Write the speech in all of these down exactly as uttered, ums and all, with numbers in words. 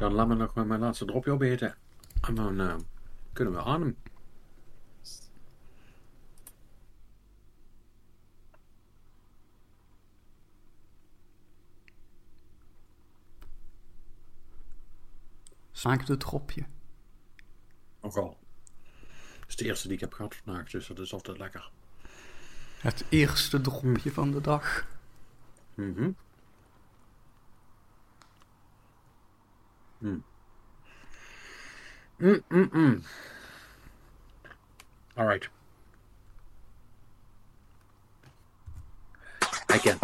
dan laat me nog maar mijn laatste dropje opeten. En dan uh, kunnen we aan hem. Smaakt het dropje? Nogal. Het is de eerste die ik heb gehad vandaag, dus dat is altijd lekker. Het eerste dropje van de dag. Mhm. Mm. Mm, mm, mm. All right. I can.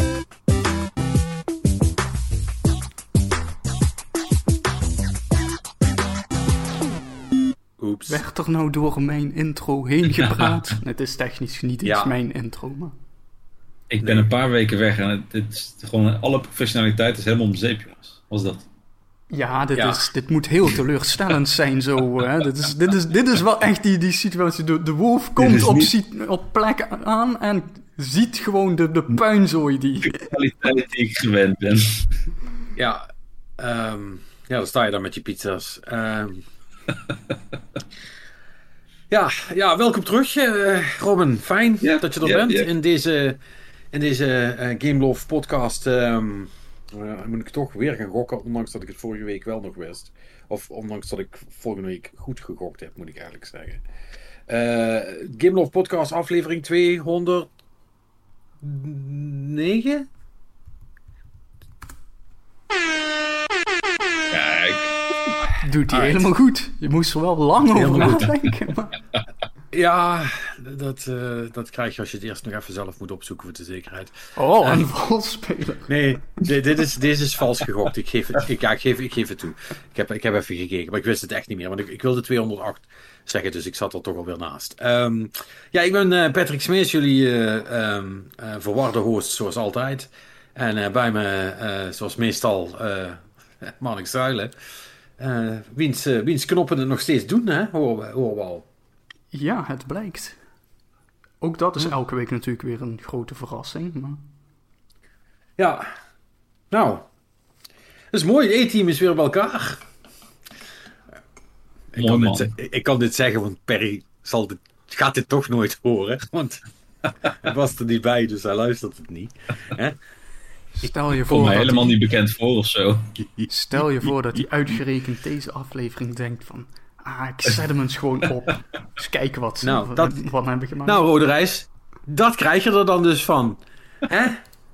Oeps. Werd er nou door mijn intro heen gepraat? Het is technisch niet Ja. eens mijn intro, maar... Ik ben een paar weken weg en het, het is gewoon alle professionaliteit is helemaal om zeep, jongens. Was dat? Ja, dit, Ja. Is, dit moet heel teleurstellend zijn zo. Hè? Dit, is, dit, is, dit is wel echt die, die situatie. De, de wolf komt is op, niet- si- op plek aan en ziet gewoon de, de puinzooi die... De kwaliteit die ik gewend ben. Ja, um, ja, dan sta je dan met je pizza's. Um, ja, ja, welkom terug, uh, Robin. Fijn Ja, dat je er ja, bent ja. in deze, in deze uh, Game Love podcast. Um, uh, moet ik toch weer gaan gokken, ondanks dat ik het vorige week wel nog wist. Of ondanks dat ik volgende week goed gegokt heb, moet ik eigenlijk zeggen. Uh, Game Love podcast aflevering tweehonderdnegen? Kijk. Doet hij Alright. helemaal goed. Je moest er wel lang over Helemaal goed. nadenken. Maar... Ja, dat, uh, dat krijg je als je het eerst nog even zelf moet opzoeken voor de zekerheid. Oh, een valspeler. Nee, dit, dit, is, dit is vals gegokt. Ik geef het, ik, ja, ik geef, ik geef het toe. Ik heb, ik heb even gekeken, maar ik wist het echt niet meer. Want ik, ik wilde tweehonderdacht zeggen, dus ik zat er toch alweer naast. Um, ja, ik ben uh, Patrick Smees, jullie uh, um, uh, verwarde host zoals altijd. En uh, bij me, uh, zoals meestal, uh, Marnik Zuilen. Uh, wiens, uh, wiens knoppen het nog steeds doen, hè? Horen we, horen we al. Ja, het blijkt. Ook dat is elke week natuurlijk weer een grote verrassing. Maar... Ja, nou, dat is mooi. Het E-team is weer bij elkaar. Ik Mooi kan, man. dit, ze- ik kan dit zeggen, want Perry zal dit, gaat dit toch nooit horen. Want hij was er niet bij, dus hij luistert het niet. Hè? Stel je Kom voor, me dat helemaal hij, niet bekend voor of zo. stel je voor dat hij uitgerekend deze aflevering denkt van... Ah, ik zet hem eens gewoon op. Eens kijken wat ze Nou, wat, dat- wat hebben gemaakt. Nou, Rode Reis, dat krijg je er dan dus van. Hè?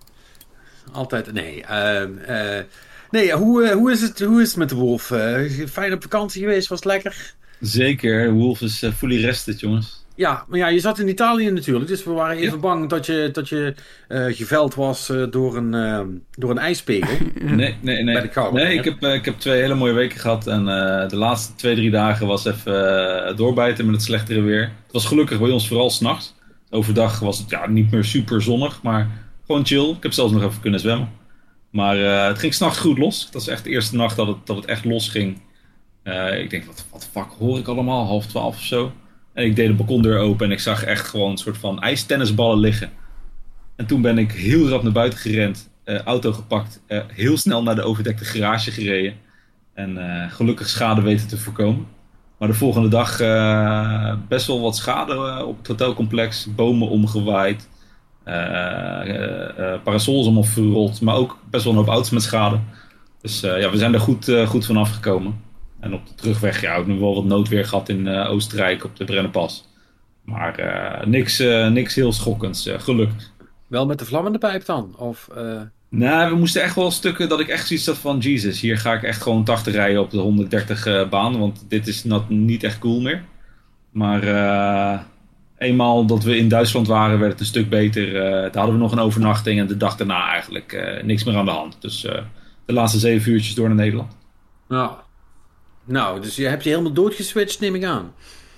Altijd, nee. ehm, eh, nee, hoe, eh, hoe, is het, hoe is het met de wolf? Eh, fijn op vakantie geweest, was het lekker? Zeker, Wolf is uh, fully rested, jongens. Ja, maar ja, je zat in Italië natuurlijk, dus we waren even Ja. bang dat je, dat je uh, geveld was uh, door, een, uh, door een ijspegel. Nee, nee, Bij de nee. kou, Nee, hè? ik heb, uh, ik heb twee hele mooie weken gehad. En uh, de laatste twee, drie dagen was even uh, doorbijten met het slechtere weer. Het was gelukkig bij ons vooral 's nachts. Overdag was het ja, niet meer super zonnig, maar gewoon chill. Ik heb zelfs nog even kunnen zwemmen. Maar uh, het ging 's nachts goed los. Dat was echt de eerste nacht dat het, dat het echt los ging. Uh, ik denk, wat, wat de fuck hoor ik allemaal? Half twaalf of zo. En ik deed de balkondeur open en ik zag echt gewoon een soort van ijstennisballen liggen. En toen ben ik heel rap naar buiten gerend, uh, auto gepakt, uh, heel snel naar de overdekte garage gereden. En uh, gelukkig schade weten te voorkomen. Maar de volgende dag uh, best wel wat schade uh, op het hotelcomplex, bomen omgewaaid, uh, uh, uh, parasols allemaal verrold, maar ook best wel een hoop auto's met schade. Dus uh, ja, we zijn er goed, uh, goed van afgekomen. En op de terugweg ja, ook nog wel wat noodweer gehad in uh, Oostenrijk op de Brennenpas. Maar uh, niks, uh, niks heel schokkends, uh, gelukkig. Wel met de vlammende pijp dan? Of, uh... Nou, we moesten echt wel stukken dat ik echt zoiets had van... Jesus, hier ga ik echt gewoon tachtig rijden op de honderddertig uh, baan. Want dit is not, niet echt cool meer. Maar uh, eenmaal dat we in Duitsland waren, werd het een stuk beter. Uh, daar hadden we nog een overnachting en de dag daarna eigenlijk uh, niks meer aan de hand. Dus uh, de laatste zeven uurtjes door naar Nederland. Ja. Nou, dus je hebt je helemaal doodgeswitcht, neem ik aan.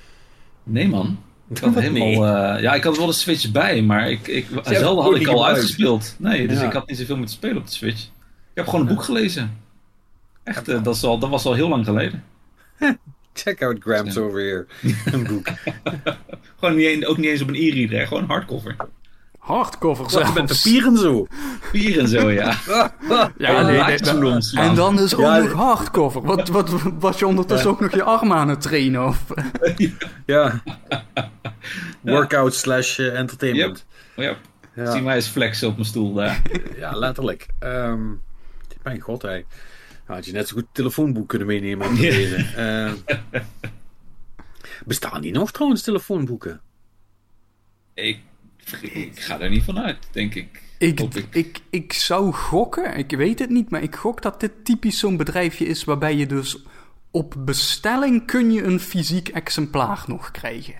Nee man. Ik had Wat helemaal, nee? uh, ja, ik had wel de Switch bij, maar ik, ik, hebt zelden het had gewoon ik niet al gebruikt. uitgespeeld. Nee, dus Ja. ik had niet zoveel moeten spelen op de Switch. Ik heb gewoon een boek gelezen. Echt, uh, dat, is al, dat was al heel lang geleden. Check out Gramps over here. Een boek. Gewoon niet, ook niet eens op een e-reader, gewoon hardcover. Hardcover Wat, zelfs. met papier en zo. Papier en zo, ja. Ja, nee, nee, Lightstroom slaan. en dan dus ook Ja, nog hardcover. Wat, wat, was je ondertussen ook nog je armen aan het trainen? Of? Ja. Workout slash uh, entertainment. Oh, ja. Ja. Zie mij eens flexen op mijn stoel daar. Ja, letterlijk. Um, mijn god, hè. Had je net zo goed een telefoonboek kunnen meenemen om te Ja. lezen. Uh, bestaan die nog trouwens, telefoonboeken? Ik, ik ga er niet van uit, denk ik. Ik, Hoop ik. ik. Ik, ik zou gokken, ik weet het niet, maar ik gok dat dit typisch zo'n bedrijfje is waarbij je dus op bestelling kun je een fysiek exemplaar nog krijgen.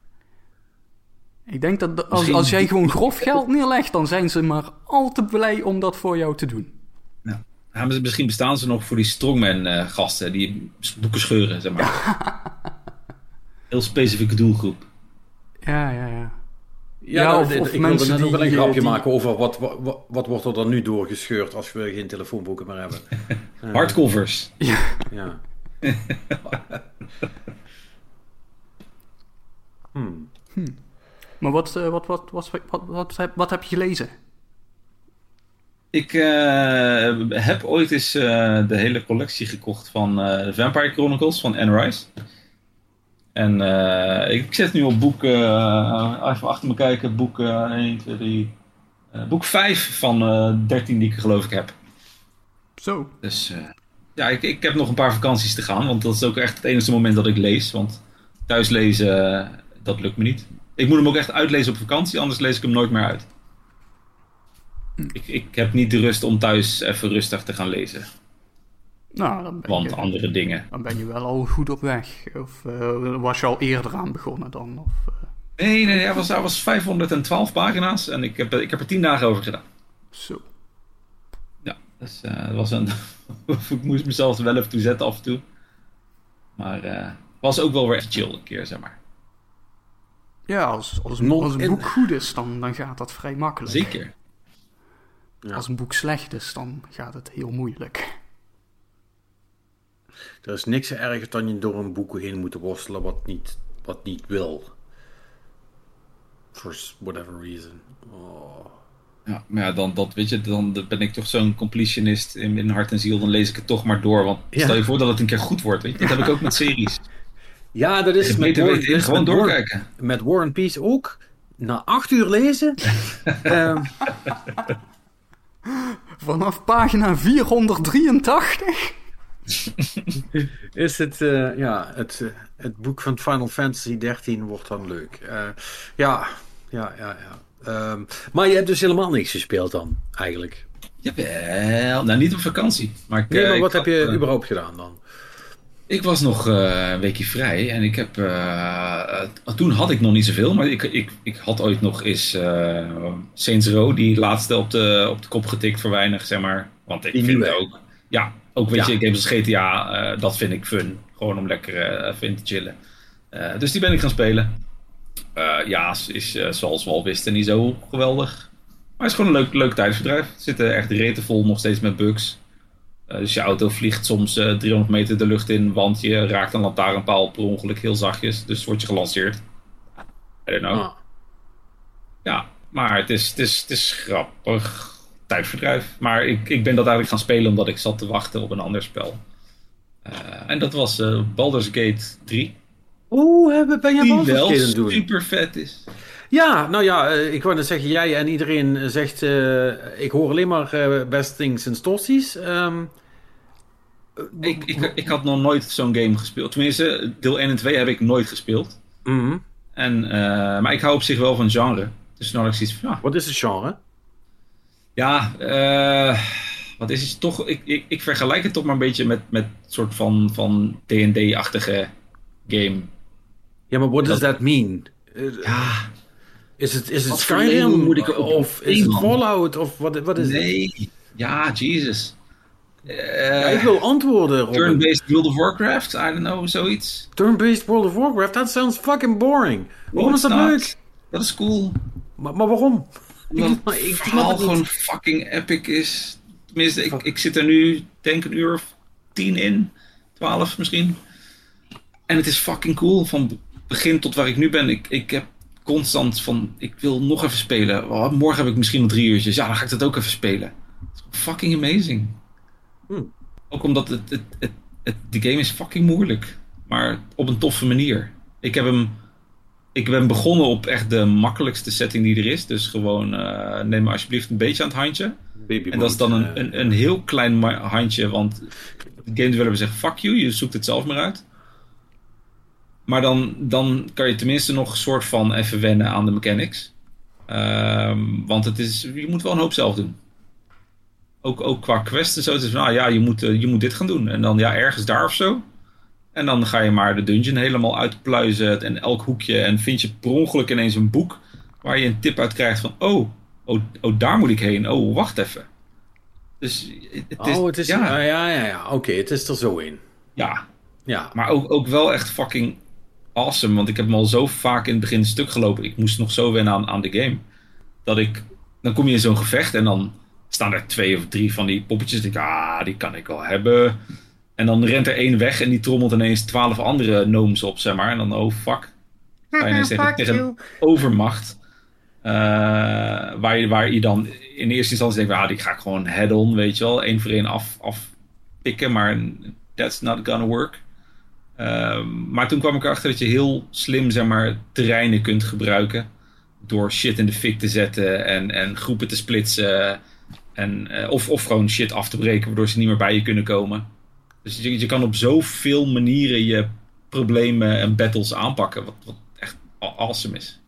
Ik denk dat de- als, Misschien- als jij gewoon grof geld neerlegt, dan zijn ze maar al te blij om dat voor jou te doen. Ja. Ja, maar misschien bestaan ze nog voor die strongman-gasten die boeken scheuren, zeg maar. Heel specifieke doelgroep. Ja, ja, ja. Ja, Ja, nou, of- dit- of ik wilde mensen net ook wel een die, grapje die- maken over wat, wat, wat, wat wordt er dan nu doorgescheurd als we geen telefoonboeken meer hebben. Uh, Hardcovers. Ja. Hmm. Maar wat, eh, wat, wat, wat, wat, wat, wat, wat heb je gelezen? Ik eh, heb ooit eens eh, de hele collectie gekocht van eh, The Vampire Chronicles van Anne Rice. En eh, ik zit nu op boek, eh, even achter me kijken, boek eh, één, twee, drie, eh, boek vijf van eh, dertien die ik geloof ik heb. Zo. Dus eh, ja, ik, ik heb nog een paar vakanties te gaan, want dat is ook echt het enige moment dat ik lees. Want thuis lezen, eh, dat lukt me niet. Ik moet hem ook echt uitlezen op vakantie, anders lees ik hem nooit meer uit. Ik, ik heb niet de rust om thuis even rustig te gaan lezen. Nou, dan ben, Want je, andere dingen. dan ben je wel al goed op weg. Of eh, was je al eerder aan begonnen dan? Of, eh, Nee, nee, hij was, hij was vijfhonderdtwaalf pagina's en ik heb, ik heb er tien dagen over gedaan. zo. Ja, dus, uh, dat was een... ik moest mezelf er wel even toe zetten af en toe. Maar het uh, was ook wel weer echt chill een keer, zeg maar. Ja, als, als, Non- als een en- boek goed is, dan, dan gaat dat vrij makkelijk. Zeker. Ja. Als een boek slecht is, dan gaat het heel moeilijk. Er is niks erger dan je door een boek heen moeten worstelen wat niet, wat niet wil. For whatever reason. Oh. Ja, maar ja, dan, dat, weet je, dan ben ik toch zo'n completionist in, in hart en ziel. Dan lees ik het toch maar door. Want Ja. stel je voor dat het een keer goed wordt. Weet je? Dat heb ik ook met series. Ja, dat is Het met beter War, weten, dat is gewoon met War- doorkijken. met War and Peace ook. Na acht uur lezen. Ehm, Vanaf pagina vierhonderddrieëntachtig? is het, eh, ja, het, eh, het boek van Final Fantasy dertien wordt dan leuk. Eh, ja, ja, ja, ja. Ehm, maar je hebt dus helemaal niks gespeeld dan, eigenlijk. Jawel, nou niet op vakantie. Maar, ik, Nee, eh, maar ik wat heb had, je eh, überhaupt gedaan dan? Ik was nog eh, een weekje vrij en ik heb. eh, eh, toen had ik nog niet zoveel, maar ik, ik, ik had ooit nog eens eh, Saints Row, die laatste op de, op de kop getikt voor weinig, zeg maar. Want ik Die vind nieuwe. ook. Ja, ook weet Ja. je, games als G T A, eh, dat vind ik fun. Gewoon om lekker eh, even in te chillen. Eh, dus die ben ik gaan spelen. Eh, ja, is, is eh, zoals we al wisten niet zo geweldig. Maar het is gewoon een leuk, leuk tijdsverdrijf. Het zit er echt rete vol, nog steeds met bugs. Uh, dus je auto vliegt soms uh, driehonderd meter de lucht in, want je raakt een lantaarnpaal per ongeluk heel zachtjes. Dus word je gelanceerd. I don't know. Ah. Ja, maar het is, het is, het is grappig tijdverdrijf. Maar ik, ik ben dat eigenlijk gaan spelen omdat ik zat te wachten op een ander spel. Uh, en dat was uh, Baldur's Gate drie. Oeh, ben je Die Baldur's wel Gate aan het doen? super vet is. Ja, nou ja, uh, ik wou net zeggen, jij en iedereen zegt, uh, ik hoor alleen maar uh, best things en stories. Um, ik, ik, ik had nog nooit zo'n game gespeeld. Tenminste, deel één en twee heb ik nooit gespeeld. Mm-hmm. En, uh, maar ik hou op zich wel van genre. Dus dan had ik zoiets van, ja. Wat is het genre? Ja, uh, wat is het toch? Ik, ik, ik vergelijk het toch maar een beetje met met soort van, van D en D-achtige game. Ja, maar what does that mean? Uh, ja. Is het, is het Wat voor Skyrim? label moet ik er op Of is het man? Fallout? Of wat, wat is nee. het? Ja, Jesus. Uh, Ja, ik wil antwoorden, Robin. Turn-based World of Warcraft? I don't know, zoiets. Turn-based World of Warcraft? That sounds fucking boring. Waarom is dat not. leuk? Dat is cool. Maar, maar waarom? Omdat Ik- het ik snap verhaal het niet. gewoon fucking epic is. Tenminste, ik, ik zit er nu denk een uur of tien in. Twaalf misschien. En het is fucking cool. Van begin tot waar ik nu ben. Ik, ik heb constant van, ik wil nog even spelen. Oh, morgen heb ik misschien nog drie uurtjes. Ja, dan ga ik dat ook even spelen. Fucking amazing. Hmm. Ook omdat het, het, het, het, die game is fucking moeilijk. Maar op een toffe manier. Ik heb hem... Ik ben begonnen op echt de makkelijkste setting die er is. Dus gewoon, uh, neem me alsjeblieft een beetje aan het handje. Baby en dat is dan een, uh, een, een heel klein handje. Want de game developer zegt, fuck you, je zoekt het zelf maar uit. Maar dan, dan kan je tenminste nog een soort van even wennen aan de mechanics. Um, want het is, je moet wel een hoop zelf doen. Ook, ook qua quests en zo. Het is van, ah, ja, je moet, uh, je moet dit gaan doen. En dan ja, ergens daar of zo. En dan ga je maar de dungeon helemaal uitpluizen. En elk hoekje. En vind je per ongeluk ineens een boek. Waar je een tip uit krijgt van, oh, oh, oh daar moet ik heen. Oh, wacht even. Dus het is... Oh, het is... Ja, uh, ja, ja, ja. Oké, okay, het is er zo in. Ja. Ja. Maar ook, ook wel echt fucking... awesome, want ik heb hem al zo vaak in het begin stuk gelopen. Ik moest nog zo wennen aan, aan de game. Dat ik... Dan kom je in zo'n gevecht en dan staan er twee of drie van die poppetjes. En ik denk, ah, die kan ik wel hebben. En dan rent er één weg en die trommelt ineens twaalf andere gnomes op, zeg maar. En dan, oh fuck. Ga je ineens tegen, tegen een overmacht. Uh, waar, je, waar je dan in eerste instantie denkt, ah, die ga ik gewoon head-on, weet je wel. Eén voor één af, afpikken, maar that's not gonna work. Uh, maar toen kwam ik erachter dat je heel slim, zeg maar, terreinen kunt gebruiken. Door shit in de fik te zetten en, en groepen te splitsen. En, uh, of, of gewoon shit af te breken, waardoor ze niet meer bij je kunnen komen. Dus je, je kan op zoveel manieren je problemen en battles aanpakken. Wat, wat echt awesome is.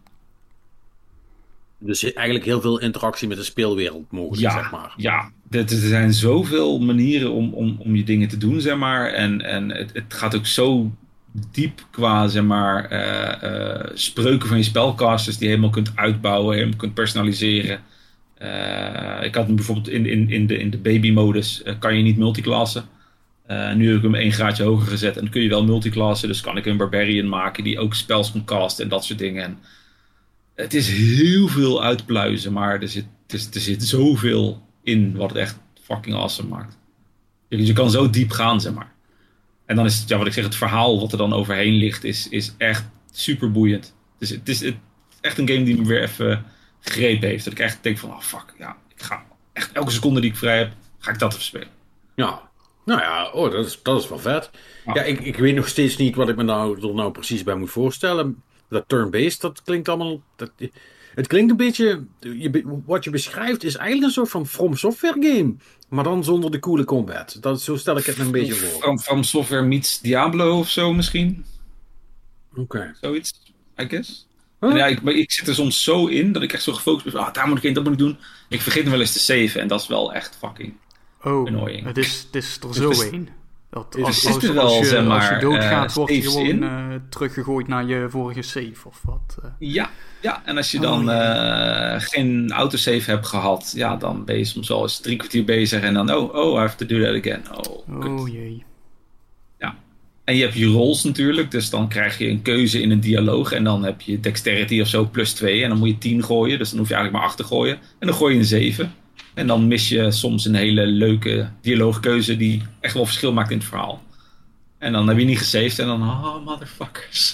Dus eigenlijk heel veel interactie met de speelwereld mogelijk, ja, zeg maar. Ja, er, er zijn zoveel manieren om, om, om je dingen te doen, zeg maar. En, en het, het gaat ook zo diep qua, zeg maar, uh, uh, spreuken van je spelcasters die je helemaal kunt uitbouwen, helemaal kunt personaliseren. Uh, ik had hem bijvoorbeeld in, in, in de, in de baby-modus, uh, kan je niet multiclassen. Uh, nu heb ik hem één graadje hoger gezet en dan kun je wel multiclassen. Dus kan ik een barbarian maken die ook spells kan casten en dat soort dingen. En het is heel veel uitpluizen, maar er zit, er, er zit zoveel in wat het echt fucking awesome maakt. Je, je kan zo diep gaan, zeg maar. En dan is het, ja, wat ik zeg, het verhaal wat er dan overheen ligt, is, is echt super boeiend. Dus het is het, echt een game die me weer even gegrepen heeft. Dat ik echt denk van, oh fuck, ja, ik ga echt elke seconde die ik vrij heb, ga ik dat even spelen. Ja, nou ja, oh, dat is, dat is wel vet. Ja, ja ik, ik weet nog steeds niet wat ik me nou, er nou precies bij moet voorstellen. Dat turn-based, dat klinkt allemaal... Dat, het klinkt een beetje... Je, wat je beschrijft is eigenlijk een soort van From Software game. Maar dan zonder de coole combat. Dat, zo stel ik het me een beetje voor. From, From Software meets Diablo of zo misschien. Oké. Okay. Zoiets, I guess. Huh? En ja, ik, ik zit er soms zo in dat ik echt zo gefocust ben van, ah, daar moet ik heen, dat moet ik doen. Ik vergeet hem wel eens te saven en dat is wel echt fucking oh, annoying. Het is, het is er dus zo is, een. Dat, als, als, als, als, er wel, als, je, zeg maar, als je doodgaat, uh, word je gewoon in. uh, teruggegooid naar je vorige save of wat. Uh. Ja, ja, en als je dan oh, uh, geen autosave hebt gehad, ja, dan ben je soms wel eens drie kwartier bezig en dan, oh, oh, I have to do that again. Oh, oh jee. Ja. En je hebt je rolls natuurlijk, dus dan krijg je een keuze in een dialoog en dan heb je dexterity of zo plus twee en dan moet je tien gooien, dus dan hoef je eigenlijk maar acht te gooien. En dan gooi je een zeven. En dan mis je soms een hele leuke dialoogkeuze die echt wel verschil maakt in het verhaal. En dan heb je niet gesaved en dan, oh, motherfuckers.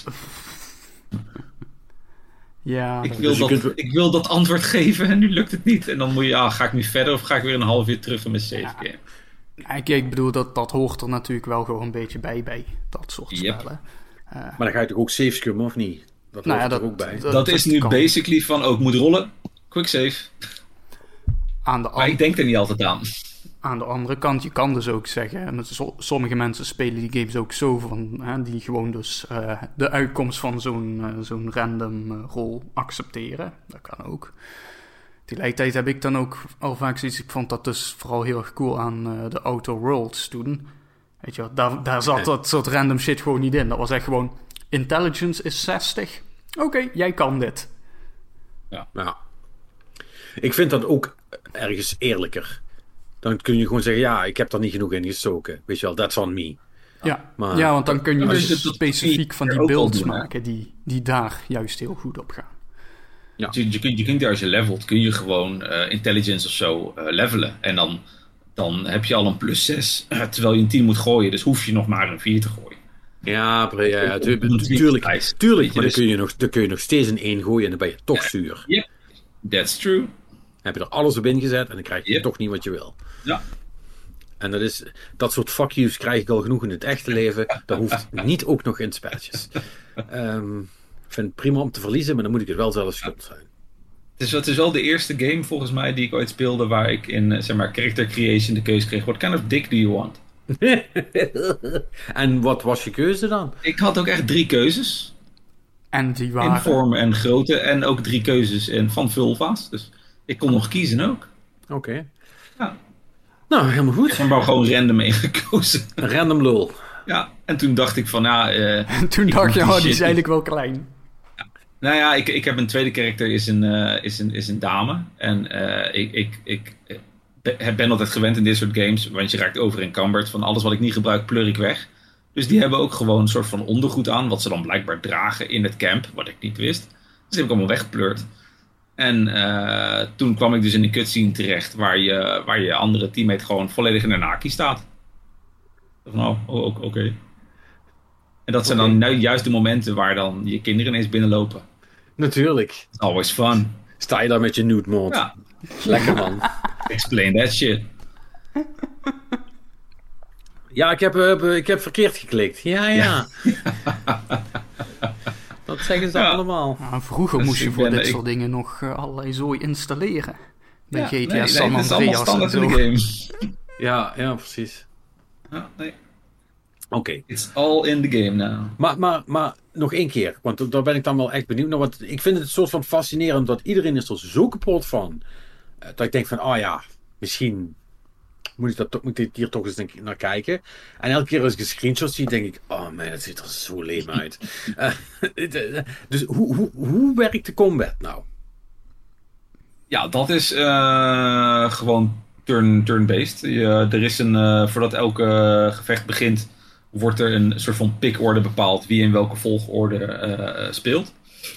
Ja, ik, dat wil dus dat, kunt... ik wil dat antwoord geven en nu lukt het niet. En dan moet je, ah, ga ik nu verder of ga ik weer een half uur terug in mijn save ja. game? Ik, ik bedoel, dat, dat hoort er natuurlijk wel gewoon een beetje bij, bij dat soort Yep. spellen. Uh, maar dan ga je toch ook save scrummen, of niet? Dat nou hoort ja, er dat, ook bij. Dat, dat is dat nu kan. basically van, ook oh, moet rollen, quick save. Aan de, Maar an- ik denk er niet altijd aan. aan de andere kant, je kan dus ook zeggen, en so- sommige mensen spelen die games ook zo van, hè, die gewoon dus uh, de uitkomst van zo'n, uh, zo'n random uh, rol accepteren. Dat kan ook. Tegelijkertijd heb ik dan ook al vaak zoiets, ik vond dat dus vooral heel erg cool aan uh, de Outer Worlds toen. Weet je wel, daar, daar zat dat soort random shit gewoon niet in. Dat was echt gewoon, intelligence is zestig. Oké, okay, jij kan dit. Ja. ja. Ik vind dat ook ergens eerlijker. Dan kun je gewoon zeggen, ja, ik heb er niet genoeg in gestoken. Weet je wel, that's on me. Ja, maar, ja want dan kun je dus dus dat specifiek van die ook al builds doen, hè? maken die, die daar juist heel goed op gaan. Ja. Je, je, kunt, je kunt als je levelt, kun je gewoon uh, intelligence of zo uh, levelen. En dan, dan heb je al een plus zes, uh, terwijl je een tien moet gooien. Dus hoef je nog maar een vier te gooien. Ja, ja, ja, ja tu- Moet niet tuurlijk, ijs. tuurlijk, Weet je, maar dan dus- kun, je nog, dan kun je nog steeds in één gooien en dan ben je toch zuur. Yep, that's true. Dan heb je er alles op ingezet en dan krijg je Yep. toch niet wat je wil. Ja. En dat is, dat soort fuck yous krijg ik al genoeg in het echte leven. Dat hoeft niet ook nog in spelletjes. Um, ik vind het prima om te verliezen, maar dan moet ik het wel zelf schuld zijn. Het is, het is wel de eerste game volgens mij die ik ooit speelde waar ik in eh, zeg maar character creation de keuze kreeg. What kind of dick do you want? En wat was je keuze dan? Ik had ook echt drie keuzes. En die In waren... vorm en grootte. En ook drie keuzes in, van vulva's. Dus ik kon nog kiezen ook. Oké. Okay. Ja. Nou, helemaal goed. Ik heb er gewoon random ingekozen. Een random lul. Ja, en toen dacht ik van ja... Uh, en toen dacht je, oh, die is eigenlijk wel klein. Ja. Nou ja, ik, ik heb een tweede karakter, is een, uh, is een, is een dame. En uh, ik, ik, ik uh, ben altijd gewend in dit soort games. Want je raakt over encumbered. Van alles wat ik niet gebruik, pleur ik weg. Dus die hebben ook gewoon een soort van ondergoed aan. Wat ze dan blijkbaar dragen in het camp. Wat ik niet wist. Dus die heb ik allemaal weggepleurd. En uh, toen kwam ik dus in een cutscene terecht. Waar je, waar je andere teammate gewoon volledig in een naki staat. Van oh, oh oké. Okay. En dat zijn okay. dan nu juist de momenten waar dan je kinderen ineens binnenlopen. Natuurlijk. It's always fun. Sta je daar met je nude mode. Ja. Lekker man. Explain that shit. Ja, ik heb, uh, ik heb verkeerd geklikt. Ja, ja. ja. Dat zeggen ze ja. allemaal. Nou, vroeger dus moest je voor ben, dit ik... soort dingen nog uh, allerlei zooi installeren. Bij ja, G T A nee, San nee, Andreas en zo. Game. ja, ja, precies. Ja, nee. Oké. Okay. It's all in the game now. Maar, maar, maar nog één keer, want daar ben ik dan wel echt benieuwd naar. Want ik vind het een soort van fascinerend dat iedereen is er zo kapot van. Uh, dat ik denk van, oh ja, misschien moet ik, dat, moet ik hier toch eens naar kijken. En elke keer als ik een screenshot zie, denk ik, oh man, het ziet er zo leem uit. uh, dus hoe, hoe, hoe werkt de combat nou? Ja, dat is uh, gewoon turn, turn-based. Uh, er is een, uh, voordat elke uh, gevecht begint, wordt er een soort van pickorde bepaald wie in welke volgorde uh, speelt.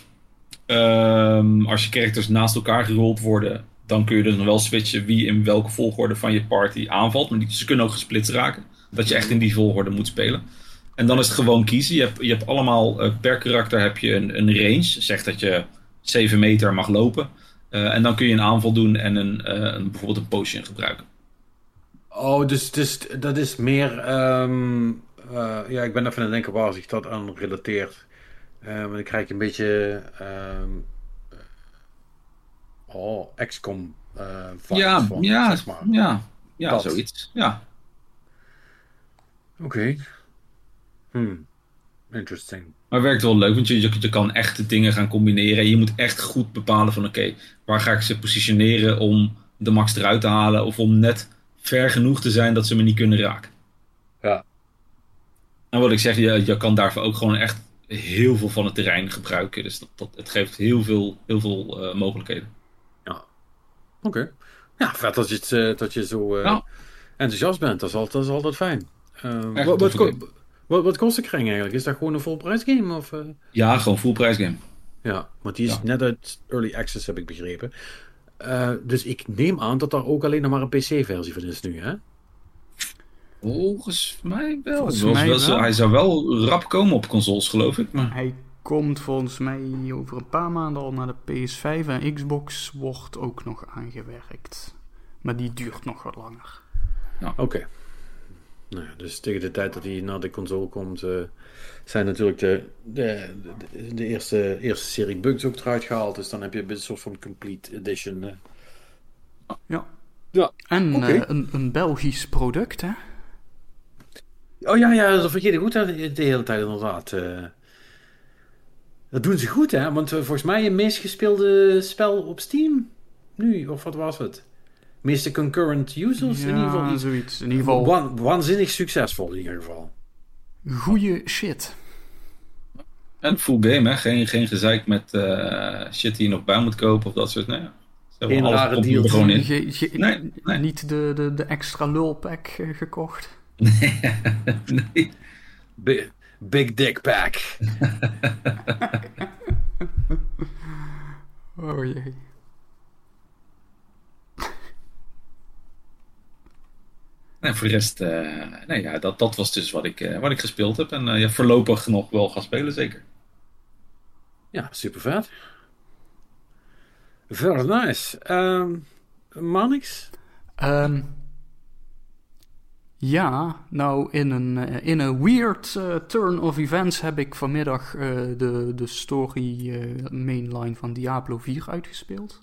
Um, als je characters naast elkaar gerold worden, dan kun je dus nog wel switchen wie in welke volgorde van je party aanvalt. Maar die, ze kunnen ook gesplitst raken. Dat je echt in die volgorde moet spelen. En dan is het gewoon kiezen. Je hebt, je hebt allemaal, uh, per karakter heb je een, een range. Zegt dat je zeven meter mag lopen. Uh, en dan kun je een aanval doen en een, uh, een, bijvoorbeeld een potion gebruiken. Oh, dus, dus dat is meer... Um, uh, ja, ik ben even aan het denken waar zich dat aan relateert. Uh, maar dan krijg ik een beetje... Um, oh, X COM uh, vibes ja, van, ja, zeg maar. Ja, ja dat. zoiets. Ja. Oké. Okay. Hmm. Interesting. Maar het werkt wel leuk, want je, je, je kan echt dingen gaan combineren. En je moet echt goed bepalen van oké, okay, waar ga ik ze positioneren om de max eruit te halen. Of om net ver genoeg te zijn dat ze me niet kunnen raken. Ja. En wat ik zeg, je, je kan daarvoor ook gewoon echt heel veel van het terrein gebruiken. Dus dat, dat, het geeft heel veel, heel veel uh, mogelijkheden. Ja. Oké. Okay. Ja, vet dat je, het, uh, dat je zo uh, ja. enthousiast bent. Dat is altijd, dat is altijd fijn. Uh, wat, wat, ko- wat, wat kost de kring eigenlijk? Is dat gewoon een volprijs game? Of, uh? Ja, gewoon full prijs game. Ja, want die is ja. net uit Early Access, heb ik begrepen. Uh, dus ik neem aan dat daar ook alleen nog maar een P C-versie van is nu, hè? Volgens mij wel. Volgens mij wel. wel. Hij zou wel rap komen op consoles, geloof ik. Maar... Hij komt volgens mij over een paar maanden al naar de P S vijf en Xbox wordt ook nog aangewerkt. Maar die duurt nog wat langer. Ja. Oké. Okay. Nou ja, dus tegen de tijd dat hij naar de console komt, uh, zijn natuurlijk de, de, de, de eerste, eerste serie bugs ook eruit gehaald. Dus dan heb je een soort van complete edition. Uh. Ja. Ja. En okay. uh, een, een Belgisch product, hè? Oh ja, ja, dat vergeet ik goed de, de hele tijd inderdaad. Uh, dat doen ze goed, hè? Want uh, volgens mij een meest gespeelde spel op Steam nu, of wat was het? Meeste concurrent users ja, in ieder geval. Zoiets. In ieder geval. Wan, waanzinnig succesvol in ieder geval. Goeie shit. En full game, hè? Geen, geen gezeik met uh, shit die je nog bij moet kopen of dat soort. Nee, geen rare deal. Er gewoon in. Ge, ge, nee, nee. Niet de, de, de extra lulpack uh, gekocht. Nee. nee. Big, big dick pack. Oh jee. En voor de rest, uh, nee, ja, dat, dat was dus wat ik, uh, wat ik gespeeld heb. En uh, ja, voorlopig nog wel gaan spelen, zeker. Ja, super vet. Very nice. Um, Manix? Um, ja, nou in een, in een weird uh, turn of events heb ik vanmiddag uh, de, de story uh, mainline van Diablo vier uitgespeeld.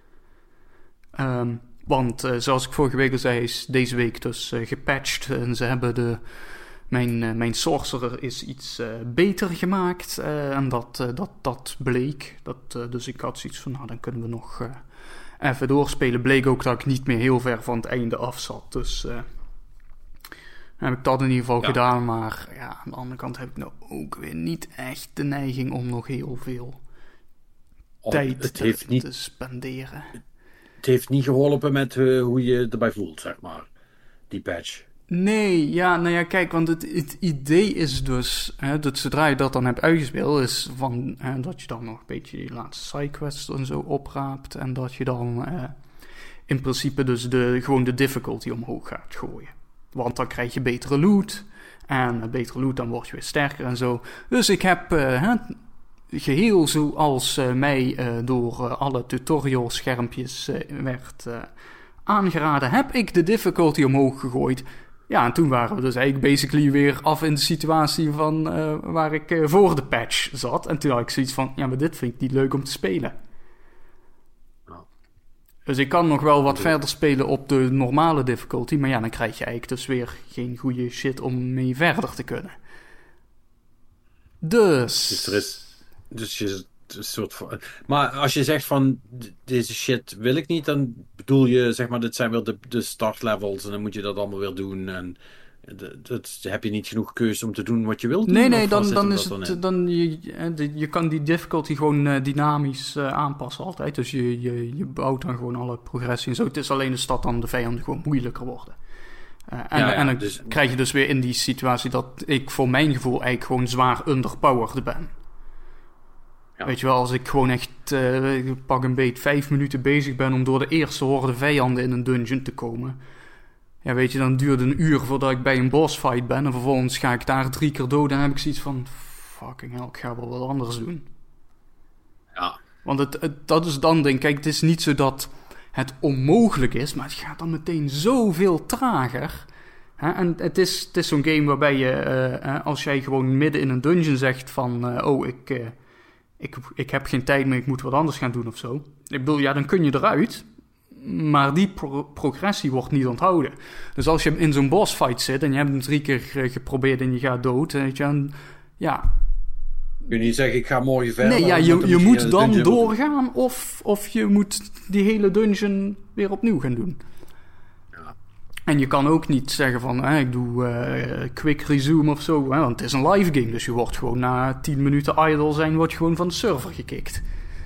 Um, want uh, zoals ik vorige week al zei, is deze week dus uh, gepatcht. En ze hebben de... Mijn, uh, mijn sorcerer is iets uh, beter gemaakt. Uh, en dat, uh, dat, dat bleek. Dat, uh, dus ik had zoiets van, nou dan kunnen we nog uh, even doorspelen. Bleek ook dat ik niet meer heel ver van het einde af zat. Dus uh, heb ik dat in ieder geval ja. gedaan. Maar ja, aan de andere kant heb ik nou ook weer niet echt de neiging om nog heel veel oh, tijd het te, heeft niet, te spenderen. Het heeft niet geholpen met uh, hoe je erbij voelt, zeg maar. Die patch. Nee, ja, nou ja, kijk, want het, het idee is dus, hè, dat zodra je dat dan hebt uitgespeeld, is van, hè, dat je dan nog een beetje die laatste sidequests en zo opraapt en dat je dan eh, in principe dus de, gewoon de difficulty omhoog gaat gooien. Want dan krijg je betere loot en met betere loot dan word je weer sterker en zo. Dus ik heb uh, hè, geheel zoals uh, mij uh, door uh, alle tutorial schermpjes uh, werd uh, aangeraden, heb ik de difficulty omhoog gegooid. Ja, en toen waren we dus eigenlijk basically weer af in de situatie van uh, waar ik uh, voor de patch zat. En toen had ik zoiets van, ja, maar dit vind ik niet leuk om te spelen. Oh. Dus ik kan nog wel wat oh. verder spelen op de normale difficulty. Maar ja, dan krijg je eigenlijk dus weer geen goede shit om mee verder te kunnen. Dus... Dus er is... Dus je... Een soort van, maar als je zegt van deze shit wil ik niet, dan bedoel je zeg maar dit zijn wel de, de startlevels en dan moet je dat allemaal weer doen en dat, dat heb je niet genoeg keuze om te doen wat je wilt doen? Nee, nee, dan, dan is het dan, dan je, je kan die difficulty gewoon uh, dynamisch uh, aanpassen altijd. Dus je, je, je bouwt dan gewoon alle progressie en zo. Het is alleen de stad dan de vijanden gewoon moeilijker worden. Uh, en, ja, ja, en dan dus, krijg je dus weer in die situatie dat ik voor mijn gevoel eigenlijk gewoon zwaar underpowered ben. Ja. Weet je wel, als ik gewoon echt uh, pak een beet vijf minuten bezig ben om door de eerste horde vijanden in een dungeon te komen. Ja, weet je, dan duurt het een uur voordat ik bij een bossfight ben. En vervolgens ga ik daar drie keer dood en dan heb ik zoiets van, fucking hell, ik ga wel wat anders doen. Ja. Want het, het, dat is dan denk ik, kijk, het is niet zo dat het onmogelijk is, maar het gaat dan meteen zoveel trager. Hè? En het is, het is zo'n game waarbij je, uh, als jij gewoon midden in een dungeon zegt van, uh, oh, ik... Uh, Ik, ik heb geen tijd meer, ik moet wat anders gaan doen of zo. Ik bedoel, ja, dan kun je eruit. Maar die pro- progressie wordt niet onthouden. Dus als je in zo'n bossfight zit en je hebt hem drie keer geprobeerd en je gaat dood, weet je, en, ja... Kun je niet zeggen, ik ga morgen verder? Nee, ja, je, je, je moet dan doorgaan of, of je moet die hele dungeon weer opnieuw gaan doen. Ja. En je kan ook niet zeggen van, eh, ik doe uh, quick resume of zo, hè, want het is een live game, dus je wordt gewoon na tien minuten idle zijn, word je gewoon van de server gekikt.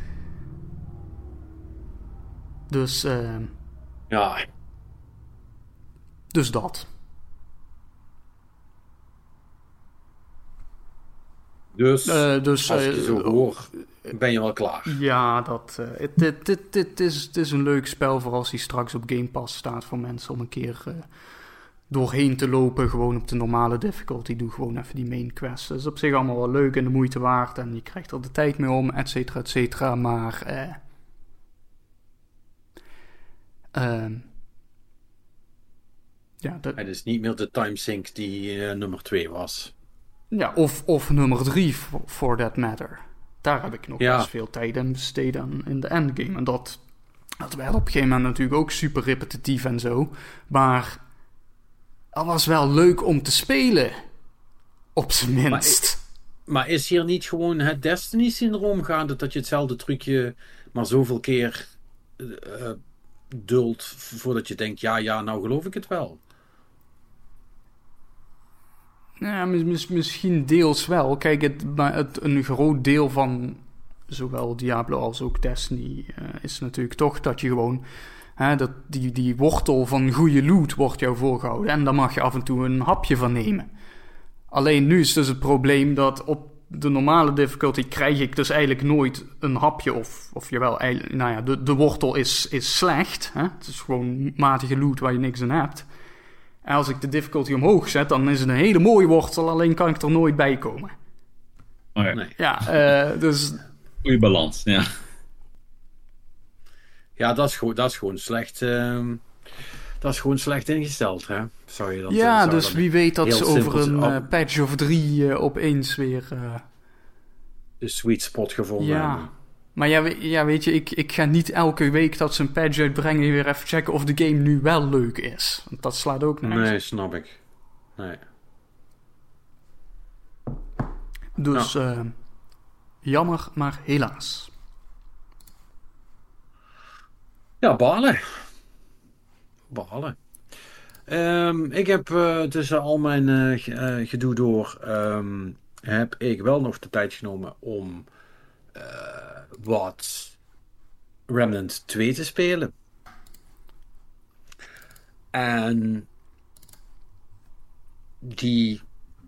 Dus, uh, ja. Dus dat. Dus, uh, dus als ik je uh, zo hoor, ben je wel klaar. Ja, dat, uh, het, het, het, het, is, het is een leuk spel voor als hij straks op Game Pass staat voor mensen om een keer uh, doorheen te lopen. Gewoon op de normale difficulty. Doe gewoon even die main quest. Dat is op zich allemaal wel leuk en de moeite waard. En je krijgt er de tijd mee om, et cetera, et cetera. Maar... Uh, uh, ja, dat... Het is niet meer de timesync die uh, nummer twee was. Ja, of, of nummer drie, for, for that matter. Daar heb ik nog ja. best veel tijd aan besteed aan in de endgame. En dat, dat werd op een gegeven moment natuurlijk ook super repetitief en zo. Maar dat was wel leuk om te spelen. Op zijn minst. Maar, maar is hier niet gewoon het Destiny-syndroom gaande? Dat je hetzelfde trucje maar zoveel keer uh, duldt voordat je denkt, ja, ja, nou geloof ik het wel. Ja, mis, misschien deels wel. Kijk, het, maar het, een groot deel van zowel Diablo als ook Destiny uh, is natuurlijk toch dat je gewoon... Hè, dat die, die wortel van goede loot wordt jou voorgehouden. En daar mag je af en toe een hapje van nemen. Alleen nu is dus het probleem dat op de normale difficulty krijg ik dus eigenlijk nooit een hapje. Of, of jawel, nou ja, de, de wortel is, is slecht. Hè? Het is gewoon matige loot waar je niks aan hebt. En als ik de difficulty omhoog zet, dan is het een hele mooie wortel, alleen kan ik er nooit bij komen. Oh ja. Nee. Ja, uh, dus... Goeie balans, ja. Ja, dat is gewoon, dat is gewoon slecht... Uh, dat is gewoon slecht ingesteld, hè? Zou je dat, ja, zou dus dat wie weet dat ze over een op... uh, patch of drie uh, opeens weer... Uh... de sweet spot gevonden ja. hebben. Maar ja, we, ja, weet je, ik, ik ga niet elke week dat ze een patch uitbrengen weer even checken of de game nu wel leuk is. Want dat slaat ook nergens. Nee, snap ik. Nee. Dus, ja. uh, jammer, maar helaas. Ja, balen. Balen. Um, ik heb uh, tussen al mijn uh, uh, gedoe door... Um, heb ik wel nog de tijd genomen om... Uh, wat Remnant twee te spelen. En die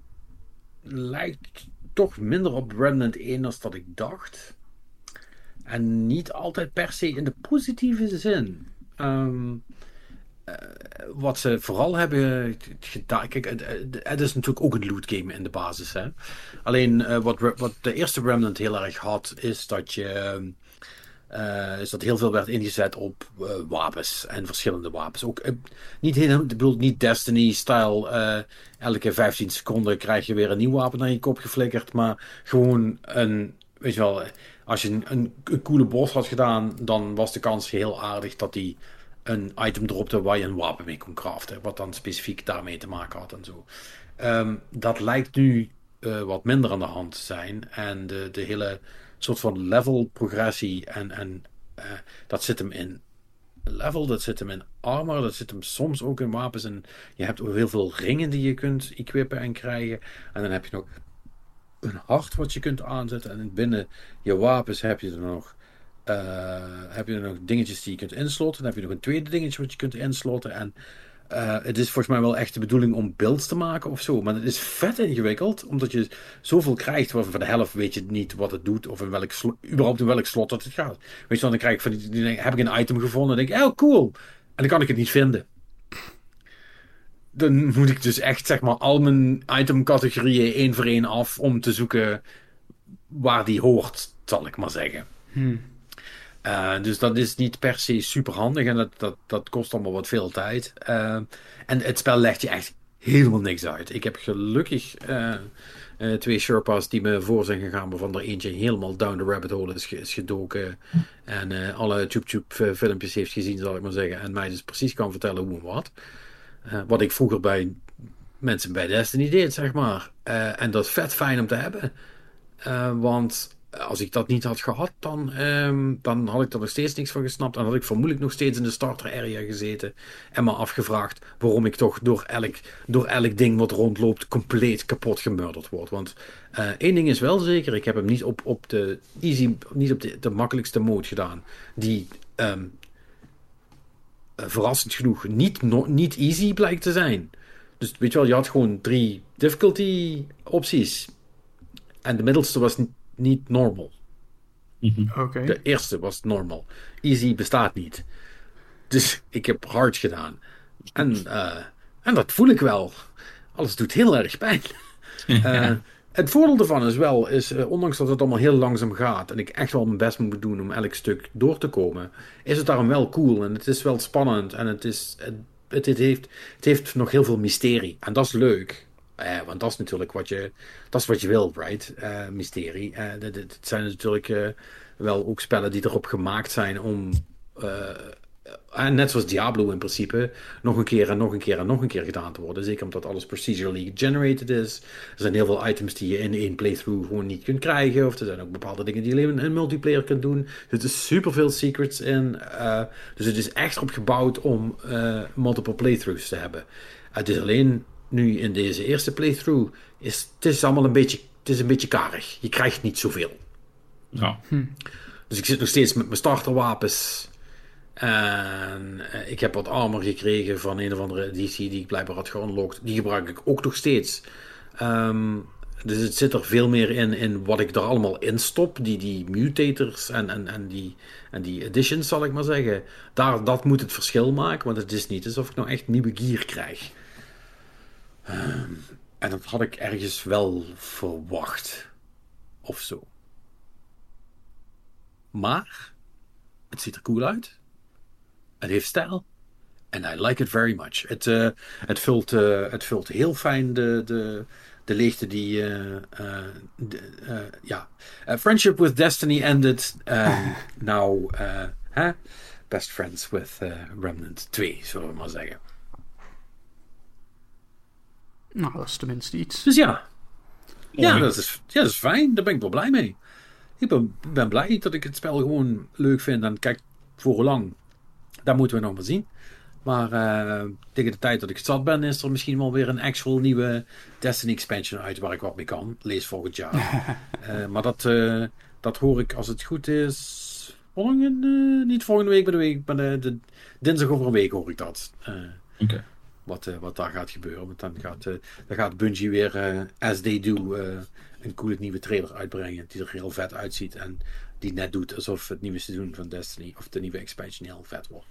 lijkt toch minder op Remnant één dan dat ik dacht. En niet altijd per se in de positieve zin. Um, uh, wat ze vooral hebben gedaan... Kijk, het, het is natuurlijk ook een loot game in de basis. Hè? Alleen uh, wat, wat de eerste Remnant heel erg had, is dat je... Uh, is dat heel veel werd ingezet op uh, wapens en verschillende wapens. Ook uh, niet, heel, ik bedoel, niet Destiny-style. Uh, elke vijftien seconden krijg je weer een nieuw wapen naar je kop geflikkerd. Maar gewoon een... Weet je wel, als je een, een, een coole boss had gedaan, dan was de kans heel aardig dat die een item dropte waar je een wapen mee kon craften. Wat dan specifiek daarmee te maken had en zo. Um, dat lijkt nu uh, wat minder aan de hand te zijn. En de, de hele soort van level progressie en, en uh, dat zit hem in level, dat zit hem in armor, dat zit hem soms ook in wapens. En je hebt ook heel veel ringen die je kunt equippen en krijgen. En dan heb je nog een hart wat je kunt aanzetten. En binnen je wapens heb je er nog uh, heb je er nog dingetjes die je kunt insloten. Dan heb je nog een tweede dingetje wat je kunt insloten. En uh, het is volgens mij wel echt de bedoeling om builds te maken of zo. Maar het is vet ingewikkeld, omdat je zoveel krijgt waarvan van de helft weet je niet wat het doet. Of in welk slot, überhaupt in welk slot dat het gaat. Weet je wel, dan krijg ik van die, die denk, heb ik een item gevonden en denk ik, oh cool. En dan kan ik het niet vinden. Dan moet ik dus echt, zeg maar, al mijn itemcategorieën één voor één af om te zoeken waar die hoort, zal ik maar zeggen. Hmm. Uh, dus dat is niet per se super handig en dat, dat, dat kost allemaal wat veel tijd. Uh, en het spel legt je echt helemaal niks uit. Ik heb gelukkig uh, uh, twee Sherpas die me voor zijn gegaan, waarvan er eentje helemaal down the rabbit hole is, is gedoken. En uh, alle tube-tube filmpjes heeft gezien, zal ik maar zeggen. En mij dus precies kan vertellen hoe en wat. Uh, wat ik vroeger bij mensen bij Destiny deed, zeg maar. Uh, en dat is vet fijn om te hebben. Uh, want als ik dat niet had gehad, dan, um, dan had ik er nog steeds niks van gesnapt. En had ik vermoedelijk nog steeds in de starter area gezeten. En me afgevraagd waarom ik toch door elk, door elk ding wat rondloopt compleet kapot gemurderd word. Want uh, één ding is wel zeker, ik heb hem niet op, op de easy, niet op de, de makkelijkste mode gedaan. Die... Um, Uh, verrassend genoeg niet, no, niet easy blijkt te zijn. Dus weet je wel, je had gewoon drie difficulty opties. En de middelste was n- niet normal. Mm-hmm. Okay. De eerste was normal. Easy bestaat niet. Dus ik heb hard gedaan. En, uh, en dat voel ik wel. Alles doet heel erg pijn. uh, Het voordeel ervan is wel, is, uh, ondanks dat het allemaal heel langzaam gaat en ik echt wel mijn best moet doen om elk stuk door te komen, is het daarom wel cool en het is wel spannend en het, is, het, het, het, heeft, het heeft nog heel veel mysterie. En dat is leuk, uh, want dat is natuurlijk wat je, dat is wat je wil, right? Uh, mysterie. Uh, het, het zijn natuurlijk uh, wel ook spellen die erop gemaakt zijn om... Uh, En net zoals Diablo in principe, nog een keer en nog een keer en nog een keer gedaan te worden. Zeker omdat alles procedurally generated is. Er zijn heel veel items die je in één playthrough gewoon niet kunt krijgen. Of er zijn ook bepaalde dingen die je alleen in multiplayer kunt doen. Er is super veel secrets in. Uh, dus het is echt op gebouwd om uh, multiple playthroughs te hebben. Het is alleen nu in deze eerste playthrough, is, het is allemaal een beetje, het is een beetje karig. Je krijgt niet zoveel. Ja. Hm. Dus ik zit nog steeds met mijn starterwapens. En uh, ik heb wat armor gekregen van een of andere editie die ik blijkbaar had geunlocked. Die gebruik ik ook nog steeds. Um, dus het zit er veel meer in, in wat ik er allemaal in stop. Die, die mutators en, en, en, die, en die editions, zal ik maar zeggen. Daar, dat moet het verschil maken, want het is niet alsof ik nou echt nieuwe gear krijg. Um, en dat had ik ergens wel verwacht. Of zo. Maar het ziet er cool uit. Het heeft stijl. En I like it very much. Het, uh, het, vult, uh, het vult heel fijn de, de, de leegte die... Uh, uh, de, uh, ja. Uh, Friendship with Destiny ended. Um, now... Uh, huh? Best friends with uh, Remnant twee, zullen we maar zeggen. Nou, dat is tenminste iets. Dus ja. Ja, dat is, ja, dat is fijn. Daar ben ik wel blij mee. Ik ben, ben blij dat ik het spel gewoon leuk vind. En kijk, voor hoe lang, dat moeten we nog maar zien. Maar uh, tegen de tijd dat ik zat ben, is er misschien wel weer een actual nieuwe Destiny expansion uit waar ik wat mee kan. Lees volgend jaar. uh, maar dat, uh, dat hoor ik als het goed is. Volgende, uh, niet volgende week, maar de week, maar de, de dinsdag over een week hoor ik dat. Uh, Oké. Okay. Wat, uh, wat daar gaat gebeuren. Want dan gaat, uh, dan gaat Bungie weer, uh, as they do, uh, een coole nieuwe trailer uitbrengen. Die er heel vet uitziet. En die net doet alsof het nieuwe seizoen van Destiny, of de nieuwe expansion, heel vet wordt.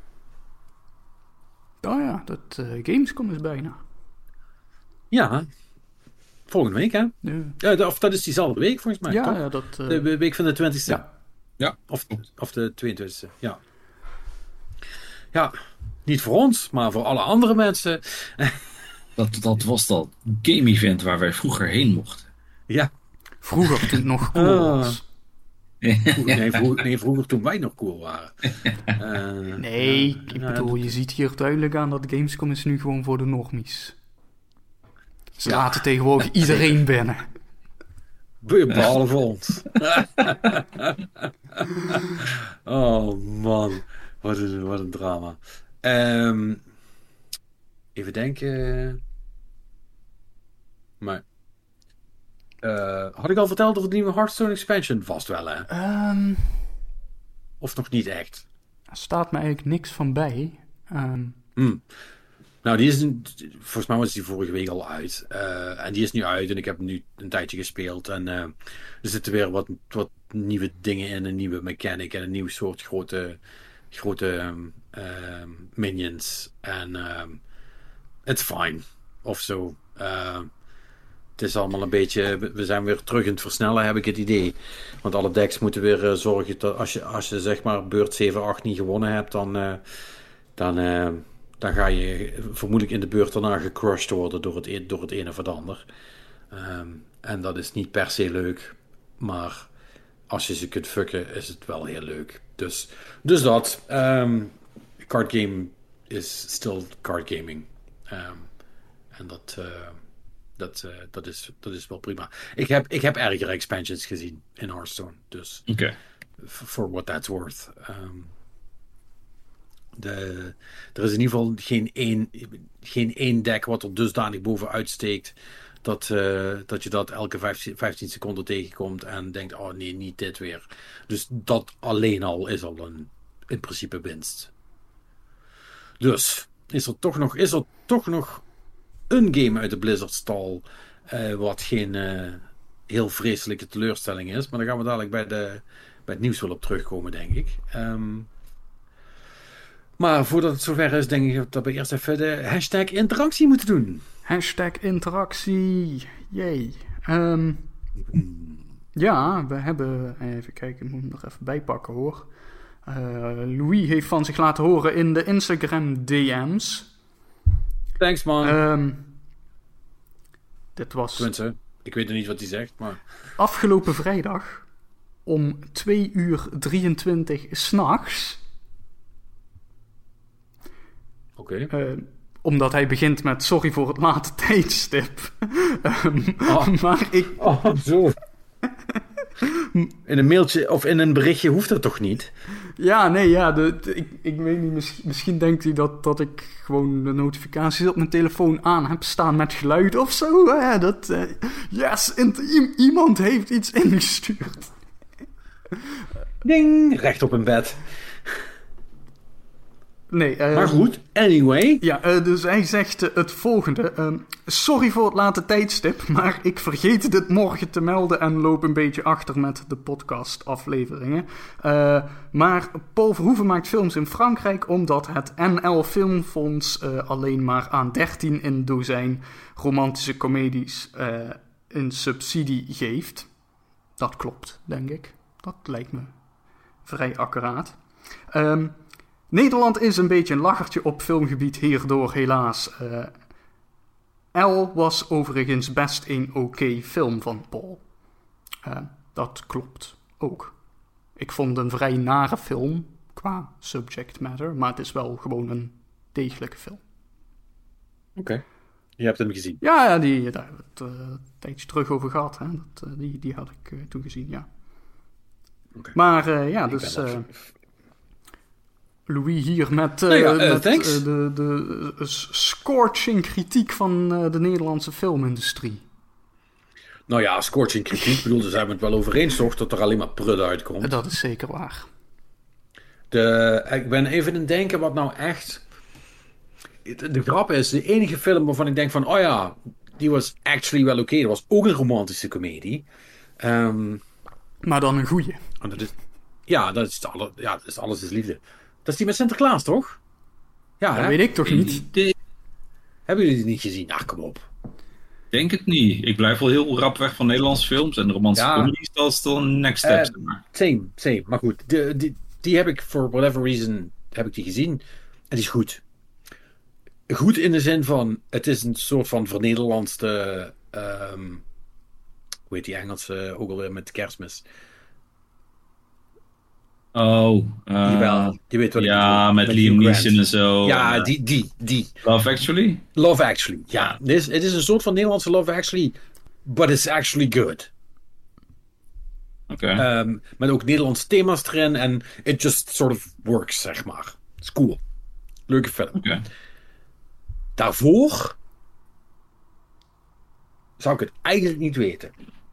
Oh ja, dat uh, Gamescom is bijna. Ja, volgende week hè? Ja. Uh, of dat is diezelfde week volgens mij. Ja, toch? ja dat... Uh... De week van de twintigste. Ja. Ja. Of, of de tweeëntwintigste. Ja. Ja, niet voor ons, maar voor alle andere mensen. dat, dat was dat game-event waar wij vroeger heen mochten. Ja. Vroeger toen het nog cool was. Vroeger, nee, vroeger, nee, vroeger toen wij nog cool waren. Uh, nee, uh, ik bedoel, uh, je ziet hier duidelijk aan dat Gamescom is nu gewoon voor de normies. Ze ja. laten tegenwoordig iedereen binnen. Behalve ons. Oh man, wat een, wat een drama. Um, even denken. Maar... Uh, had ik al verteld over de nieuwe Hearthstone expansion? Vast wel, hè? Um, of nog niet echt? Er staat me eigenlijk niks van bij. Um. Mm. Nou, die is een, volgens mij was die vorige week al uit. Uh, en die is nu uit en ik heb nu een tijdje gespeeld. En uh, er zitten weer wat, wat nieuwe dingen in. Een nieuwe mechanic en een nieuw soort grote, grote um, um, minions. En um, it's fine. Of zo. Uh, Het is allemaal een beetje... We zijn weer terug in het versnellen, heb ik het idee. Want alle decks moeten weer uh, zorgen dat als je, als je zeg maar beurt zeven acht niet gewonnen hebt, dan, uh, dan, uh, dan ga je vermoedelijk in de beurt daarna gecrushed worden door het, een, door het een of het ander. Um, en dat is niet per se leuk. Maar als je ze kunt fucken, is het wel heel leuk. Dus, dus dat. Um, card game is still card gaming. Um, en dat... Uh, Dat, uh, dat, is, dat is wel prima. Ik heb, ik heb ergere expansions gezien in Hearthstone. Dus okay. For what that's worth. Um, de, er is in ieder geval geen één, geen één deck wat er dusdanig bovenuit steekt. Dat, uh, dat je dat elke vijftien, vijftien seconden tegenkomt. En denkt, oh nee, niet dit weer. Dus dat alleen al is al een in principe winst. Dus is er toch nog... Is er toch nog een game uit de Blizzard-stal uh, wat geen uh, heel vreselijke teleurstelling is. Maar daar gaan we dadelijk bij, de, bij het nieuws wel op terugkomen, denk ik. Um, maar voordat het zover is, denk ik dat we eerst even de hashtag interactie moeten doen. Hashtag interactie. Jee. Um, ja, we hebben... Even kijken, ik moet hem er even bijpakken, hoor. Uh, Louis heeft van zich laten horen in de Instagram D M's. Thanks, man. Um, dit was... Tenminste, ik weet nog niet wat hij zegt, maar... Afgelopen vrijdag om twee uur drieëntwintig 's nachts. Oké. Okay. Uh, omdat hij begint met sorry voor het late tijdstip. um, oh. Maar ik... Oh, zo. In een mailtje of in een berichtje hoeft dat toch niet? Ja, nee, ja. De, de, ik, ik weet niet, misschien, misschien denkt hij dat, dat ik gewoon de notificaties op mijn telefoon aan heb staan met geluid of zo. Hè? Dat, uh, yes, i- iemand heeft iets ingestuurd. Ding, recht op een bed. Nee, uh, maar goed, anyway. Ja, uh, dus hij zegt uh, het volgende. Uh, sorry voor het late tijdstip, maar ik vergeet dit morgen te melden en loop een beetje achter met de podcastafleveringen. Uh, maar Paul Verhoeven maakt films in Frankrijk omdat het N L Filmfonds uh, alleen maar aan dertien in dozijn romantische comedies uh, een subsidie geeft. Dat klopt, denk ik. Dat lijkt me vrij accuraat. Um, Nederland is een beetje een lachertje op filmgebied hierdoor, helaas. Uh, L was overigens best een oké okay film van Paul. Uh, dat klopt ook. Ik vond een vrij nare film qua subject matter, maar het is wel gewoon een degelijke film. Oké, okay. Je hebt hem gezien? Ja, ja die, daar hebben we het uh, een tijdje terug over gehad. Hè. Dat, uh, die, die had ik uh, toen gezien, ja. Okay. Maar uh, ja, ik dus... Uh, Louis hier met, uh, nee, ja, uh, met uh, de, de uh, scorching kritiek van uh, de Nederlandse filmindustrie. Nou ja, scorching kritiek, bedoel, daar zijn we het wel over eens, toch? Dat er alleen maar prut uitkomt. Dat is zeker waar. De, ik ben even aan het denken wat nou echt... De, de grap is, de enige film waarvan ik denk van... Oh ja, die was actually wel oké. Okay. Dat was ook een romantische komedie. Um, maar dan een goeie. Dat is, ja, dat is, alle, ja, dat is Alles is Liefde. Dat is die met Sinterklaas, toch? Ja, dat hè? weet ik toch niet. De... Hebben jullie die niet gezien? Ach, kom op. Denk het niet. Ik blijf wel heel rap weg van Nederlandse films. En de romantische ja. comedies, dat is dan een next step. Uh, zeg maar. Same, same. Maar goed, die, die, die heb ik, for whatever reason, heb ik die gezien. En die is goed. Goed in de zin van, het is een soort van vernederlandste... Um, hoe heet die Engelse, ook alweer met Kerstmis... Oh, uh, Jawel, je weet wat ik ja, bedoel. met, met Liam Neeson en zo. Ja, en, uh, die, die, die. Love Actually? Love Actually, ja. Het is, het is een soort van Nederlandse Love Actually, but it's actually good. Oké. Okay. Um, met ook Nederlandse thema's erin en it just sort of works, zeg maar. It's cool. Leuke film. Oké. Okay. Daarvoor zou ik het eigenlijk niet weten.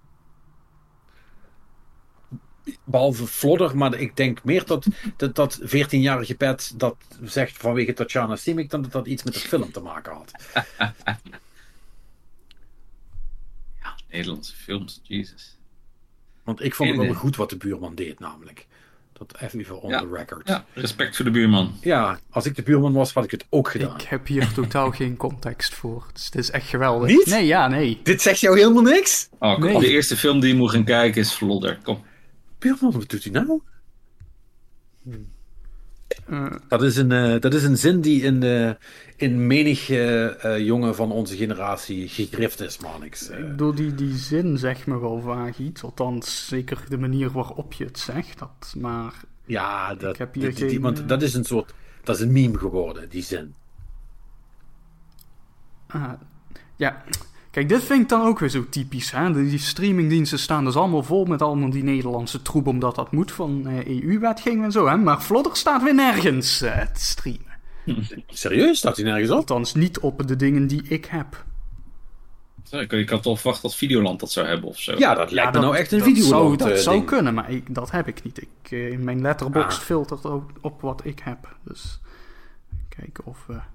Behalve Flodder, maar ik denk meer dat dat, dat veertienjarige pet dat zegt vanwege Tatjana Simic dan dat dat iets met de film te maken had. Ja, Nederlandse films, Jesus. Want ik vond het wel goed wat de buurman deed, namelijk. Dat even on ja, the record. Ja, respect voor de buurman. Ja, als ik de buurman was, had ik het ook gedaan. Ik heb hier totaal geen context voor. Dus het is echt geweldig. Niet? Nee, ja, nee. Dit zegt jou helemaal niks? Oh, kom, nee. De eerste film die je moet gaan kijken is Flodder. Kom. Buurman, wat doet hij nou? Uh, dat, is een, uh, dat is een zin die in, uh, in menig uh, uh, jongen van onze generatie gegrift is, Manix. Uh. Door die, die zin zegt me wel vaag iets. Althans, zeker de manier waarop je het zegt. Dat, maar ja, dat, ik heb hier die, geen, die, want dat is een soort... Dat is een meme geworden, die zin. Uh, ja... Kijk, dit vind ik dan ook weer zo typisch. Hè? Die streamingdiensten staan dus allemaal vol met allemaal die Nederlandse troep, omdat dat moet van uh, E U-wetgeving en zo. Hè? Maar Flodder staat weer nergens uh, te streamen. Serieus? Staat hij nergens op? Althans, niet op de dingen die ik heb. Zo, ik, ik had toch verwacht dat Videoland dat zou hebben of zo. Ja, dat lijkt ja, me nou echt een dat Videoland zou, Dat uh, zou ding. kunnen, maar ik, dat heb ik niet. Ik, uh, mijn letterbox ah. filtert ook op wat ik heb. Dus kijken of we... Uh...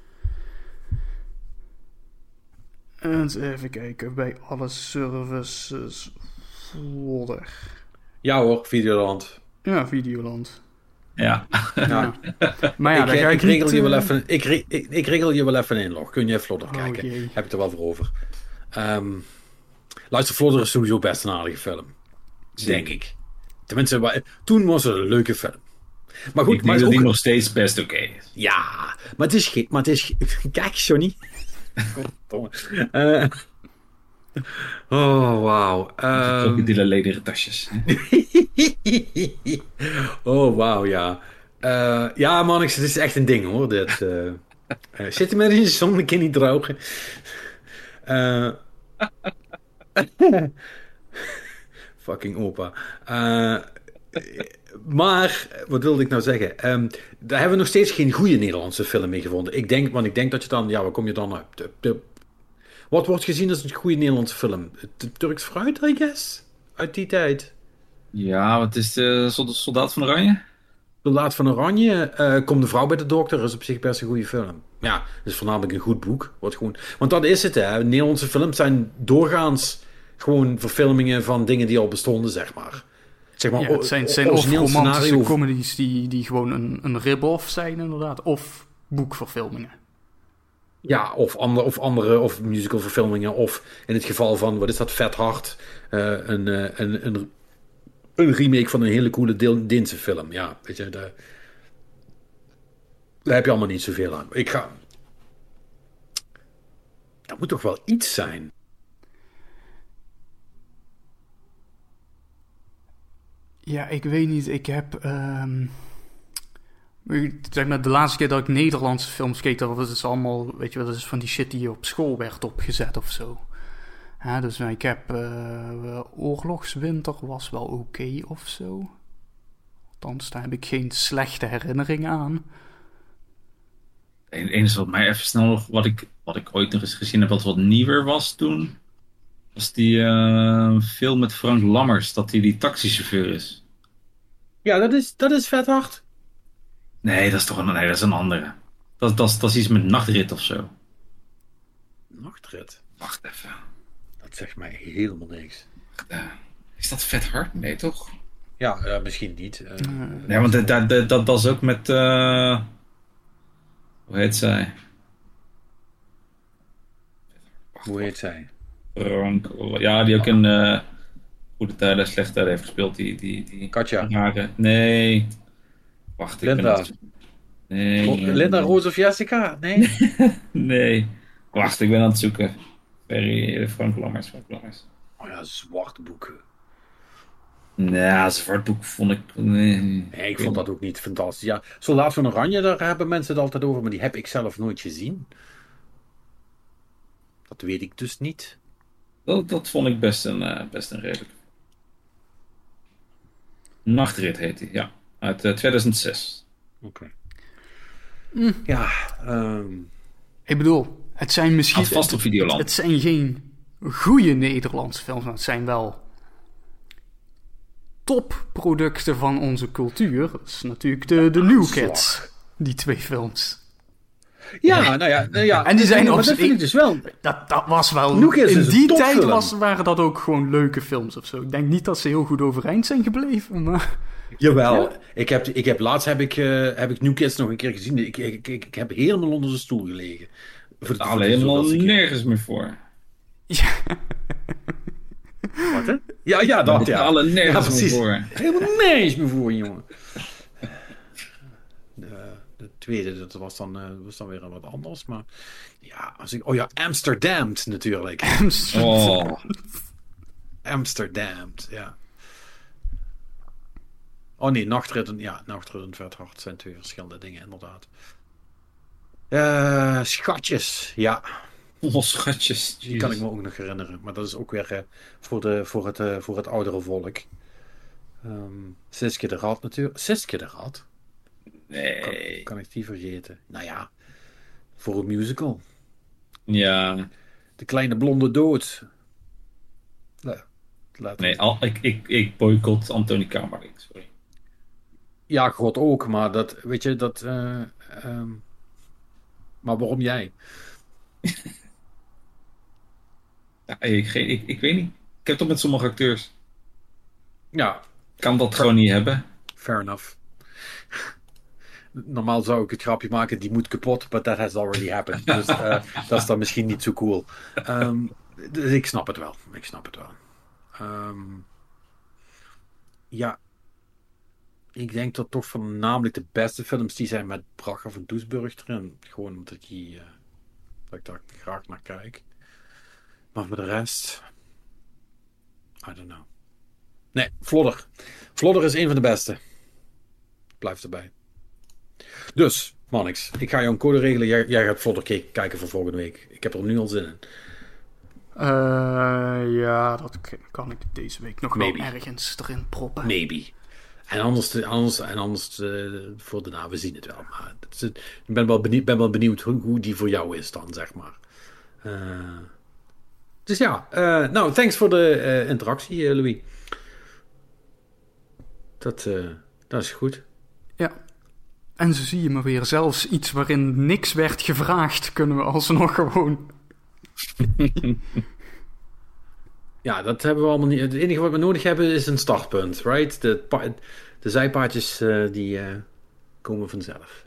Eens even kijken, bij alle services Flodder. Ja hoor, Videoland. Ja, Videoland. Ja. ja. Maar ja, ik, dan ga ik, ik regel niet, je wel uh... even, ik, ik, ik regel je wel even een inlog. Kun je Flodder oh, kijken? Jee. Heb ik er wel voor over. Um, luister, Flodder is sowieso best een aardige film. Denk ik. Tenminste, toen was het een leuke film. Maar goed, ik maar denk dat ook... die nog steeds best oké okay is. Ja, maar het is geen... Maar het is... Kijk, Johnny. uh, oh, wauw. Um... Ook in die lederen tasjes. oh, wauw, ja. Uh, ja, man, het is echt een ding, hoor. Dit, uh, uh, zit er met in je zon, een keer niet drogen. Uh... Fucking opa. Uh... Maar, wat wilde ik nou zeggen? Um, daar hebben we nog steeds geen goede Nederlandse film mee gevonden. Ik denk, want ik denk dat je dan, ja, waar kom je dan uit? De, de, wat wordt gezien als een goede Nederlandse film? De Turks Fruit, I guess? Uit die tijd. Ja, wat is de Soldaat van Oranje? Soldaat van Oranje, uh, Kom de vrouw bij de dokter, is op zich best een goede film. Ja, het is voornamelijk een goed boek. Wordt gewoon... Want dat is het, hè. Nederlandse films zijn doorgaans gewoon verfilmingen van dingen die al bestonden, zeg maar. Zeg maar, ja, het zijn, het zijn of romantische scenario... comedies die, die gewoon een, een rip-off zijn, inderdaad. Of boekverfilmingen. Ja, of, andere, of andere, of musicalverfilmingen. Of in het geval van, wat is dat, Vet Hard. Uh, een, uh, een, een, een remake van een hele coole Deense film. Ja, weet je, de, daar heb je allemaal niet zoveel aan. Ik ga... Dat moet toch wel iets zijn? Ja, ik weet niet. Ik heb... Um... Zeg maar, de laatste keer dat ik Nederlandse films keek, dat was dus allemaal, weet je wel, dat is van die shit die op school werd opgezet of zo. Ja, dus ik heb uh, Oorlogswinter was wel oké okay of zo. Althans, daar heb ik geen slechte herinnering aan. Het enige wat mij even snel nog, wat ik, wat ik ooit nog eens gezien heb, wat wat nieuwer was toen, was die uh, film met Frank Lammers, dat hij die, die taxichauffeur is. Ja, dat is, dat is vet hard. Nee, dat is toch een, nee, dat is een andere. Dat, dat, dat is iets met nachtrit of zo. Nachtrit? Wacht even. Dat zegt mij helemaal niks. Uh, is dat vet hard? Nee, toch? Ja, uh, misschien niet. Uh, nee, want dat, dat, dat, dat is ook met... Uh... Hoe heet zij? Wacht, Hoe heet zij? Frank, ja, die ook in uh, Goede Tijden, Slechte Tijden heeft gespeeld. Die, die, die Katja? Rare... Nee... Wacht, ik Linda. ben het... Nee. Oh, Linda, Roos of Jessica? Nee? Nee. Wacht, ik ben aan het zoeken. Ferry, Frank Lammers, Frank Lammers. Oh ja, zwarte boeken. Nee, zwart boek vond ik... Nee, nee ik vond dat ook niet fantastisch. Ja, Soldaat van Oranje, daar hebben mensen het altijd over, maar die heb ik zelf nooit gezien. Dat weet ik dus niet. Dat, dat vond ik best een, uh, best een redelijk. Nachtrit heet hij, ja. Uit uh, tweeduizend zes. Oké. Okay. Mm. Ja, um... ik bedoel, het zijn misschien... Had vast op Videoland. Het, het zijn geen goede Nederlandse films, maar het zijn wel topproducten van onze cultuur. Dat is natuurlijk de, de New Kids, die twee films. Ja, nou ja, nou ja. En die zijn maar op dat vind ik dus wel. Dat, dat was wel. In die tijd was, waren dat ook gewoon leuke films of zo. Ik denk niet dat ze heel goed overeind zijn gebleven, maar. Jawel, ja? ik, heb, ik heb laatst heb ik, uh, heb ik New Kids nog een keer gezien. Ik, ik, ik, ik heb helemaal onder de stoel gelegen. Voor de, Alleen helemaal nergens meer voor. Ja. Wat hè? Ja, ja, dat ja. Alle nergens ja, meer voor. Helemaal nergens meer voor, jongen. De, de tweede, dat was dan, uh, was dan weer wat anders. Maar ja, als ik. Oh ja, Amsterdam natuurlijk. Amsterdam. Oh. Amsterdam, ja. Oh nee, Nachtrit, ja, Nachtrit en Vet Hard zijn twee verschillende dingen, inderdaad. Uh, schatjes, ja. Oh, schatjes. Die kan ik me ook nog herinneren. Maar dat is ook weer uh, voor, de, voor, het, uh, voor het oudere volk. Um, Siske de Rat natuurlijk. Siske de Rat? Nee. Kan, kan ik die vergeten? Nou ja, voor een musical. Ja. De kleine blonde dood. Nou, nee, al, ik, ik, ik boycott Antonie Kamerling, sorry. Ja, God ook, maar dat, weet je, dat... Uh, um, maar waarom jij? ja, ik, ik, ik weet niet. Ik heb toch met sommige acteurs. Ja. Kan dat gewoon niet hebben. Fair enough. Normaal zou ik het grapje maken, die moet kapot, but that has already happened. Dus uh, dat is dan misschien niet zo cool. Um, dus ik snap het wel. Ik snap het wel. Um, ja. Ik denk dat toch voornamelijk de beste films die zijn met Braga van Doesburg erin. Gewoon omdat ik, die, uh, dat ik daar graag naar kijk. Maar voor de rest... I don't know. Nee, Vlodder. Vlodder is een van de beste. Blijf erbij. Dus, Mannix, ik ga jou een code regelen. Jij, jij gaat Vlodder kijken voor volgende week. Ik heb er nu al zin in. Uh, ja, dat kan ik deze week nog Maybe. wel ergens erin proppen. Maybe. En anders, anders, en anders uh, voor daarna, we zien het wel. Maar het is, ik ben wel benieuwd, ben wel benieuwd hoe, hoe die voor jou is dan, zeg maar. Uh, dus ja, uh, nou, thanks voor de uh, interactie, uh, Louis. Dat, uh, dat is goed. Ja. En zo zie je maar weer, zelfs iets waarin niks werd gevraagd, kunnen we alsnog gewoon... Ja, dat hebben we allemaal niet. Het enige wat we nodig hebben is een startpunt, right? De, pa- de zijpaadjes uh, die uh, komen vanzelf.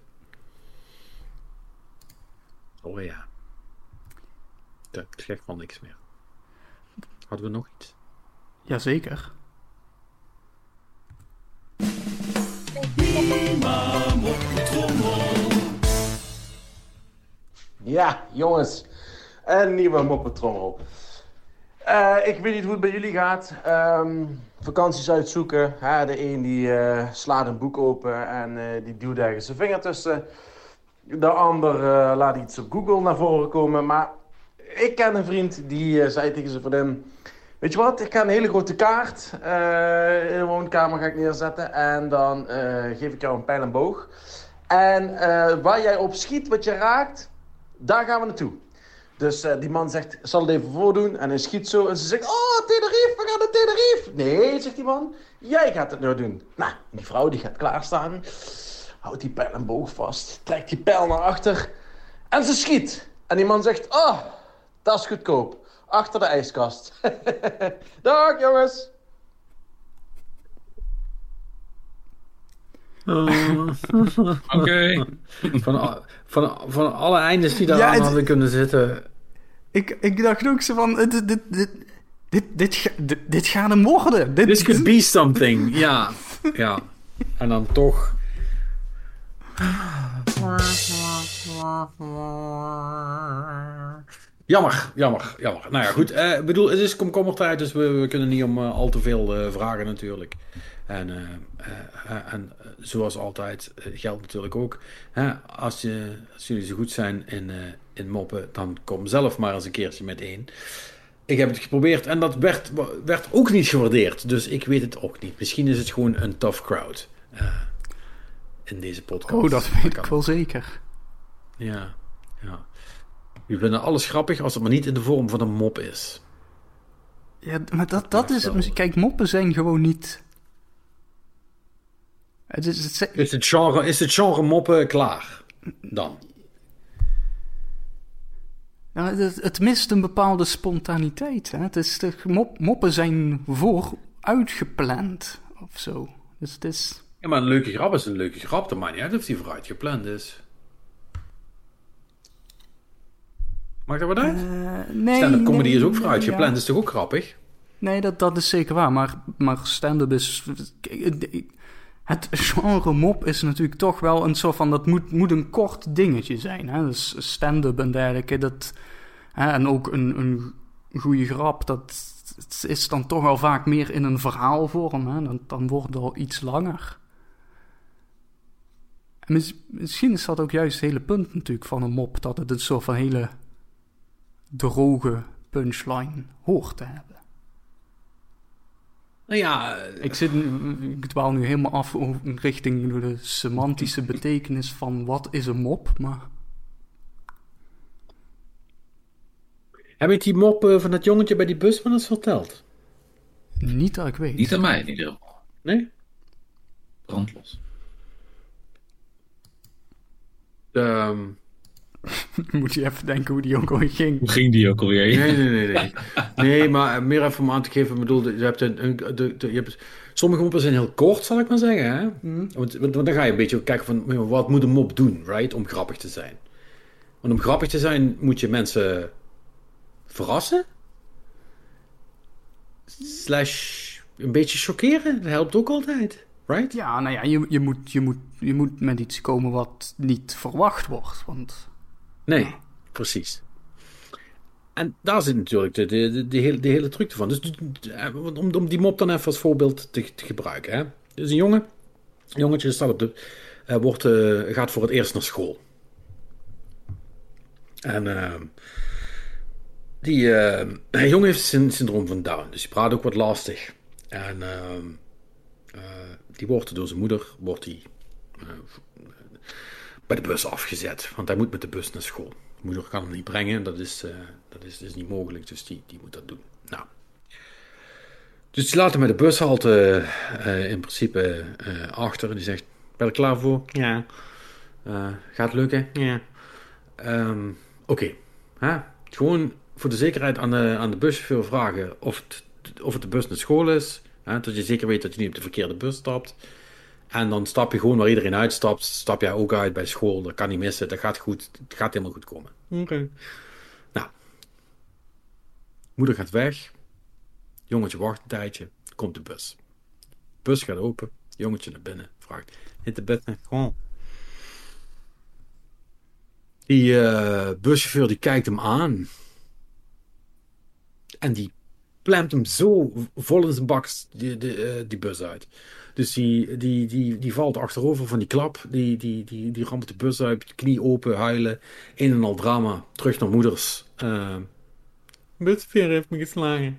Oh ja. Ik zeg van niks meer. Hadden we nog iets? Jazeker. Ja, jongens. Een nieuwe moppetrommel. Uh, ik weet niet hoe het bij jullie gaat. Um, vakanties uitzoeken. Hè? De een die uh, slaat een boek open en uh, die duwt ergens zijn vinger tussen. De ander uh, laat iets op Google naar voren komen. Maar ik ken een vriend die uh, zei tegen zijn vriendin... Weet je wat, ik ga een hele grote kaart uh, in de woonkamer ga ik neerzetten. En dan uh, geef ik jou een pijl en boog. En uh, waar jij op schiet, wat je raakt, daar gaan we naartoe. Dus uh, die man zegt, zal het even voordoen. En hij schiet zo en ze zegt, oh, Tenerife, we gaan naar Tenerife. Nee, zegt die man, jij gaat het nou doen. Nou, die vrouw die gaat klaarstaan. Houdt die pijl en boog vast. Trekt die pijl naar achter. En ze schiet. En die man zegt, oh, dat is goedkoop. Achter de ijskast. Dag, jongens. Uh. Oké. Okay. Van, van, van alle eindes die daar ja, aan het, hadden kunnen zitten. Ik, ik dacht ook zo van... Dit, dit, dit, dit, dit, dit, dit gaat hem worden. Dit, This could be something. Ja. Ja. En dan toch... Jammer, jammer, jammer. Nou ja, goed. Ik uh, bedoel, het is komkommertijd, dus we, we kunnen niet om uh, al te veel uh, vragen natuurlijk. En, uh, uh, uh, en uh, zoals altijd uh, geldt natuurlijk ook. Uh, als, je, als jullie zo goed zijn in, uh, in moppen, dan kom zelf maar eens een keertje met één. Ik heb het geprobeerd en dat werd, werd ook niet gewaardeerd. Dus ik weet het ook niet. Misschien is het gewoon een tough crowd uh, in deze podcast. Oh, dat weet ik wel zeker. Ja, ja. Je vinden alles grappig als het maar niet in de vorm van een mop is. Ja, maar dat, dat is het. Kijk, moppen zijn gewoon niet... Het is, het is, het genre, is het genre moppen klaar? Dan? Nou, het, het mist een bepaalde spontaniteit. Hè? Het is de, mop, moppen zijn vooruitgepland of zo. Dus het is... Ja, maar een leuke grap is een leuke grap. Dat maakt niet uit of die vooruitgepland is. Maakt dat wat uit? Uh, nee, stand-up comedy nee, is ook vooruitgepland. Ja. Dat is toch ook grappig? Nee, dat, dat is zeker waar. Maar, maar stand-up is... Het genre mop is natuurlijk toch wel een soort van... Dat moet, moet een kort dingetje zijn. Hè? Dus stand-up en dergelijke. Dat, hè? En ook een, een goede grap. Dat is dan toch wel vaak meer in een verhaalvorm. Hè? Dan, dan wordt het al iets langer. En mis, misschien is dat ook juist het hele punt natuurlijk van een mop. Dat het een soort van hele droge punchline hoort te hebben. Nou ja, ik, zit, ik dwaal nu helemaal af richting de semantische betekenis van wat is een mop, maar... Heb je die mop uh, van dat jongetje bij die bus van ons verteld? Niet dat ik weet. Niet aan mij in ieder geval. Nee? Brandlos. Um... Moet je even denken hoe die ook alweer ging. Hoe ging die ook alweer? Nee, nee, nee. Nee, nee maar meer even om aan te geven. Ik bedoel, je hebt een, een, de, de, je hebt, sommige moppen zijn heel kort, zal ik maar zeggen. Hè? Mm. Want, want dan ga je een beetje kijken van... Wat moet een mop doen, right? Om grappig te zijn. Want om grappig te zijn moet je mensen verrassen. Slash een beetje chockeren. Dat helpt ook altijd, right? Ja, nou ja, je, je, moet, je, moet, je moet met iets komen wat niet verwacht wordt, want... Nee, ja. Precies. En daar zit natuurlijk de, de, de, de, hele, de hele truc van. Dus om, om die mop dan even als voorbeeld te, te gebruiken. Hè. Dus een jongen, een jongetje staat op de, uh, wordt, uh, gaat voor het eerst naar school. En uh, die uh, jongen heeft een syndroom van Down. Dus die praat ook wat lastig. En uh, uh, die wordt door zijn moeder wordt die, uh, bij de bus afgezet. Want hij moet met de bus naar school. De moeder kan hem niet brengen. Dat is, uh, dat is, dat is niet mogelijk. Dus die, die moet dat doen. Nou. Dus die laat hem met de bushalte uh, in principe uh, achter. En die zegt... Ben je er klaar voor? Ja. Uh, gaat het lukken? Ja. Um, Oké. Okay. Gewoon voor de zekerheid aan de, aan de buschauffeur vragen of het, of het de bus naar school is. Hè? Dat je zeker weet dat je niet op de verkeerde bus stapt. En dan stap je gewoon waar iedereen uitstapt. Stap jij ook uit bij school. Dat kan niet missen. Dat gaat goed. Het gaat helemaal goed komen. Oké. Okay. Nou. Moeder gaat weg. Jongetje wacht een tijdje. Komt de bus. De bus gaat open. Jongetje naar binnen. Vraagt. Hit de bed. Gewoon. Die uh, buschauffeur die kijkt hem aan. En die plemt hem zo vol in zijn bak die, die, uh, die bus uit. Dus die, die, die, die valt achterover van die klap. Die, die, die, die ramt de bus uit. Knie open, huilen. Een en al drama. Terug naar moeders. Uh, buschauffeur heeft me geslagen.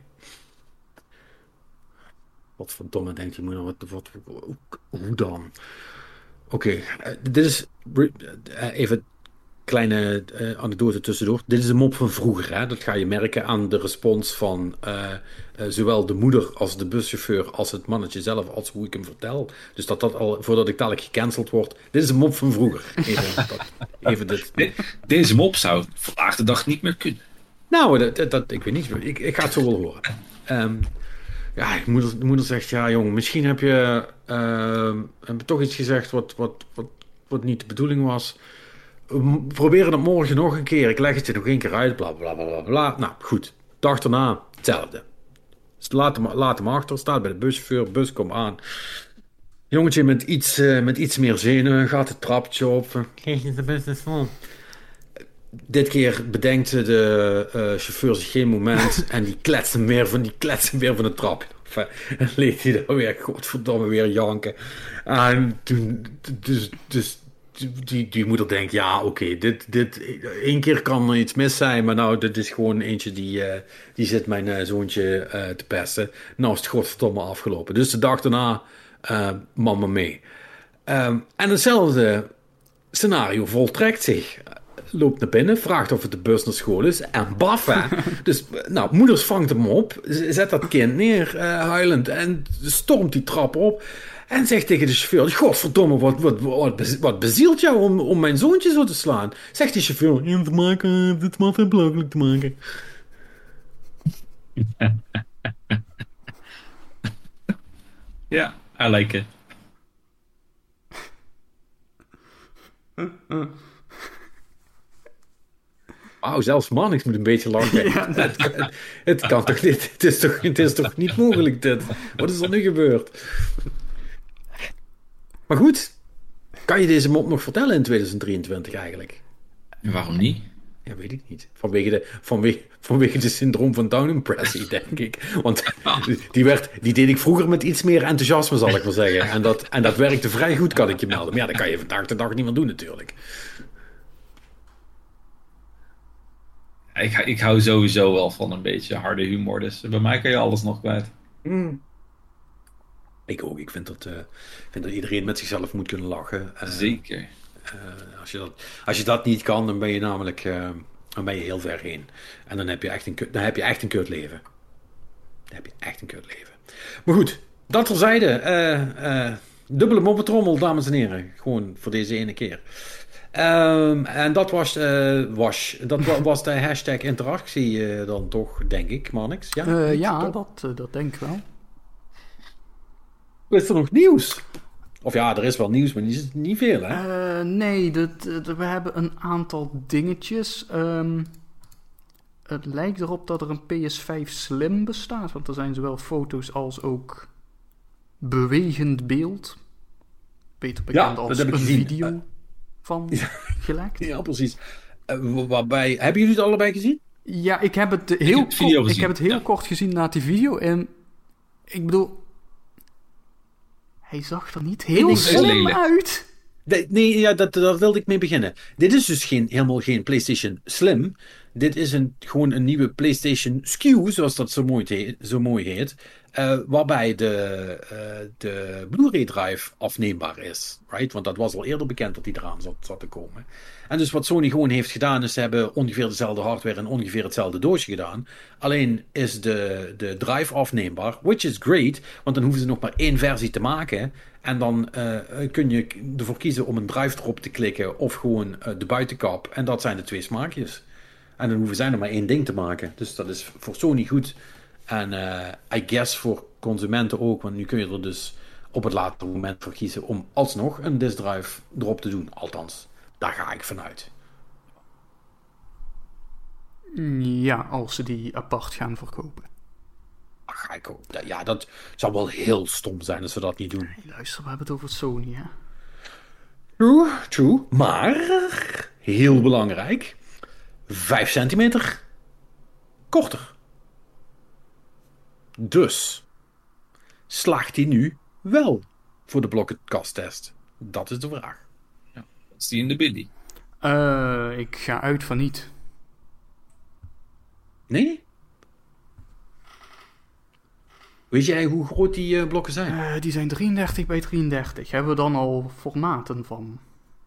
Wat verdomme denkt die moeder. Wat, wat, hoe dan? Oké. Okay, uh, dit is... Uh, even... Kleine uh, anekdote tussendoor. Dit is een mop van vroeger. Hè? Dat ga je merken aan de respons van uh, uh, zowel de moeder als de buschauffeur als het mannetje zelf, als hoe ik hem vertel. Dus dat dat al, voordat ik dadelijk gecanceld word. Dit is een mop van vroeger. Even, dat, even dit. De, deze mop zou vandaag de dag niet meer kunnen. Nou, dat, dat, dat, ik weet niet. Ik, ik ga het zo wel horen. Um, ja, de moeder, de moeder zegt, ja jong, misschien heb je uh, heb je toch iets gezegd wat, wat, wat, wat niet de bedoeling was. We proberen het morgen nog een keer. Ik leg het je nog één keer uit. Bla bla bla bla. Nou goed. Dag daarna hetzelfde. Dus laat, hem, laat hem achter. Staat bij de buschauffeur. Bus komt aan. Jongetje met iets, uh, met iets meer zenuwen. Gaat het trapje op. Dit keer bedenkt de uh, chauffeur zich geen moment. En die kletst hem weer van, die kletst hem weer van de trap. En leed hij dan weer. Godverdomme weer janken. En toen. Dus. dus Die, die moeder denkt, ja, oké, okay, dit, dit, één keer kan er iets mis zijn, maar nou, dit is gewoon eentje die, uh, die zit mijn uh, zoontje uh, te pesten. Nou is het godverdomme afgelopen. Dus de dag daarna, uh, mama mee. Um, en hetzelfde scenario voltrekt zich. Loopt naar binnen, vraagt of het de bus naar school is en baf, hè. Dus, nou, moeders vangt hem op, zet dat kind neer, uh, huilend, en stormt die trap op. En zegt tegen de chauffeur, godverdomme, wat, wat, wat, wat bezielt jou om, om mijn zoontje zo te slaan? Zegt die chauffeur, ja, te maken, het maakt het belachelijk te maken. Ja, I like it. Wauw, zelfs Mannix moet een beetje lachen. Ja, het, het, het kan toch niet, het is toch, het is toch niet mogelijk dit? Wat is er nu gebeurd? Maar goed, kan je deze mop nog vertellen in tweeduizend drieëntwintig eigenlijk? En waarom niet? Ja, weet ik niet. Vanwege de, vanwege, vanwege de syndroom van Down-Impressie, denk ik. Want die, werd, die deed ik vroeger met iets meer enthousiasme, zal ik maar zeggen. En dat, en dat werkte vrij goed, kan ik je melden. Maar ja, dat kan je vandaag de dag niet meer doen natuurlijk. Ik, ik hou sowieso wel van een beetje harde humor, dus bij mij kan je alles nog kwijt. Mm. Ik ook. Ik vind dat, uh, vind dat iedereen met zichzelf moet kunnen lachen. Uh, Zeker. Uh, als, je dat, als je dat niet kan, dan ben je namelijk uh, dan ben je heel ver heen. En dan heb je echt een, dan heb je echt een kut leven. Dan heb je echt een kut leven. Maar goed, dat terzijde. Uh, uh, dubbele moppetrommel, dames en heren. Gewoon voor deze ene keer. Um, en dat was, uh, was, dat was de hashtag interactie uh, dan toch, denk ik, Mannix? Ja, uh, ja dat, uh, dat denk ik wel. Is er nog nieuws? Of ja, er is wel nieuws, maar niet, niet veel, hè? Uh, nee, dat, dat, we hebben een aantal dingetjes. Um, het lijkt erop dat er een P S vijf Slim bestaat, want er zijn zowel foto's als ook bewegend beeld. Beter bekend ja, als een gezien. video uh, van ja, gelekt. Ja, precies. Uh, waarbij, hebben jullie het allebei gezien? Ja, ik heb het heel, ik heb kort, ik heb het heel ja. kort gezien na die video. En ik bedoel, hij zag er niet heel slim uit. De, nee, ja, dat, daar wilde ik mee beginnen. Dit is dus geen, helemaal geen PlayStation Slim. dit is een, gewoon een nieuwe PlayStation S K U, zoals dat zo mooi, te, zo mooi heet. Uh, waarbij de, uh, de Blu-ray drive afneembaar is. Right? Want dat was al eerder bekend dat die eraan zat, zat te komen. En dus wat Sony gewoon heeft gedaan, is ze hebben ongeveer dezelfde hardware en ongeveer hetzelfde doosje gedaan. Alleen is de, de drive afneembaar, which is great, want dan hoeven ze nog maar één versie te maken. En dan uh, kun je ervoor kiezen om een drive erop te klikken of gewoon uh, de buitenkap. En dat zijn de twee smaakjes. En dan hoeven zij er maar één ding te maken. Dus dat is voor Sony goed. En uh, I guess voor consumenten ook. Want nu kun je er dus op het latere moment voor kiezen om alsnog een disk drive erop te doen. Althans, daar ga ik vanuit. Ja, als ze die apart gaan verkopen. Daar ga ik ook. Ja, dat zou wel heel stom zijn als ze dat niet doen. Hey, luister, we hebben het over Sony, hè? True, true. Maar, heel belangrijk, vijf centimeter korter. Dus, slaagt hij nu wel voor de blokkenkasttest? Dat is de vraag. Ja, is die in de biddy? Uh, ik ga uit van niet. Nee? Weet jij hoe groot die uh, blokken zijn? Uh, die zijn drieëndertig bij drieëndertig. Hebben we dan al formaten van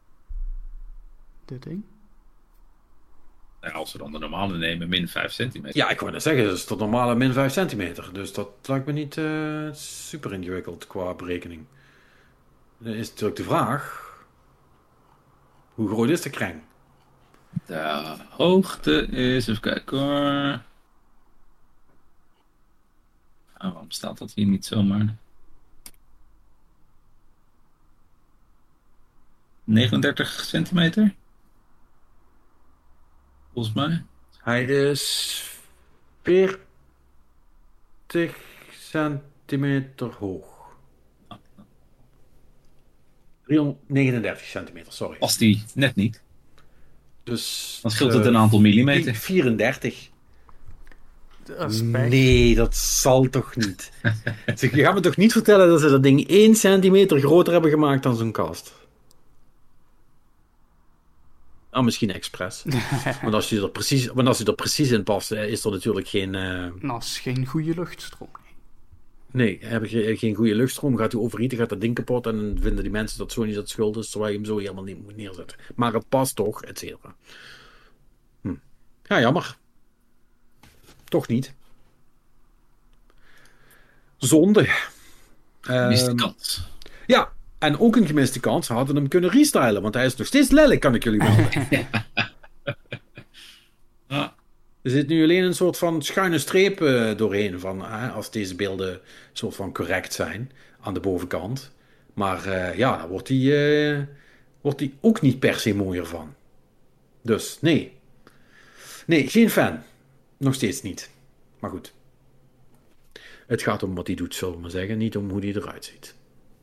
dit ding? Ja, als we dan de normale nemen, min vijf centimeter. Ja, ik wou net zeggen, dat is tot normale min vijf centimeter. Dus dat lijkt me niet uh, super ingewikkeld qua berekening. Dan is natuurlijk de vraag, hoe groot is de kreng? De hoogte is, even kijken hoor. Oh, waarom staat dat hier niet zomaar? negenendertig centimeter? Volgens mij. Hij is veertig centimeter hoog. driehonderdnegenendertig centimeter, sorry. Als die net niet. Dus, dan scheelt het een aantal millimeter. vierendertig. Aspect. Nee, dat zal toch niet. Je gaat me toch niet vertellen dat ze dat ding één centimeter groter hebben gemaakt dan zo'n kast? Ah, misschien expres. Want als je er precies, want als je er precies in past, is er natuurlijk geen... Uh... Nou, is geen goede luchtstroom. Nee, heb je geen goede luchtstroom, gaat hij overhieten, gaat dat ding kapot en dan vinden die mensen dat Sony dat schuld is, terwijl je hem zo helemaal niet moet neerzetten. Maar het past toch, et cetera. Hm. Ja, jammer. Toch niet. Zonde. Gemiste um, kans. Ja, en ook een gemiste kans. Ze hadden hem kunnen restylen, want hij is nog steeds lelijk, kan ik jullie melden. Ja. Er zit nu alleen een soort van schuine streep uh, doorheen, van, uh, als deze beelden soort van correct zijn, aan de bovenkant. Maar uh, ja, dan wordt hij uh, wordt hij ook niet per se mooier van. Dus, nee. Nee, geen fan. Nog steeds niet. Maar goed. Het gaat om wat hij doet, zullen we maar zeggen. Niet om hoe hij eruit ziet.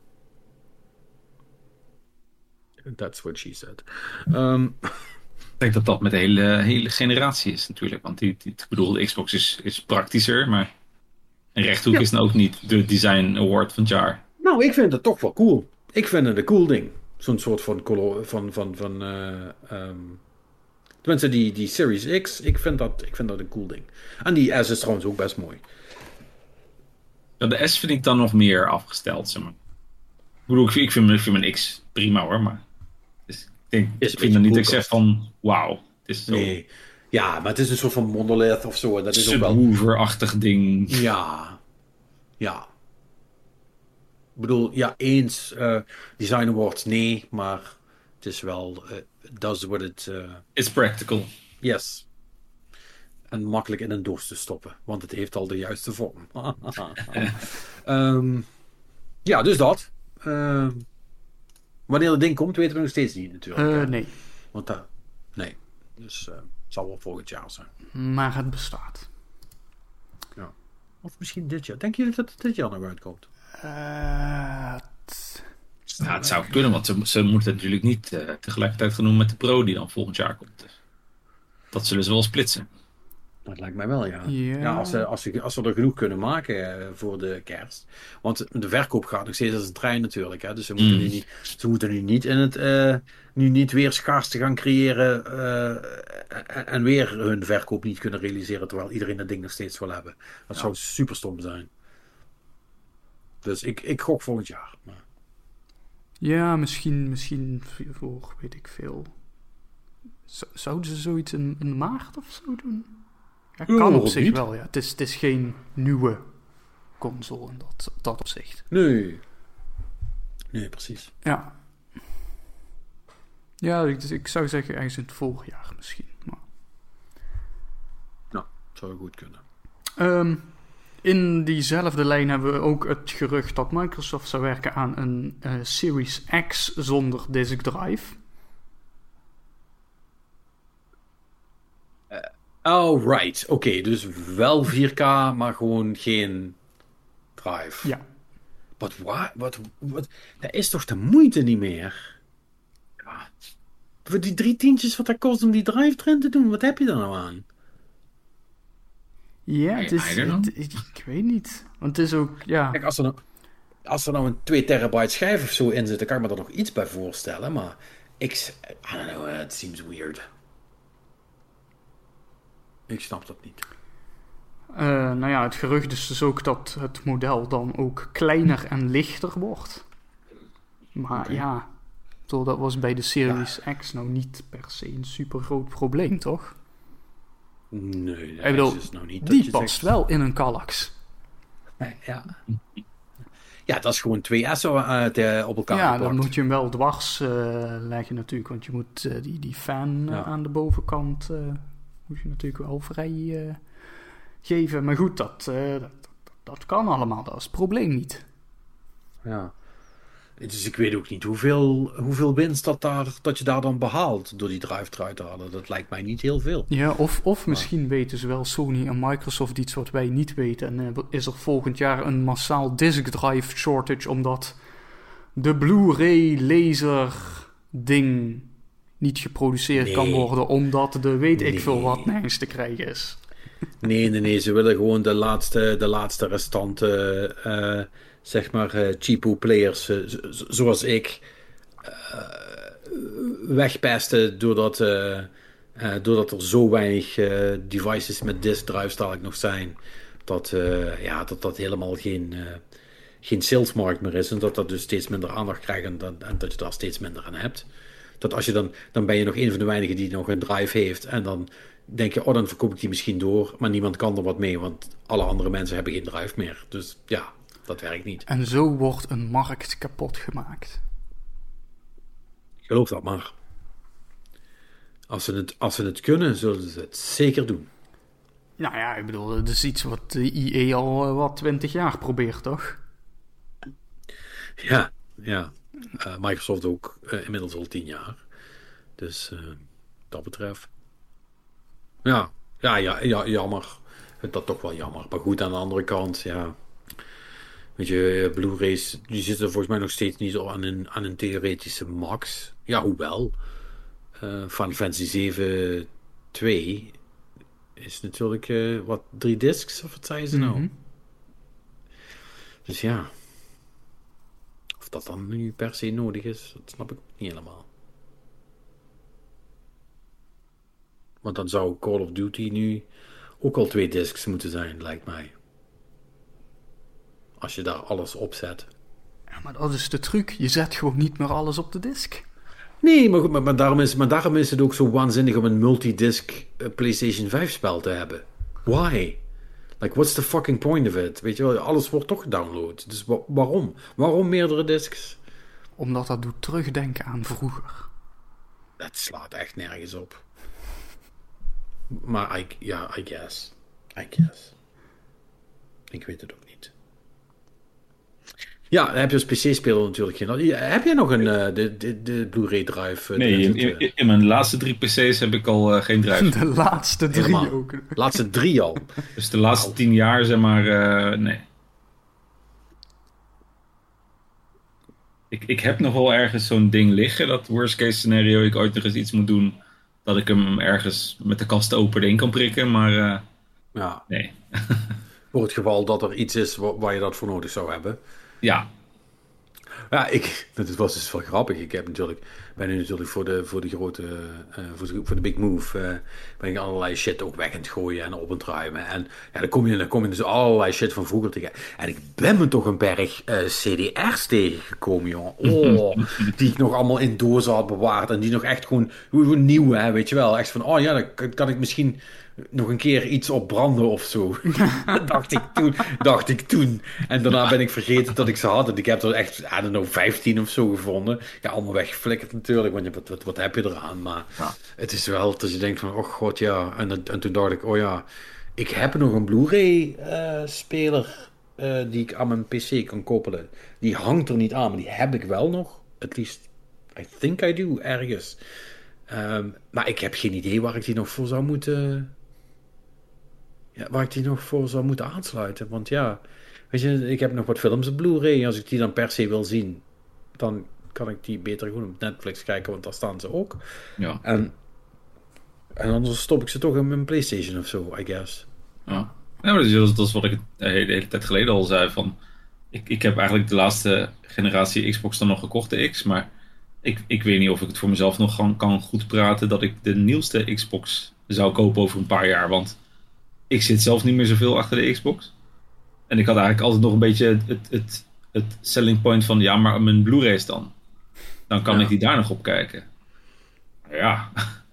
That's what she said. Um, Ik denk dat dat met de hele, hele generatie is natuurlijk. Want die, die, ik bedoel, de Xbox is, is praktischer. Maar een rechthoek ja. is dan ook niet de Design Award van het jaar. Nou, ik vind het toch wel cool. Ik vind het een cool ding. Zo'n soort van... Color, van, van, van uh, um, tenminste, die, die Series X. Ik vind, dat, ik vind dat een cool ding. En die S is trouwens ook best mooi. Ja, de S vind ik dan nog meer afgesteld. Zeg maar. Ik bedoel, ik vind, ik vind mijn X prima hoor. Maar dus, ik, denk, is ik vind dan niet dat ik zeg van... Wauw. Zo... Nee. Ja, maar het is een soort van monolith of zo. Dat is ook wel... Subwoofer-achtig ding. Ja. Ja. Ik bedoel, ja, eens uh, Design Awards, nee, maar het is wel, uh, does what it... Uh... It's practical. Yes. En makkelijk in een doos te stoppen, want het heeft al de juiste vorm. um, ja, dus dat. Uh, wanneer het ding komt, weten we nog steeds niet natuurlijk. Uh, nee. Want dat, nee, dus uh, het zal wel volgend jaar zijn. Maar het bestaat. Ja. Of misschien dit jaar. Denken jullie dat het dit jaar nog uitkomt? Uh, t... Ja, het zou kunnen, want ze, ze moeten het natuurlijk niet uh, tegelijkertijd gaan doen met de Pro die dan volgend jaar komt. Dus dat zullen ze wel splitsen. Dat lijkt mij wel, ja. Ja. Ja, als, ze, als, ze, als ze er genoeg kunnen maken uh, voor de kerst. Want de verkoop gaat nog steeds als een trein natuurlijk. Hè? Dus ze moeten, mm. nu, niet, ze moeten nu niet in het uh, nu niet weer schaarste gaan creëren uh, en, en weer hun verkoop niet kunnen realiseren terwijl iedereen dat ding nog steeds wil hebben. Dat ja. zou super stom zijn. Dus ik, ik gok volgend jaar. Maar... Ja, misschien, misschien voor, weet ik veel. Zouden ze zoiets in, in maart of zo doen? Ja, kan oh, op zich niet. Wel, ja. Het is, het is geen nieuwe console in dat, dat opzicht. Nee. Nee, precies. Ja. Ja, ik, ik zou zeggen ergens in het voorjaar misschien. Maar... Nou, zou goed kunnen. Um, in diezelfde lijn hebben we ook het gerucht dat Microsoft zou werken aan een uh, Series X zonder disk drive. Uh, oh, right. Oké, okay, dus wel vier K, maar gewoon geen drive. Ja. Wat, wat, wat, wat, dat is toch de moeite niet meer? Ja. Voor die drie tientjes wat dat kost om die drive erin te doen, wat heb je daar nou aan? Ja, het is, het, ik, ik weet niet. Want het is ook, ja... Kijk, als er nou, als er nou een twee terabyte schijf of zo in zit, dan kan ik me er nog iets bij voorstellen, maar ik, I don't know, it seems weird. Ik snap dat niet. Uh, nou ja, het gerucht is dus ook dat het model dan ook kleiner en lichter wordt. Maar okay. ja, dat was bij de Series ja. X nou niet per se een super groot probleem, toch? Nee, dat ik bedoel, is nou niet. Die past zegt... wel in een Kallax. Ja. Ja, dat is gewoon twee S'en uh, op elkaar Ja, geplakt. Dan moet je hem wel dwars uh, leggen natuurlijk, want je moet uh, die, die fan uh, ja. aan de bovenkant uh, moet je natuurlijk wel vrij uh, geven. Maar goed, dat, uh, dat, dat, dat kan allemaal, dat is het probleem niet. Ja. Dus ik weet ook niet hoeveel, hoeveel winst dat, daar, dat je daar dan behaalt door die drive eruit te halen. Dat lijkt mij niet heel veel. Ja, of, of misschien maar. weten zowel Sony en Microsoft iets wat wij niet weten. En uh, is er volgend jaar een massaal disk drive shortage omdat de Blu-ray laser ding niet geproduceerd nee. kan worden. Omdat de weet ik nee. veel wat nergens te krijgen is. Nee, nee, nee. Ze willen gewoon de laatste, de laatste restante... Uh, zeg maar uh, cheapo players uh, z- zoals ik uh, wegpesten doordat, uh, uh, doordat er zo weinig uh, devices met disk drives dadelijk nog zijn dat, uh, ja, dat dat helemaal geen, uh, geen salesmarkt meer is en dat dat dus steeds minder aandacht krijgt en, dat, en dat je daar steeds minder aan hebt. Dat als je dan, dan ben je nog een van de weinigen die nog een drive heeft en dan denk je, oh dan verkoop ik die misschien door, maar niemand kan er wat mee, want alle andere mensen hebben geen drive meer. Dus ja, dat werkt niet. En zo wordt een markt kapot gemaakt. Ik geloof dat maar. Als ze het, als ze het kunnen, zullen ze het zeker doen. Nou ja, ik bedoel, het is iets wat de I E al uh, wat twintig jaar probeert, toch? Ja, ja. Uh, Microsoft ook uh, inmiddels al tien jaar. Dus uh, dat betreft. Ja, ja, ja, ja, jammer. Ik vind dat toch wel jammer. Maar goed, aan de andere kant, ja... Weet je, Blu-rays, die zitten volgens mij nog steeds niet zo aan een, aan een theoretische max. Ja, hoewel. Uh, Final Fantasy zeven twee is natuurlijk, uh, wat, drie discs? Of wat zeiden ze nou? Mm-hmm. Dus ja. Of dat dan nu per se nodig is, dat snap ik niet helemaal. Want dan zou Call of Duty nu ook al twee discs moeten zijn, lijkt mij. Als je daar alles op zet. Ja, maar dat is de truc. Je zet gewoon niet meer alles op de disk. Nee, maar, maar, maar, daarom, is, maar daarom is het ook zo waanzinnig om een multidisc uh, PlayStation vijf spel te hebben. Why? Like, what's the fucking point of it? Weet je wel, alles wordt toch gedownload. Dus wa- waarom? Waarom meerdere discs? Omdat dat doet terugdenken aan vroeger. Dat slaat echt nergens op. Maar, I, ja, I guess. I guess. Ik weet het ook niet. Ja, dan heb je als P C-speler natuurlijk geen... Heb jij nog een uh, de, de, de Blu-ray drive? Uh, nee, in, in, in mijn laatste drie P C's heb ik al uh, geen drive. De laatste drie Helemaal. ook. De laatste drie al. Dus de laatste wow. tien jaar, zeg maar, uh, nee. Ik, ik heb nog wel ergens zo'n ding liggen, dat worst case scenario, ik ooit nog eens iets moet doen, dat ik hem ergens met de kast open erin kan prikken, maar uh, Ja. Nee. Voor het geval dat er iets is waar, waar je dat voor nodig zou hebben. Ja. Ja, ik, dat was dus wel grappig. Ik heb natuurlijk, ben nu natuurlijk voor de, voor de grote, uh, voor, de, voor de big move, uh, ben ik allerlei shit ook weg aan het gooien en op aan het ruimen. En ja, dan kom je, dan kom je dus allerlei shit van vroeger tegen. En ik ben me toch een berg uh, C D R's tegengekomen, jongen. Oh, die ik nog allemaal in dozen had bewaard. En die nog echt gewoon, gewoon nieuw, hè, weet je wel. Echt van, oh ja, dan kan ik misschien nog een keer iets op branden of zo. dacht ik toen. Dacht ik toen. En daarna ben ik vergeten dat ik ze had. En ik heb er echt, I don't know, vijftien of zo gevonden. Ja, allemaal weggeflikkerd natuurlijk. Want wat, wat, wat heb je eraan? Maar ja. Het is wel dat je denkt van, oh god, ja. En, en toen dacht ik, oh ja, ik heb nog een Blu-ray uh, speler uh, die ik aan mijn P C kan koppelen. Die hangt er niet aan, maar die heb ik wel nog. At least, I think I do, ergens. Um, maar ik heb geen idee waar ik die nog voor zou moeten... Ja, waar ik die nog voor zou moeten aansluiten. Want ja, weet je, ik heb nog wat films op Blu-ray. Als ik die dan per se wil zien, dan kan ik die beter gewoon op Netflix kijken, want daar staan ze ook. Ja. En, en anders stop ik ze toch in mijn PlayStation of zo, I guess. Ja, ja, maar dat, is, dat is wat ik de hele, de hele tijd geleden al zei. Van, ik, ik heb eigenlijk de laatste generatie Xbox dan nog gekocht, de X. Maar ik, ik weet niet of ik het voor mezelf nog kan, kan goed praten dat ik de nieuwste Xbox zou kopen over een paar jaar. Want ik zit zelf niet meer zoveel achter de Xbox. En ik had eigenlijk altijd nog een beetje het, het, het, het selling point van... ja, maar mijn Blu-rays dan. Dan kan ja. ik die daar nog op kijken. Ja.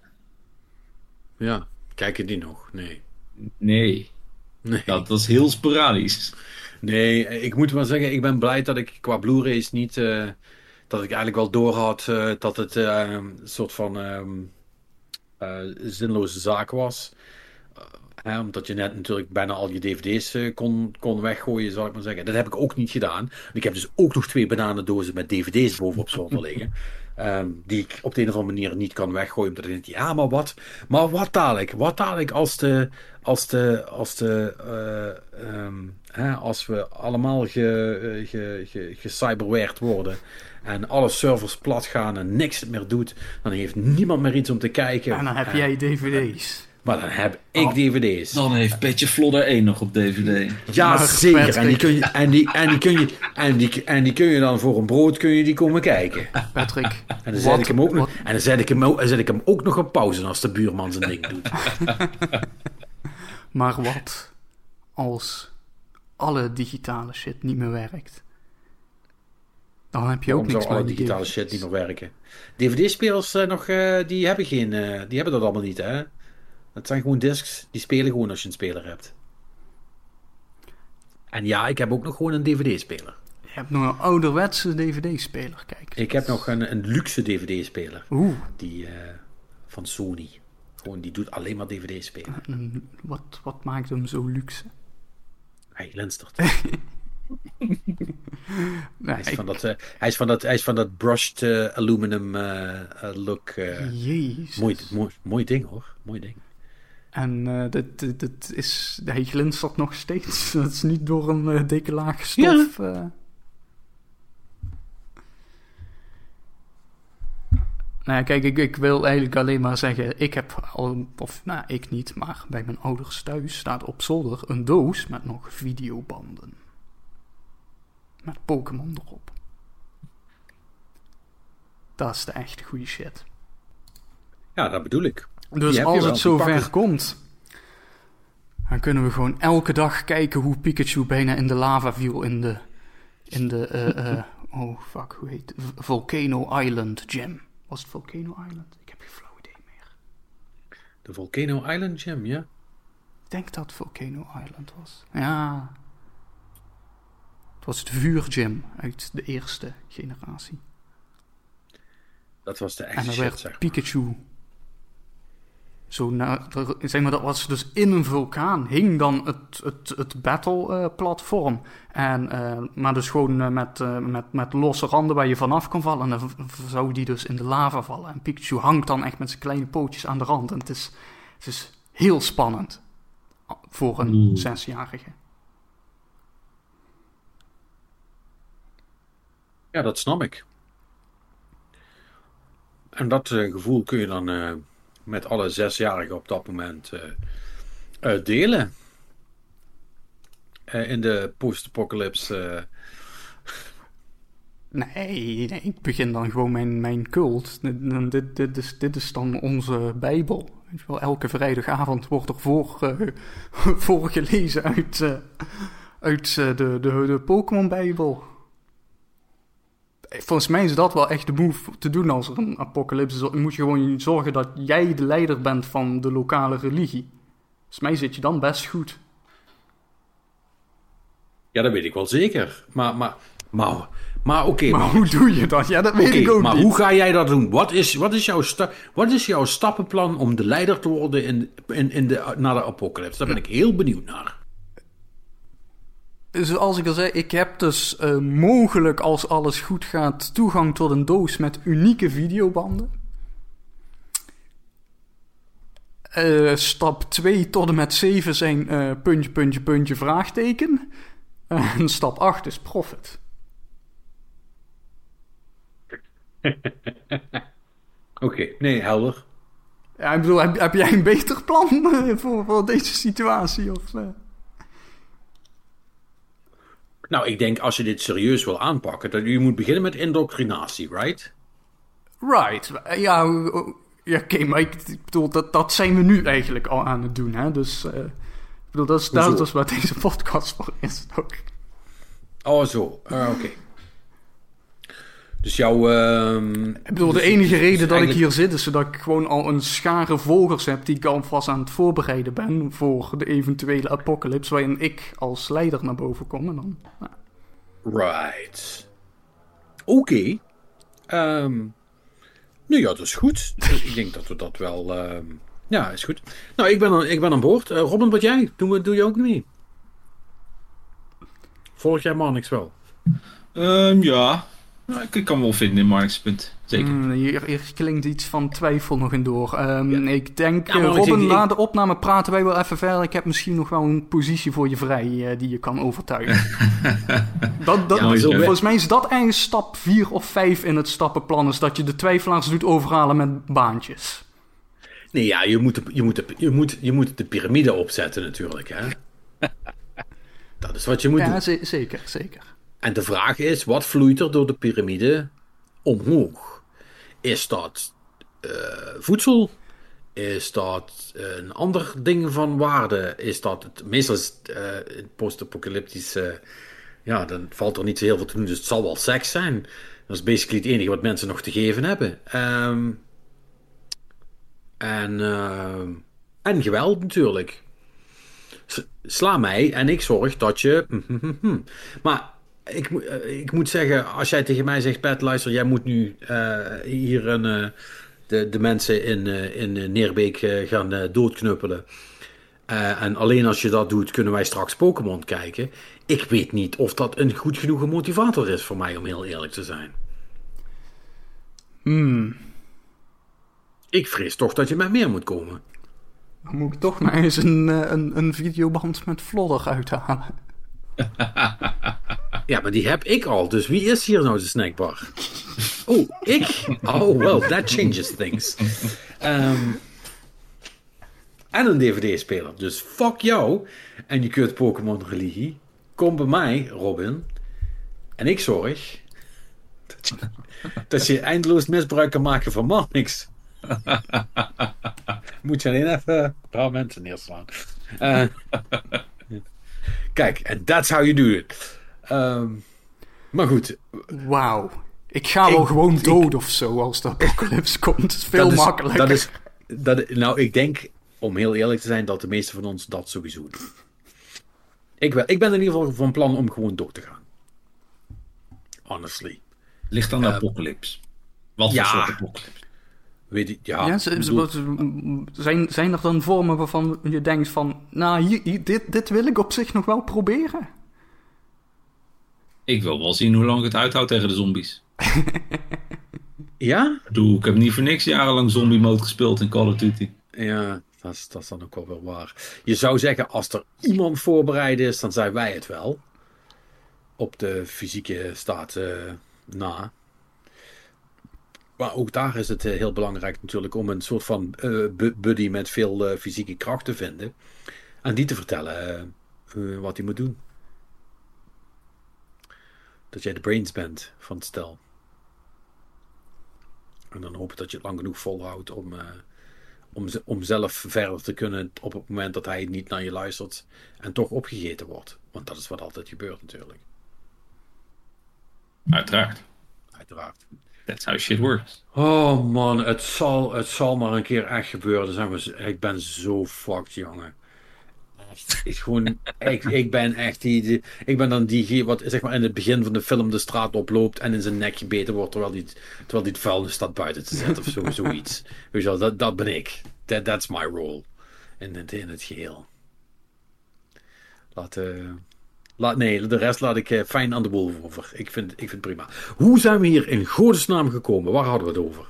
Ja, kijken die nog? Nee. Nee. nee. Dat was heel sporadisch. Nee, ik moet wel zeggen... ik ben blij dat ik qua Blu-rays niet... Uh, dat ik eigenlijk wel doorhad... Uh, dat het uh, een soort van... Um, uh, zinloze zaak was... Ja, omdat je net natuurlijk bijna al je D V D's uh, kon, kon weggooien, zal ik maar zeggen. Dat heb ik ook niet gedaan. Ik heb dus ook nog twee bananendozen met D V D's bovenop zolder liggen. Um, die ik op de een of andere manier niet kan weggooien. Omdat ik denk, ja, maar wat, maar wat dadelijk? Wat dadelijk als de, als de, als de, uh, um, hè, als we allemaal ge, ge, ge, gecyberwared worden. En alle servers plat gaan en niks meer doet. Dan heeft niemand meer iets om te kijken. En dan heb jij D V D's. Maar dan heb ik D V D's. Dan heeft Petje Flodder één nog op D V D. Ja, maar zeker. En die, kun je, en, die, en, die kun je, en, die, en die kun je dan voor een brood kun je die komen kijken. Patrick. En dan zet ik hem ook nog, en dan zet ik hem, ook, zet ik hem ook nog op pauze als de buurman zijn ding doet. Maar wat als alle digitale shit niet meer werkt? Dan heb je ook Waarom niks zou alle digitale shit niet meer werken? D V D-spelers uh, nog, uh, die hebben geen, uh, die hebben dat allemaal niet, hè? Dat zijn gewoon discs, die spelen gewoon als je een speler hebt. En ja, ik heb ook nog gewoon een D V D-speler. Je hebt nog een ouderwetse D V D-speler, kijk. Ik heb nog een, een luxe D V D-speler. Oeh. Die uh, van Sony. Gewoon, die doet alleen maar D V D-spelen. Uh, wat, wat maakt hem zo luxe? Hij glinstert. nou, hij, is ik... van dat, uh, hij is van dat, hij is van dat brushed uh, aluminum uh, uh, look. Uh, Jezus. Mooi, mooi, mooi ding hoor, mooi ding. En uh, dit, dit, dit is, hij glinstert nog steeds. Dat is niet door een uh, dikke laag stof. Ja. Uh... Nou ja, kijk, ik, ik wil eigenlijk alleen maar zeggen... Ik heb al, of nou, ik niet, maar bij mijn ouders thuis staat op zolder een doos met nog videobanden. Met Pokémon erop. Dat is de echte goede shit. Ja, dat bedoel ik. Dus als het zover komt, dan kunnen we gewoon elke dag kijken hoe Pikachu bijna in de lava viel in de, in de, uh, uh, oh fuck, hoe heet het? Volcano Island Gym. Was het Volcano Island? Ik heb geen flauw idee meer. De Volcano Island Gym, ja? Ik denk dat het Volcano Island was. Ja. Het was de vuurgym uit de eerste generatie. Dat was de echte en dan shit, werd zeg maar. Pikachu... Zo na, zeg maar, dat was dus in een vulkaan hing dan het, het, het battle-platform. Uh, en uh, maar dus gewoon uh, met, uh, met, met losse randen waar je vanaf kan vallen. En dan v- zou die dus in de lava vallen. En Pikachu hangt dan echt met zijn kleine pootjes aan de rand. En het is, het is heel spannend voor een mm. zesjarige. Ja, dat snap ik. En dat uh, gevoel kun je dan... Uh... met alle zesjarigen op dat moment uh, uh, delen. Uh, in de post-apocalypse... Uh... Nee, nee, ik begin dan gewoon mijn, mijn cult. Dit, dit, dit, is, dit is dan onze Bijbel. Weet je wel, elke vrijdagavond wordt er voor, uh, voor gelezen uit, uh, uit uh, de, de, de Pokémon-Bijbel. Volgens mij is dat wel echt de move te doen als er een apocalypse is. Dan moet je gewoon zorgen dat jij de leider bent van de lokale religie. Volgens mij zit je dan best goed. Ja, dat weet ik wel zeker. Maar, maar, maar, maar oké. Okay, maar, maar hoe doe je dat? Ja, dat weet okay, ik ook maar niet. Maar hoe ga jij dat doen? Wat is, wat is, jouw, sta, wat is jouw stappenplan om de leider te worden in, in, in de, na de apocalypse? Daar ben ik heel benieuwd naar. Zoals ik al zei, ik heb dus uh, mogelijk, als alles goed gaat, toegang tot een doos met unieke videobanden. Uh, stap twee tot en met zeven zijn uh, puntje, puntje, puntje, vraagteken. Uh, en stap acht is profit. Oké, okay, nee, helder. Ja, ik bedoel, heb, heb jij een beter plan voor, voor deze situatie? Of, uh? Nou, ik denk als je dit serieus wil aanpakken, dat je moet beginnen met indoctrinatie, right? Right, ja, ja oké, okay, maar ik, ik bedoel, dat, dat zijn we nu eigenlijk al aan het doen, hè? Dus, uh, ik bedoel, dat is, dat is wat deze podcast voor is ook. Oh, zo, uh, oké. Okay. Dus jouw... Uh, ik bedoel, dus, de enige dus, reden dus dat eigenlijk... ik hier zit is zodat ik gewoon al een schare volgers heb die ik alvast aan het voorbereiden ben voor de eventuele apocalypse waarin ik als leider naar boven kom en dan... Ja. Right. Oké. Okay. Um, nou ja, dat is goed. Ik denk dat we dat wel... Um, ja, is goed. Nou, ik ben aan, ik ben aan boord. Uh, Robin, wat jij? Doe, doe je ook niet? Volg jij Marnix wel? Um, ja... Nou, ik, ik kan me wel vinden in Marnix punt. Zeker. Mm, hier, hier klinkt iets van twijfel nog in door. Um, ja. Ik denk, ja, uh, Robin, ik, na ik... de opname praten wij wel even verder. Ik heb misschien nog wel een positie voor je vrij uh, die je kan overtuigen. dat, dat, ja, volgens mij is dat eigenlijk stap vier of vijf in het stappenplan. Is dat je de twijfelaars doet overhalen met baantjes. Nee, ja, je moet de, je moet de, je moet, je moet de piramide opzetten natuurlijk, hè. Dat is wat je moet ja, doen. Z- zeker, zeker. En de vraag is, wat vloeit er door de piramide omhoog? Is dat uh, voedsel? Is dat een ander ding van waarde? Is dat het, meestal is het uh, post-apocalyptisch, uh, ja, dan valt er niet zo heel veel te doen, dus het zal wel seks zijn. Dat is basically het enige wat mensen nog te geven hebben. Um, en, uh, en geweld natuurlijk. Sla mij en ik zorg dat je... Maar... Ik, uh, ik moet zeggen, als jij tegen mij zegt, Pat, luister, jij moet nu uh, hier een, uh, de, de mensen in, uh, in Neerbeek uh, gaan uh, doodknuppelen. Uh, en alleen als je dat doet, kunnen wij straks Pokémon kijken. Ik weet niet of dat een goed genoeg motivator is voor mij, om heel eerlijk te zijn. Hmm. Ik vrees toch dat je met meer moet komen. Dan moet ik toch maar eens een, een, een videoband met Flodder uithalen. Ja, maar die heb ik al. Dus wie is hier nou de snackbar? Oh, ik? Oh, well, that changes things. Um, en een D V D-speler. Dus fuck jou en je kut Pokémon-religie. Kom bij mij, Robin. En ik zorg dat je, dat je eindeloos misbruik kan maken van Marnix. Moet je alleen even een paar mensen neerslaan. Uh, Kijk, en that's how you do it. Um, maar goed. Wauw. Ik ga wel ik, gewoon dood ik, of zo als de apocalypse komt. Het is veel dat makkelijker. Is, dat is, dat, nou, ik denk, om heel eerlijk te zijn, dat de meeste van ons dat sowieso doen. Ik, ik ben in ieder geval van plan om gewoon dood te gaan. Honestly. Ligt aan de uh, apocalypse. Wat voor ja, soort apocalypse? Weet je, ja, ja, z- z- zijn, zijn er dan vormen waarvan je denkt van... Nou, hier, hier, dit, dit wil ik op zich nog wel proberen. Ik wil wel zien hoe lang ik het uithoud tegen de zombies. Ja? Doe, ik heb niet voor niks jarenlang zombie mode gespeeld in Call of Duty. Ja, dat is, dat is dan ook wel wel waar. Je zou zeggen, als er iemand voorbereid is, dan zijn wij het wel. Op de fysieke staat uh, na. Maar ook daar is het heel belangrijk natuurlijk om een soort van uh, buddy met veel uh, fysieke kracht te vinden. En die te vertellen uh, uh, wat hij moet doen. dat jij de brains bent van het stel. En dan hopen dat je het lang genoeg volhoudt om, uh, om, om zelf verder te kunnen op het moment dat hij niet naar je luistert en toch opgegeten wordt. Want dat is wat altijd gebeurt natuurlijk. Uiteraard. Uiteraard. That's how shit works. Oh man, het zal, het zal maar een keer echt gebeuren. Dan zijn we, ik ben zo fucked, jongen. Ik, gewoon, ik, ik ben echt die, die. Ik ben dan die wat zeg maar in het begin van de film de straat oploopt en in zijn nek gebeten wordt terwijl die, terwijl die het vuilnis staat buiten te zetten of zo, zoiets. Weet je wel, dat, dat ben ik. That, that's my role. In het, in het geheel. Laat, uh, laat, nee, de rest laat ik uh, fijn aan de wolf over. Ik vind, ik vind het prima. Hoe zijn we hier in godesnaam gekomen? Waar hadden we het over?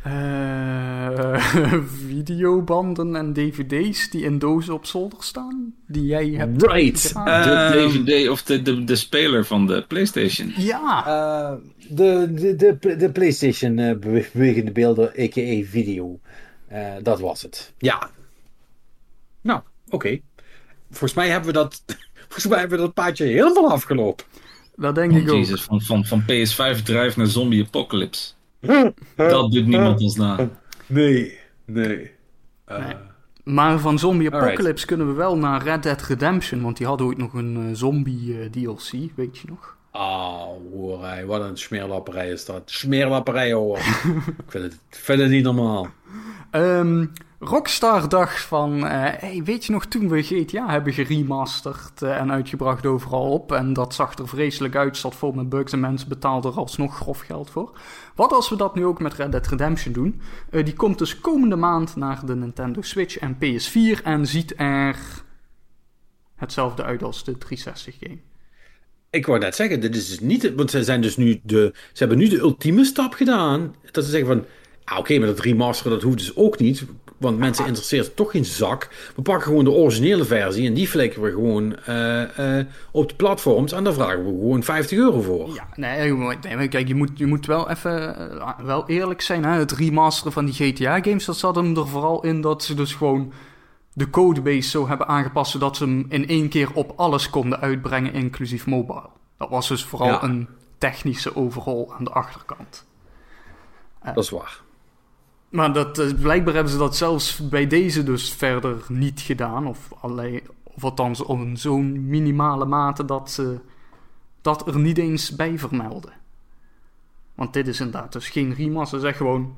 Uh, videobanden en dvd's die in dozen op zolder staan, die jij hebt. Right. Uh, de D V D of de, de, de speler van de PlayStation. Ja. Uh, de, de, de, de PlayStation uh, bewegende beelden, a k a video. Uh, dat was het. Ja. Nou, oké. Okay. Volgens mij hebben we dat. Volgens mij hebben we dat paadje helemaal afgelopen. Dat denk oh, ik ook. Jezus, van, van, van P S vijf drive naar Zombie Apocalypse. Dat doet niemand ons na. Nee, nee. Uh, nee. Maar van Zombie Apocalypse alright. kunnen we wel naar Red Dead Redemption, want die hadden ooit nog een uh, zombie uh, D L C, weet je nog? Oh, hoor, wat een smeerlapperij is dat. Smeerlapperij, hoor. ik, vind het, ik vind het niet normaal. Um, Rockstar dacht van, uh, hey, weet je nog toen we G T A hebben geremasterd uh, en uitgebracht overal op en dat zag er vreselijk uit, zat vol met bugs en mensen betaalden er alsnog grof geld voor. Wat als we dat nu ook met Red Dead Redemption doen? Uh, die komt dus komende maand naar de Nintendo Switch en P S vier en ziet er hetzelfde uit als de driehonderdzestig game. Ik wou net zeggen, dit is dus niet, want ze zijn dus nu de, ze hebben nu de ultieme stap gedaan, dat ze zeggen van, ah, oké, okay, maar dat remasteren, dat hoeft dus ook niet. Want mensen interesseert toch geen zak. We pakken gewoon de originele versie en die flikken we gewoon uh, uh, op de platforms. En daar vragen we gewoon vijftig euro voor. Ja, nee, nee kijk, je moet, je moet wel even uh, wel eerlijk zijn. Hè? Het remasteren van die G T A-games, dat zat hem er vooral in dat ze dus gewoon de codebase zo hebben aangepast, zodat ze hem in één keer op alles konden uitbrengen, inclusief mobile. Dat was dus vooral ja. een technische overhaul aan de achterkant. Uh, dat is waar. Maar dat, uh, blijkbaar hebben ze dat zelfs bij deze dus verder niet gedaan. Of, allerlei, of althans op een zo'n minimale mate dat ze dat er niet eens bij vermelden. Want dit is inderdaad dus geen remaster. Het is echt gewoon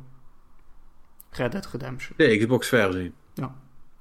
Red Dead Redemption. Nee, Xbox versie. Ja.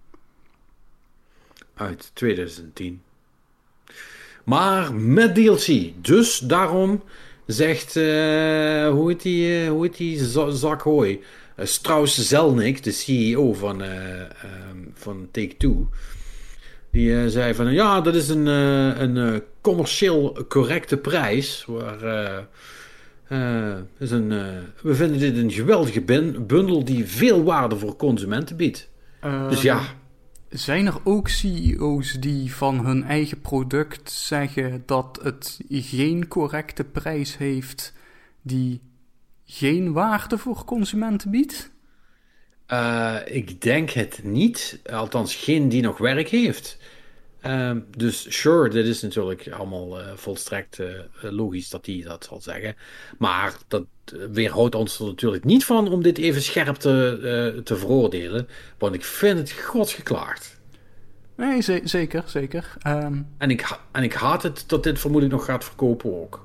Uit twintig tien. Maar met D L C. Dus daarom zegt, uh, hoe heet die, uh, hoe heet die z- zak hooi? Uh, Strauss Zelnick, de C E O van, uh, um, van Take-Two, die uh, zei van, ja, dat is een, uh, een uh, commercieel correcte prijs. Waar, uh, uh, is een, uh, we vinden dit een geweldige bin- bundel die veel waarde voor consumenten biedt. Uh, dus ja. Zijn er ook C E O's die van hun eigen product zeggen dat het geen correcte prijs heeft die geen waarde voor consumenten biedt? Uh, ik denk het niet. Althans, geen die nog werk heeft. Uh, dus sure, dit is natuurlijk allemaal uh, volstrekt uh, logisch dat hij dat zal zeggen. Maar dat uh, weerhoudt ons er natuurlijk niet van om dit even scherp te, uh, te veroordelen. Want ik vind het godsgeklaagd. Nee, z- zeker, zeker. Um... En, ik, en ik haat het dat dit vermoedelijk nog gaat verkopen ook.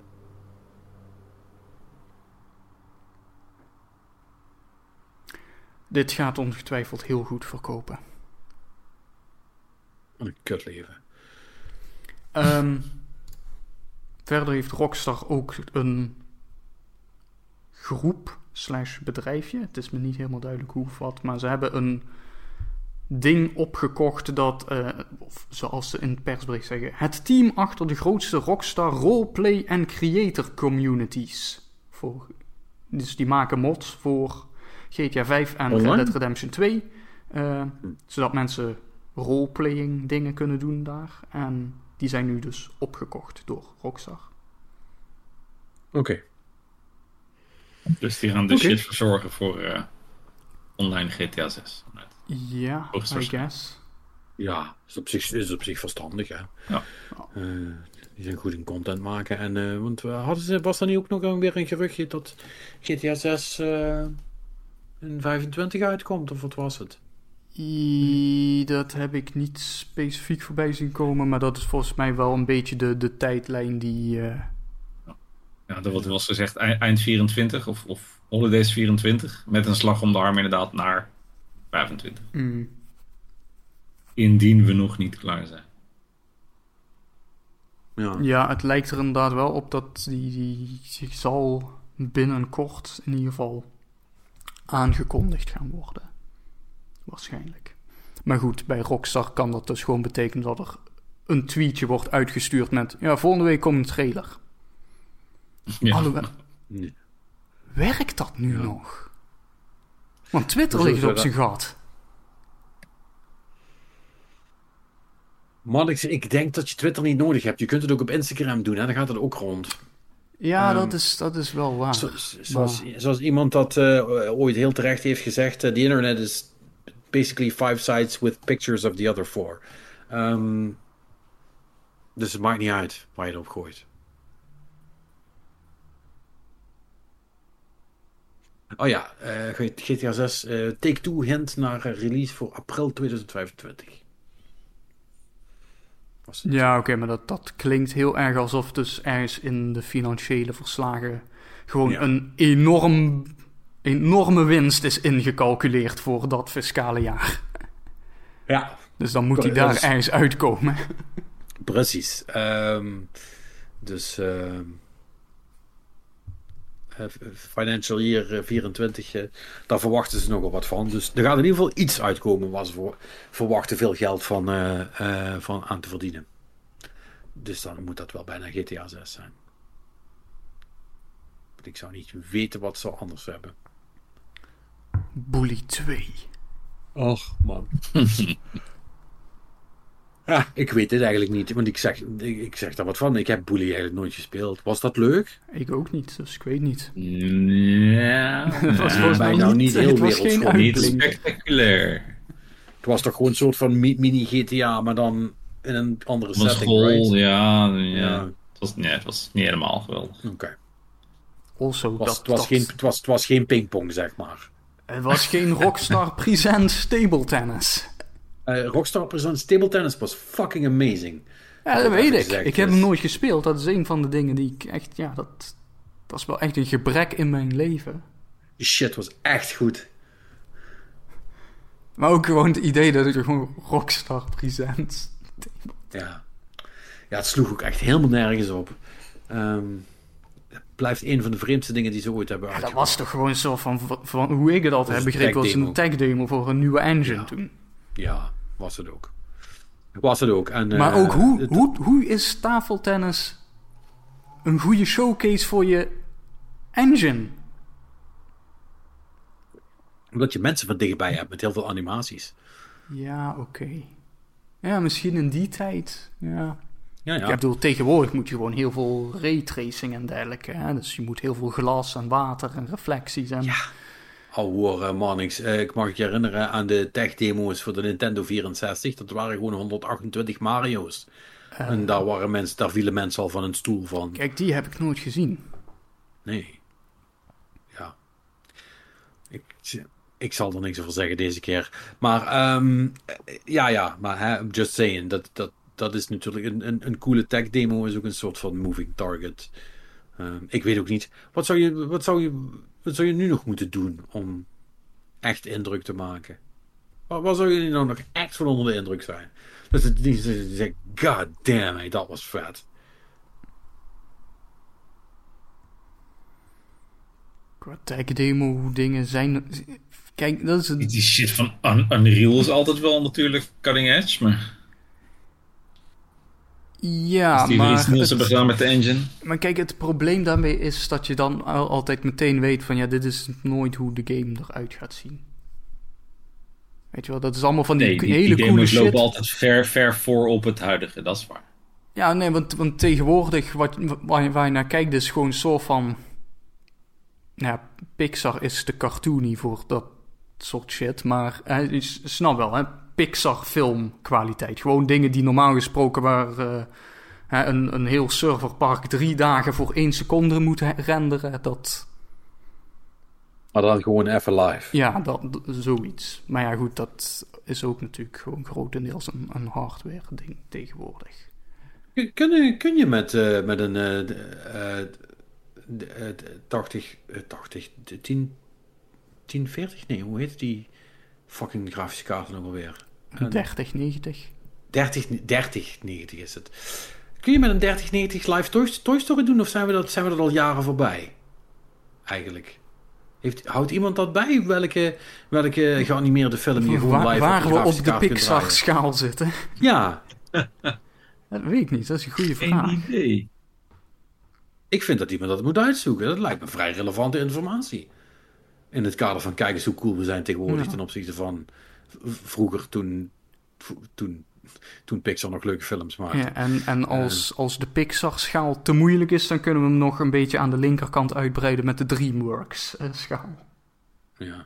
Dit gaat ongetwijfeld heel goed verkopen. Een kutleven. Um, verder heeft Rockstar ook een groep slash bedrijfje. Het is me niet helemaal duidelijk hoe of wat, maar ze hebben een ding opgekocht dat, uh, of zoals ze in het persbericht zeggen, het team achter de grootste Rockstar roleplay en creator communities. Voor, dus die maken mods voor G T A vijf en Online? Red Dead Redemption twee. Uh, zodat mensen roleplaying dingen kunnen doen daar. En die zijn nu dus opgekocht door Rockstar. Oké. Okay. Dus die gaan de okay. shit verzorgen voor uh, online G T A zes. Ja, I guess. Ja, is op zich, is op zich verstandig, hè. Ja. Uh, Die zijn goed in content maken. En, uh, want hadden ze, was er niet ook nog weer een geruchtje dat G T A zes uh, in vijfentwintig uitkomt? Of wat was het? I, dat heb ik niet specifiek voorbij zien komen. Maar dat is volgens mij wel een beetje de, de tijdlijn die... Uh... Ja, dat was gezegd eind vierentwintig of, of Holidays vierentwintig. Met een slag om de arm inderdaad naar vijfentwintig. Mm. Indien we nog niet klaar zijn. Ja. ja, het lijkt er inderdaad wel op dat die, die zich zal binnenkort in ieder geval aangekondigd gaan worden. Waarschijnlijk. Maar goed, bij Rockstar kan dat dus gewoon betekenen dat er een tweetje wordt uitgestuurd met... Ja, volgende week komt een trailer. Ja. Alhoewel, Nee. werkt dat nu Ja. nog? Want Twitter Hoezo ligt op zou zijn gat. Man, ik, ik denk dat je Twitter niet nodig hebt. Je kunt het ook op Instagram doen, hè? Dan gaat het ook rond. Ja, Um, dat, is, dat is wel waar. Zo, zoals, zoals iemand dat uh, ooit heel terecht heeft gezegd, uh, the internet is basically five sites with pictures of the other four. Um, dus het maakt niet uit waar je het op gooit. Oh ja, uh, G T A zes uh, Take-Two hint naar uh, release voor april tweeduizend vijfentwintig. Ja, oké, okay, maar dat, dat klinkt heel erg alsof dus ergens in de financiële verslagen gewoon ja. een enorm, enorme winst is ingecalculeerd voor dat fiscale jaar. Ja. Dus dan moet hij daar is... ergens uitkomen. Precies. Um, dus uh, financial year vierentwintig, uh, daar verwachten ze nogal wat van. Dus er gaat in ieder geval iets uitkomen waar ze voor, verwachten veel geld van, uh, uh, van aan te verdienen. Dus dan moet dat wel bijna G T A zes zijn. Ik zou niet weten wat ze anders hebben. Bully twee. Och, man. Ja, ik weet het eigenlijk niet, want ik zeg, ik, ik zeg daar wat van. Ik heb Bully eigenlijk nooit gespeeld. Was dat leuk? Ik ook niet, dus ik weet niet. Ja, het was volgens mij nou niet heel wereldschoon. Niet spectaculair. Het was toch gewoon een soort van mini-G T A, maar dan in een andere setting, school, right? Ja, ja. ja. Het, was, nee, het was niet helemaal geweldig. Oké. Okay. Also, het, was, dat, het, was dat... geen, het, was, het was geen pingpong, zeg maar. Het was geen Rockstar Presents Table Tennis. Uh, Rockstar Presents Table Tennis was fucking amazing. Ja, dat, dat weet ik. Gezegd, ik heb dus... hem nooit gespeeld. Dat is een van de dingen die ik echt... Ja, dat, dat is wel echt een gebrek in mijn leven. Die shit was echt goed. Maar ook gewoon het idee dat ik er gewoon Rockstar Presents... Ja. Ja, het sloeg ook echt helemaal nergens op. Um, het blijft een van de vreemdste dingen die ze ooit hebben ja, uitgebracht. dat was toch gewoon zo van, van hoe ik het altijd heb begrepen, was een tech demo voor een nieuwe engine ja. toen. Ja, was het ook. Was het ook. En, maar uh, ook hoe, het... hoe, hoe is tafeltennis een goede showcase voor je engine? Omdat je mensen van dichtbij hebt met heel veel animaties. Ja, oké. Okay. Ja, misschien in die tijd. Ja. Ja, ja. Ik bedoel, tegenwoordig moet je gewoon heel veel raytracing en dergelijke. Hè? Dus je moet heel veel glas en water en reflecties en... Ja. Ouwe uh, Mannix, uh, ik mag je herinneren aan de tech-demo's voor de Nintendo vierenzestig. Dat waren gewoon honderdachtentwintig Mario's. Uh, en daar, waren mensen, daar vielen mensen al van een stoel van. Kijk, die heb ik nooit gezien. Nee. Ja. Ik, ik zal er niks over zeggen deze keer. Maar, um, ja, ja, maar hè, I'm just saying, dat, dat, dat is natuurlijk een, een, een coole tech-demo, is ook een soort van moving target. Um, ik weet ook niet, wat zou je... Wat zou je Wat zou je nu nog moeten doen om echt indruk te maken? Wat, wat zou je nou nog echt van onder de indruk zijn? Dat het niet zegt, god damn, hey, dat was vet. Qua tech demo dingen zijn... Kijk, dat is... Een... Die shit van Un- Unreal is altijd wel natuurlijk cutting edge, maar... Ja, Als die maar... er iets nieuws hebben gedaan met de engine. Maar kijk, het probleem daarmee is dat je dan al, altijd meteen weet van... Ja, dit is nooit hoe de game eruit gaat zien. Weet je wel, dat is allemaal van die, nee, die hele die coole shit. lopen altijd ver, ver voor op het huidige, dat is waar. Ja, nee, want, want tegenwoordig wat, waar, je, waar je naar kijkt is gewoon zo van... Nou ja, Pixar is te cartoony voor dat soort shit. Maar eh, je snap wel, hè? Pixar filmkwaliteit. Gewoon dingen die normaal gesproken waar... Uh, hè, een, een heel serverpark drie dagen voor één seconde moet he- renderen. Dat, Maar dan gewoon even live. ja, dat, d- zoiets. Maar ja, goed, dat is ook natuurlijk gewoon grotendeels een, een hardware ding tegenwoordig. Kun, kun je- kun je met, eh, met een eh, d- eh, d- eh, d- tachtig, eh, tachtig, tien, tien veertig? Nee, hoe heet die fucking grafische kaart nog alweer? Een dertig negentig. dertig, dertig negentig is het. Kun je met een dertig negentig live Toy, Toy Story doen of zijn we, dat, zijn we dat al jaren voorbij? Eigenlijk. Heeft, houdt iemand dat bij? Welke, welke geanimeerde film je gewoon Waar, live waar op we de op grafische de kaart kunt draaien? Pixar-schaal zitten. Ja, Dat weet ik niet, dat is een goede vraag. Geen idee. ik vind dat iemand dat moet uitzoeken. Dat lijkt me vrij relevante informatie. In het kader van kijk eens hoe cool we zijn tegenwoordig Ja. ten opzichte van v- vroeger toen, v- toen, toen Pixar nog leuke films maakte. Ja, en en als, als de Pixar-schaal te moeilijk is, dan kunnen we hem nog een beetje aan de linkerkant uitbreiden met de DreamWorks-schaal. Ja.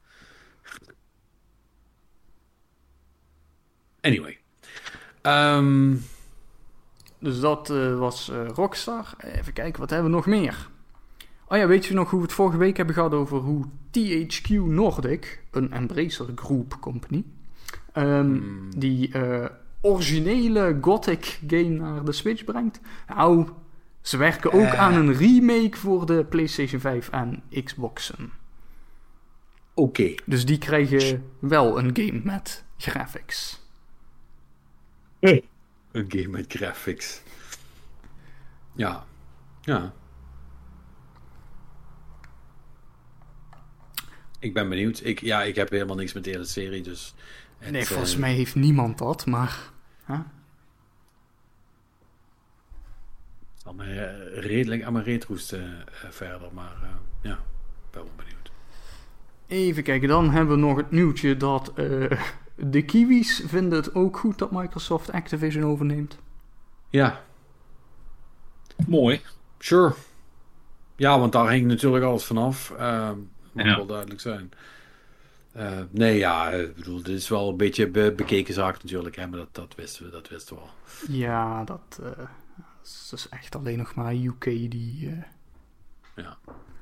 Anyway. Ehm, Dus dat eh, was eh, Rockstar. Even kijken, wat hebben we nog meer? Oh ja, weet je nog hoe we het vorige week hebben gehad over hoe T H Q Nordic, een Embracer Group company, ehm, die eh, originele Gothic game naar de Switch brengt? Nou, ze werken ook Eh. aan een remake voor de PlayStation vijf en Xboxen. Oké. Dus die krijgen wel een game met graphics. Een game met graphics. Ja. Ja. Ik ben benieuwd. Ik, ja, ik heb helemaal niks met de hele serie, dus... het, Nee, volgens eh, mij heeft niemand dat, maar... Huh? zal me eh, redelijk aan mijn retro's eh, eh, verder, maar eh, ja, ben wel benieuwd. Even kijken, dan hebben we nog het nieuwtje dat eh, de Kiwis vinden het ook goed dat Microsoft Activision overneemt. Ja, Mooi. sure. Ja, want daar hing natuurlijk alles vanaf. Uh, mag Ja. wel duidelijk zijn. Eh, nee, ja, ik bedoel, dit is wel een beetje be- bekeken zaak natuurlijk, hè, maar dat, dat wisten we, dat wisten we al. Ja, dat, eh, dat is dus echt alleen nog maar U K die... eh, Ja.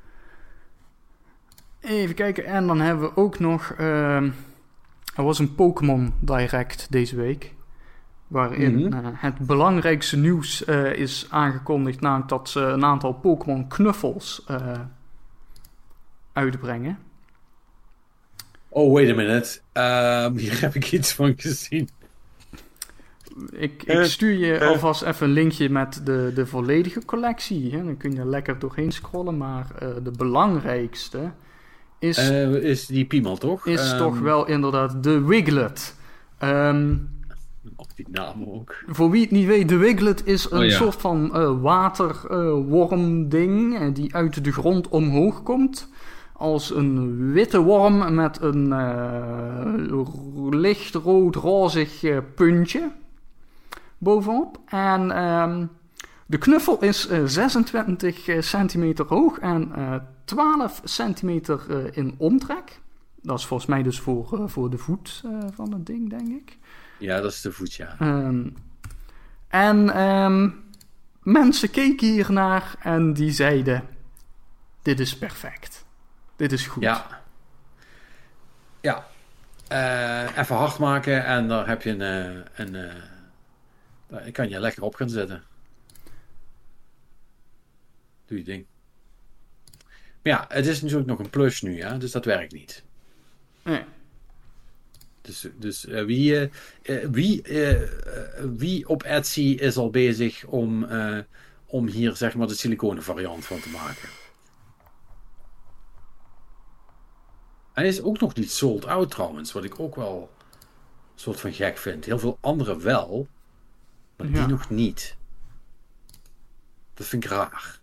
Even kijken, en dan hebben we ook nog... ehm, er was een Pokémon Direct deze week. Waarin Mhm. eh, het belangrijkste nieuws eh, is aangekondigd. Namelijk dat ze een aantal Pokémon knuffels eh, uitbrengen. Oh, wait a minute. Ehm, hier heb ik iets van gezien. Ik, Eh, ik stuur je eh. alvast even een linkje met de, de volledige collectie. Hè? Dan kun je lekker doorheen scrollen. Maar eh, de belangrijkste is, Eh, is die Piemel, toch? is Ehm, toch wel inderdaad de Wiglet. Ehm Op die naam ook. Voor wie het niet weet, de Wiglet is een Oh ja. soort van eh waterworm-ding eh, die uit de grond omhoog komt. Als een witte worm met een eh, licht rood-rozig eh, puntje bovenop. En ehm, de knuffel is eh, zesentwintig eh, centimeter hoog en eh, twaalf centimeter eh, in omtrek. Dat is volgens mij dus voor, eh, voor de voet eh, van het ding, denk ik. Ja, dat is de voet, ja. Ehm, en ehm, mensen keken hiernaar en die zeiden: dit is perfect. Dit is goed. Ja. Ja. Eh, even hard maken en daar heb je een... eh, een eh, daar kan je lekker op gaan zetten. Doe je ding. Maar ja, het is natuurlijk nog een plus nu, ja, dus dat werkt niet. Nee. Dus, dus eh, wie, eh, eh, wie, eh, eh, wie op Etsy is al bezig om, eh, om hier zeg maar de siliconen variant van te maken? Hij is ook nog niet sold out trouwens, wat ik ook wel een soort van gek vind. Heel veel anderen wel, maar Ja. die nog niet. Dat vind ik raar.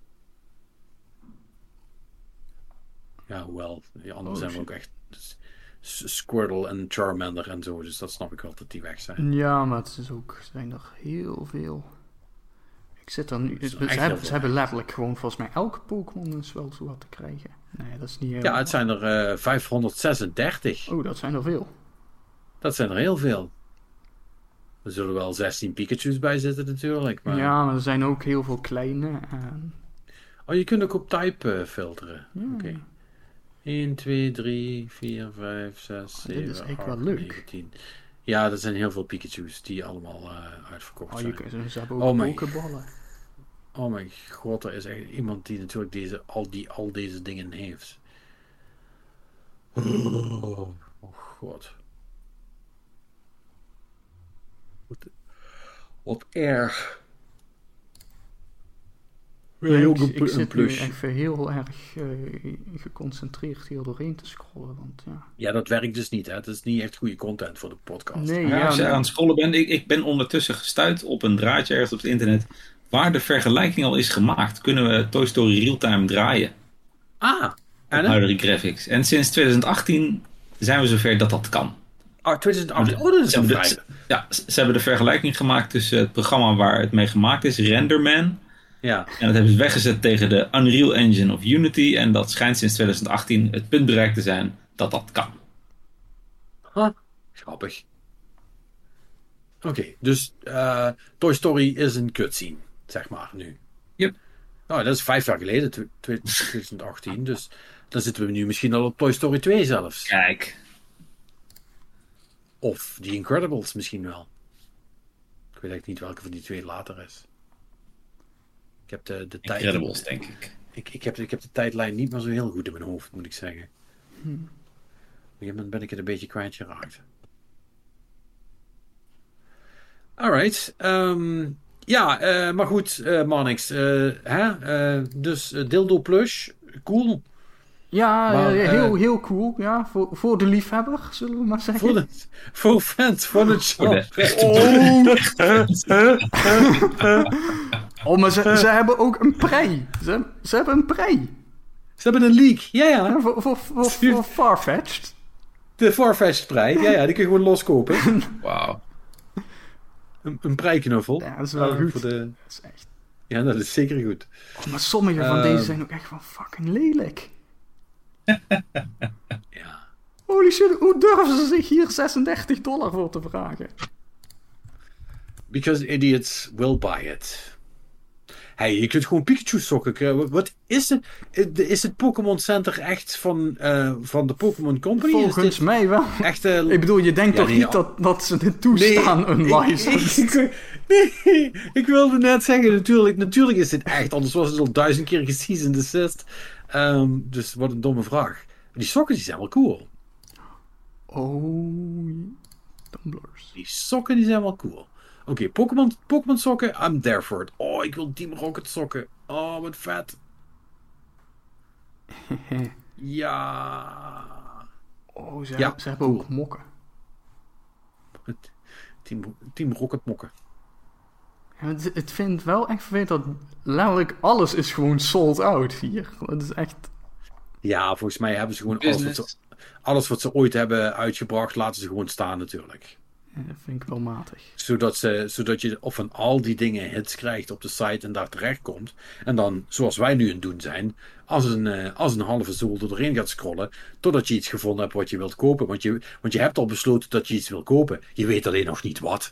Ja, hoewel, die anderen Oh, zijn wel shit. ook echt dus, S- Squirtle en Charmander en zo, dus dat snap ik wel dat die weg zijn. Ja, maar het is ook, zijn er heel veel. Ik zit er nu. is Ze, echt heel hebben, veel. ze hebben letterlijk gewoon volgens mij elke Pokémon is wel zo wat te krijgen. Nee, dat is niet heel. Ja, het zijn er eh, vijfhonderdzesendertig. Oh, dat zijn er veel. Dat zijn er heel veel. Er zullen wel zestien Pikachu's bij zitten natuurlijk. Maar... Ja, maar er zijn ook heel veel kleine. En... Oh, je kunt ook op type uh, filteren. Ja. Oké. Okay. één, twee, drie, vier, vijf, zes, zeven, dit is echt acht, wel leuk. negen, tien. Ja, er zijn heel veel Pikachu's die allemaal uh, uitverkocht oh, zijn. je kunt, ze hebben ook oh my, pokeballen. Oh mijn god, er is echt iemand die natuurlijk deze, al, die, al deze dingen heeft. Oh, oh god. Wat, wat erg. Ja, ik, ik, ik zit nu echt heel erg uh, geconcentreerd hier doorheen te scrollen. Want, ja. ja, dat werkt dus niet. Hè? Het is niet echt goede content voor de podcast. Nee, ja, als je aan het scrollen bent, ik, ik ben ondertussen gestuurd op een draadje ergens op het internet waar de vergelijking al is gemaakt. Kunnen we Toy Story Realtime draaien? Ah, en huidige graphics. En sinds twintig achttien zijn we zover dat dat kan. Ah, twintig achttien. Oh, dat is ze, hebben de, ja, ze hebben de vergelijking gemaakt tussen het programma waar het mee gemaakt is, RenderMan. Ja. En dat hebben ze weggezet tegen de Unreal Engine of Unity. En dat schijnt sinds twintig achttien het punt bereikt te zijn dat dat kan. Huh, grappig. Oké, okay, dus uh, Toy Story is een cutscene, zeg maar, nu. Yep. Nou, dat is vijf jaar geleden, twintig achttien. Dus dan zitten we nu misschien al op Toy Story twee zelfs. Kijk. Of The Incredibles misschien wel. Ik weet eigenlijk niet welke van die twee later is. Ik heb de, de tijd... Incredibles, denk ik. Ik, ik, heb, ik heb de tijdlijn niet meer zo heel goed in mijn hoofd, moet ik zeggen. Hm. Op een gegeven moment ben ik het een beetje kwijtgeraakt. Alright. Um, ja, uh, maar goed, uh, Marnix. Uh, hè? Uh, dus uh, Dildo Plush, cool. Ja, maar, uh, heel, heel cool. Ja, voor, voor de liefhebber, zullen we maar zeggen. Voor, de, voor fans van het show. Oh, oh maar ze, ze hebben ook een prei. Ze, ze hebben een prei. Ze hebben een leak, ja ja. ja voor, voor, voor, voor Farfetch'd. De Farfetch'd prei, ja ja, die kun je gewoon loskopen. Wauw. Een, een preiknuffel. Ja, dat is wel uh, goed. Voor de... Dat is echt... Ja, dat is zeker goed. Oh, maar sommige van uh, deze zijn ook echt van fucking lelijk. Ja. Holy shit, hoe durven ze zich hier zesendertig dollar voor te vragen? Because idiots will buy it. Hey, je kunt gewoon Pikachu sokken krijgen. Wat is het? Is het Pokémon Center echt van, uh, van de Pokémon Company? Volgens dit mij wel. Echt, uh, ik bedoel, je denkt ja, toch nee, niet ja. dat, dat ze dit toestaan, nee, een license? Ik, ik, nee, ik wilde net zeggen, natuurlijk, natuurlijk is dit echt. Anders was het al duizend keer geseasoned assist. Um, dus wat een domme vraag. Die sokken die zijn wel cool. Oh, tumblers. Die sokken die zijn wel cool. Oké, okay, Pokémon, Pokémon sokken, I'm there for it. Oh, ik wil Team Rocket sokken. Oh, wat vet. Ja. Oh, ze, ja, hebben, ze hebben cool. ook mokken. Team, team Rocket mokken. Ja, het, het vindt wel echt vervelend dat letterlijk alles is gewoon sold out hier. Dat is echt... Ja, volgens mij hebben ze gewoon alles wat ze, alles wat ze ooit hebben uitgebracht, laten ze gewoon staan natuurlijk. Ja, dat vind ik wel matig. Zodat, ze, zodat je of van al die dingen hits krijgt op de site en daar terecht komt. En dan, zoals wij nu aan het doen zijn, als een, uh, als een halve zool er doorheen gaat scrollen, totdat je iets gevonden hebt wat je wilt kopen. Want je, want je hebt al besloten dat je iets wil kopen. Je weet alleen nog niet wat.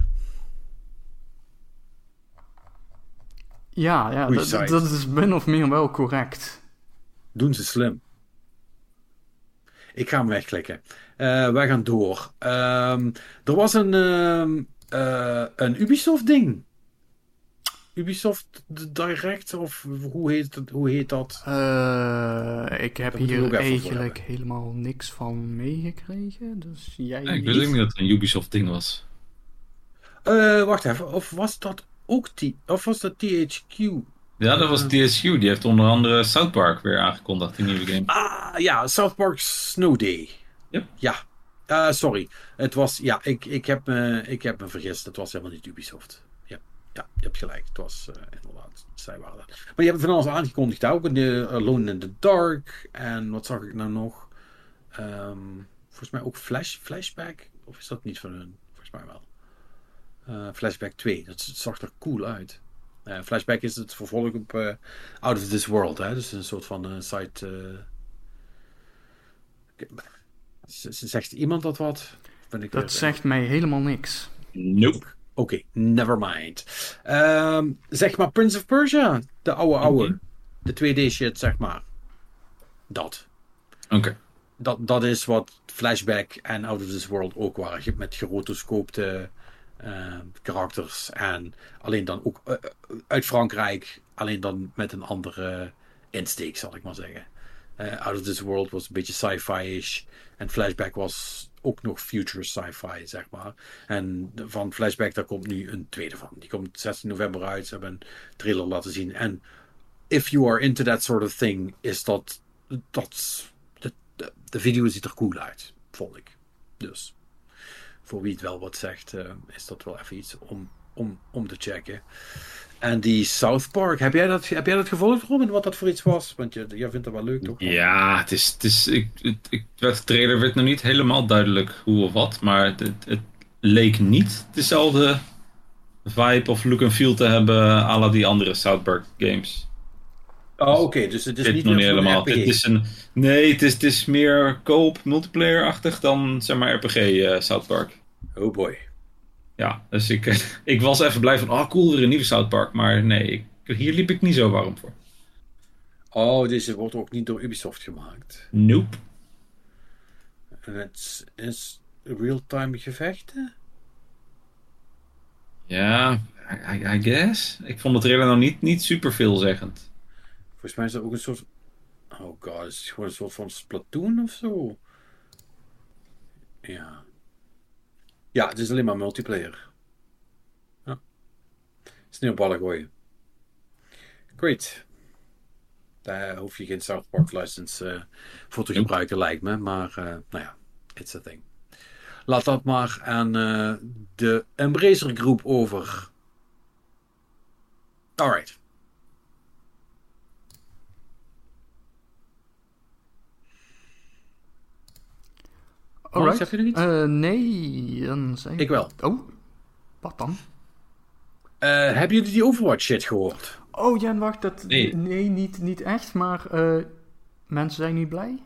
Ja, ja dat, dat is min of meer wel correct. Doen ze slim. Ik ga hem wegklikken. Uh, wij gaan door. Um, er was een, uh, uh, een Ubisoft ding. Ubisoft Direct, of hoe heet, het, hoe heet dat? Uh, ik heb dat hier eigenlijk helemaal niks van meegekregen. Dus jij ja, ik wist ook niet dat het een Ubisoft ding was. Uh, wacht even, of was dat ook T... Of was dat T H Q? Ja, dat was T H Q. Die heeft onder andere South Park weer aangekondigd, die nieuwe game. Ah, ja, South Park Snow Day. Yep. Ja. Uh, sorry. Het was... Ja, ik, ik, heb me, ik heb me vergist. Het was helemaal niet Ubisoft. Ja, ja je hebt gelijk. Het was uh, inderdaad... Zij waren dat. Maar je hebt van alles aangekondigd ook. De Alone in the Dark. En wat zag ik nou nog? Um, volgens mij ook Flash, Flashback. Of is dat niet van hun? Volgens mij wel. Uh, Flashback twee. Dat zag er cool uit. Uh, Flashback is het vervolg op uh, Out of This World. Hè? Dus een soort van uh, site... Uh... Zegt iemand dat wat? Ben ik dat uh, zegt mij helemaal niks. Nope. Oké, okay, never mind. Um, zeg maar Prince of Persia. De oude oude. Okay. De twee D shit, zeg maar. Dat. Oké. Okay. Dat, dat is wat Flashback en Out of This World ook waren. Met gerotoscoopte uh, karakters. En alleen dan ook uh, uit Frankrijk. Alleen dan met een andere insteek, zal ik maar zeggen. Uh, Out of This World was een beetje sci-fi-ish. En Flashback was ook nog future sci-fi, zeg maar. En van Flashback, daar komt nu een tweede van. Die komt zestien november uit. Ze hebben een trailer laten zien. En if you are into that sort of thing, is dat... dat de, de, de video ziet er cool uit, vond ik. Dus, voor wie het wel wat zegt, uh, is dat wel even iets om, om, om te checken. En die South Park, heb jij dat, heb jij dat gevolgd, Robin, wat dat voor iets was? Want je, jij vindt dat wel leuk, toch? Ja, het is... Het is ik, het, ik, de trailer werd nog niet helemaal duidelijk hoe of wat, maar het, het, het leek niet dezelfde vibe of look en feel te hebben à la die andere South Park games. Oh, oké, okay. Dus het is het niet nog niet helemaal. R P G. Het is een, nee, het is, het is meer co-op multiplayer-achtig dan, zeg maar, R P G uh, South Park. Oh boy. Ja, dus ik, ik was even blij van, oh cool, weer een nieuwe South Park. Maar nee, ik, hier liep ik niet zo warm voor. Oh, deze wordt ook niet door Ubisoft gemaakt. Nope. En het is real-time gevechten? Ja, I, I guess. Ik vond de trailer nou niet, niet super veelzeggend. Volgens mij is dat ook een soort... Oh god, is het gewoon een soort van Splatoon of zo? Ja. Ja, het is alleen maar multiplayer. Ja. Sneeuwballen gooien. Great. Daar hoef je geen South Park license uh, voor te gebruiken, lijkt me. Maar, uh, nou ja, it's a thing. Laat dat maar aan uh, de Embracer groep over. Alright. Alright. Heb je er iets? Uh, nee, dan zei ik wel. Oh, wat dan? Uh, hebben jullie die Overwatch shit gehoord? Oh, Jan, wacht. Dat, nee, nee niet, niet echt, maar uh, mensen zijn niet blij?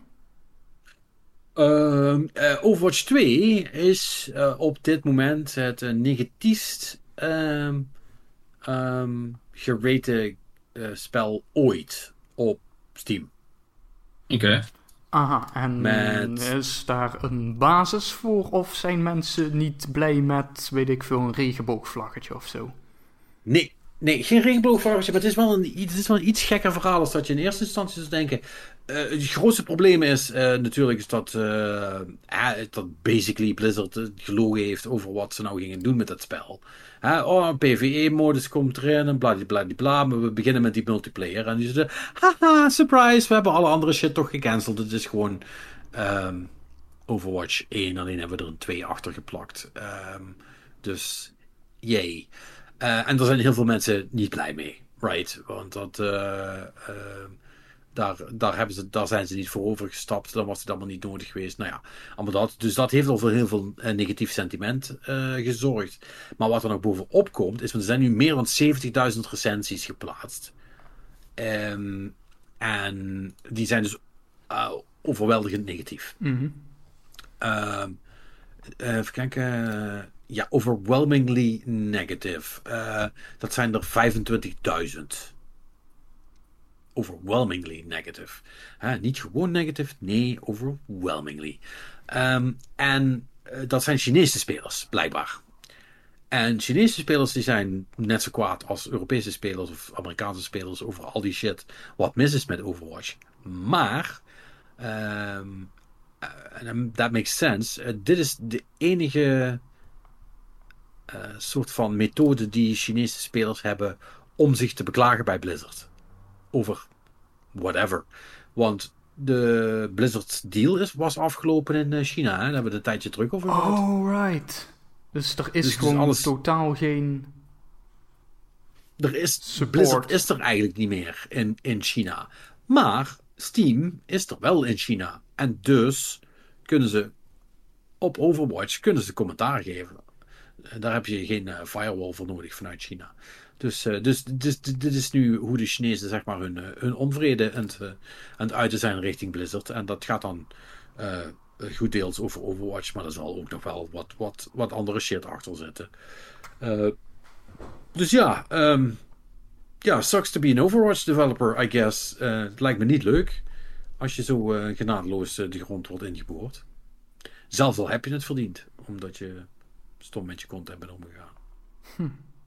Uh, uh, Overwatch twee is uh, op dit moment het uh, negatiefst um, um, gerate uh, spel ooit op Steam. Oké. Okay. Aha, en met... is daar een basis voor of zijn mensen niet blij met, weet ik veel, een regenboogvlaggetje of zo? Nee, nee, geen regenboogvlaggetje, maar het is wel een, het is wel een iets gekker verhaal als dat je in eerste instantie zou denken. Uh, het grootste probleem is uh, natuurlijk is dat, uh, uh, dat basically Blizzard uh, gelogen heeft over wat ze nou gingen doen met dat spel. Uh, oh, een PvE-modus komt erin en bladibladibla, maar we beginnen met die multiplayer. En die zeiden, haha, surprise, we hebben alle andere shit toch gecanceld. Het is gewoon um, Overwatch één, alleen hebben we er een twee achter geplakt. Um, dus, yay. Uh, en er zijn heel veel mensen niet blij mee, right? Want dat... Uh, uh, Daar, daar, hebben ze, daar zijn ze niet voor overgestapt. Dan was het allemaal niet nodig geweest. Nou ja, allemaal dat. Dus dat heeft al voor heel veel uh, negatief sentiment uh, gezorgd. Maar wat er nog bovenop komt, is... Want er zijn nu meer dan zeventigduizend recensies geplaatst. Um, en die zijn dus uh, overweldigend negatief. Mm-hmm. Uh, uh, even kijken... Ja, overwhelmingly negative. Uh, dat zijn er vijfentwintigduizend. Overwhelmingly negative. Uh, niet gewoon negative, nee, overwhelmingly. Um, en uh, dat zijn Chinese spelers, blijkbaar. En Chinese spelers die zijn net zo kwaad als Europese spelers of Amerikaanse spelers over al die shit wat mis is met Overwatch. Maar, um, uh, that makes sense, uh, dit is de enige uh, soort van methode die Chinese spelers hebben om zich te beklagen bij Blizzard. Over whatever. Want de Blizzard deal is, was afgelopen in China. Hè? Daar hebben we een tijdje terug over gehad. Oh, right. Dus er is dus gewoon dus alles... totaal geen... Er is... Support. Blizzard is er eigenlijk niet meer in, in China. Maar Steam is er wel in China. En dus kunnen ze op Overwatch kunnen ze commentaar geven. Daar heb je geen uh, firewall voor nodig vanuit China. Dus, uh, dus, dus dit is nu hoe de Chinezen zeg maar hun, hun onvrede aan het, uh, aan het uiten zijn richting Blizzard. En dat gaat dan uh, goed deels over Overwatch, maar er zal ook nog wel wat, wat, wat andere shit achter zitten. Uh, dus ja, um, ja, sucks to be an Overwatch developer, I guess. Uh, het lijkt me niet leuk als je zo uh, genadeloos uh, de grond wordt ingeboord. Zelfs al heb je het verdiend, omdat je stom met je content bent omgegaan. Hm.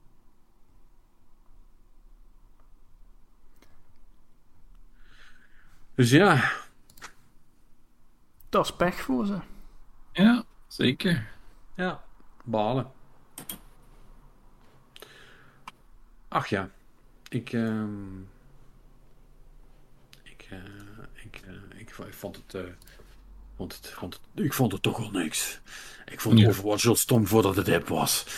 Dus ja. Dat is pech voor ze. Ja, zeker. Ja, balen. Ach ja. Ik, uh, ik, uh, ik, uh, ik, ik vond het, uh, vond het, vond het, ik vond het toch wel niks. Ik vond ja. Overwatch zo stom voordat het hip was.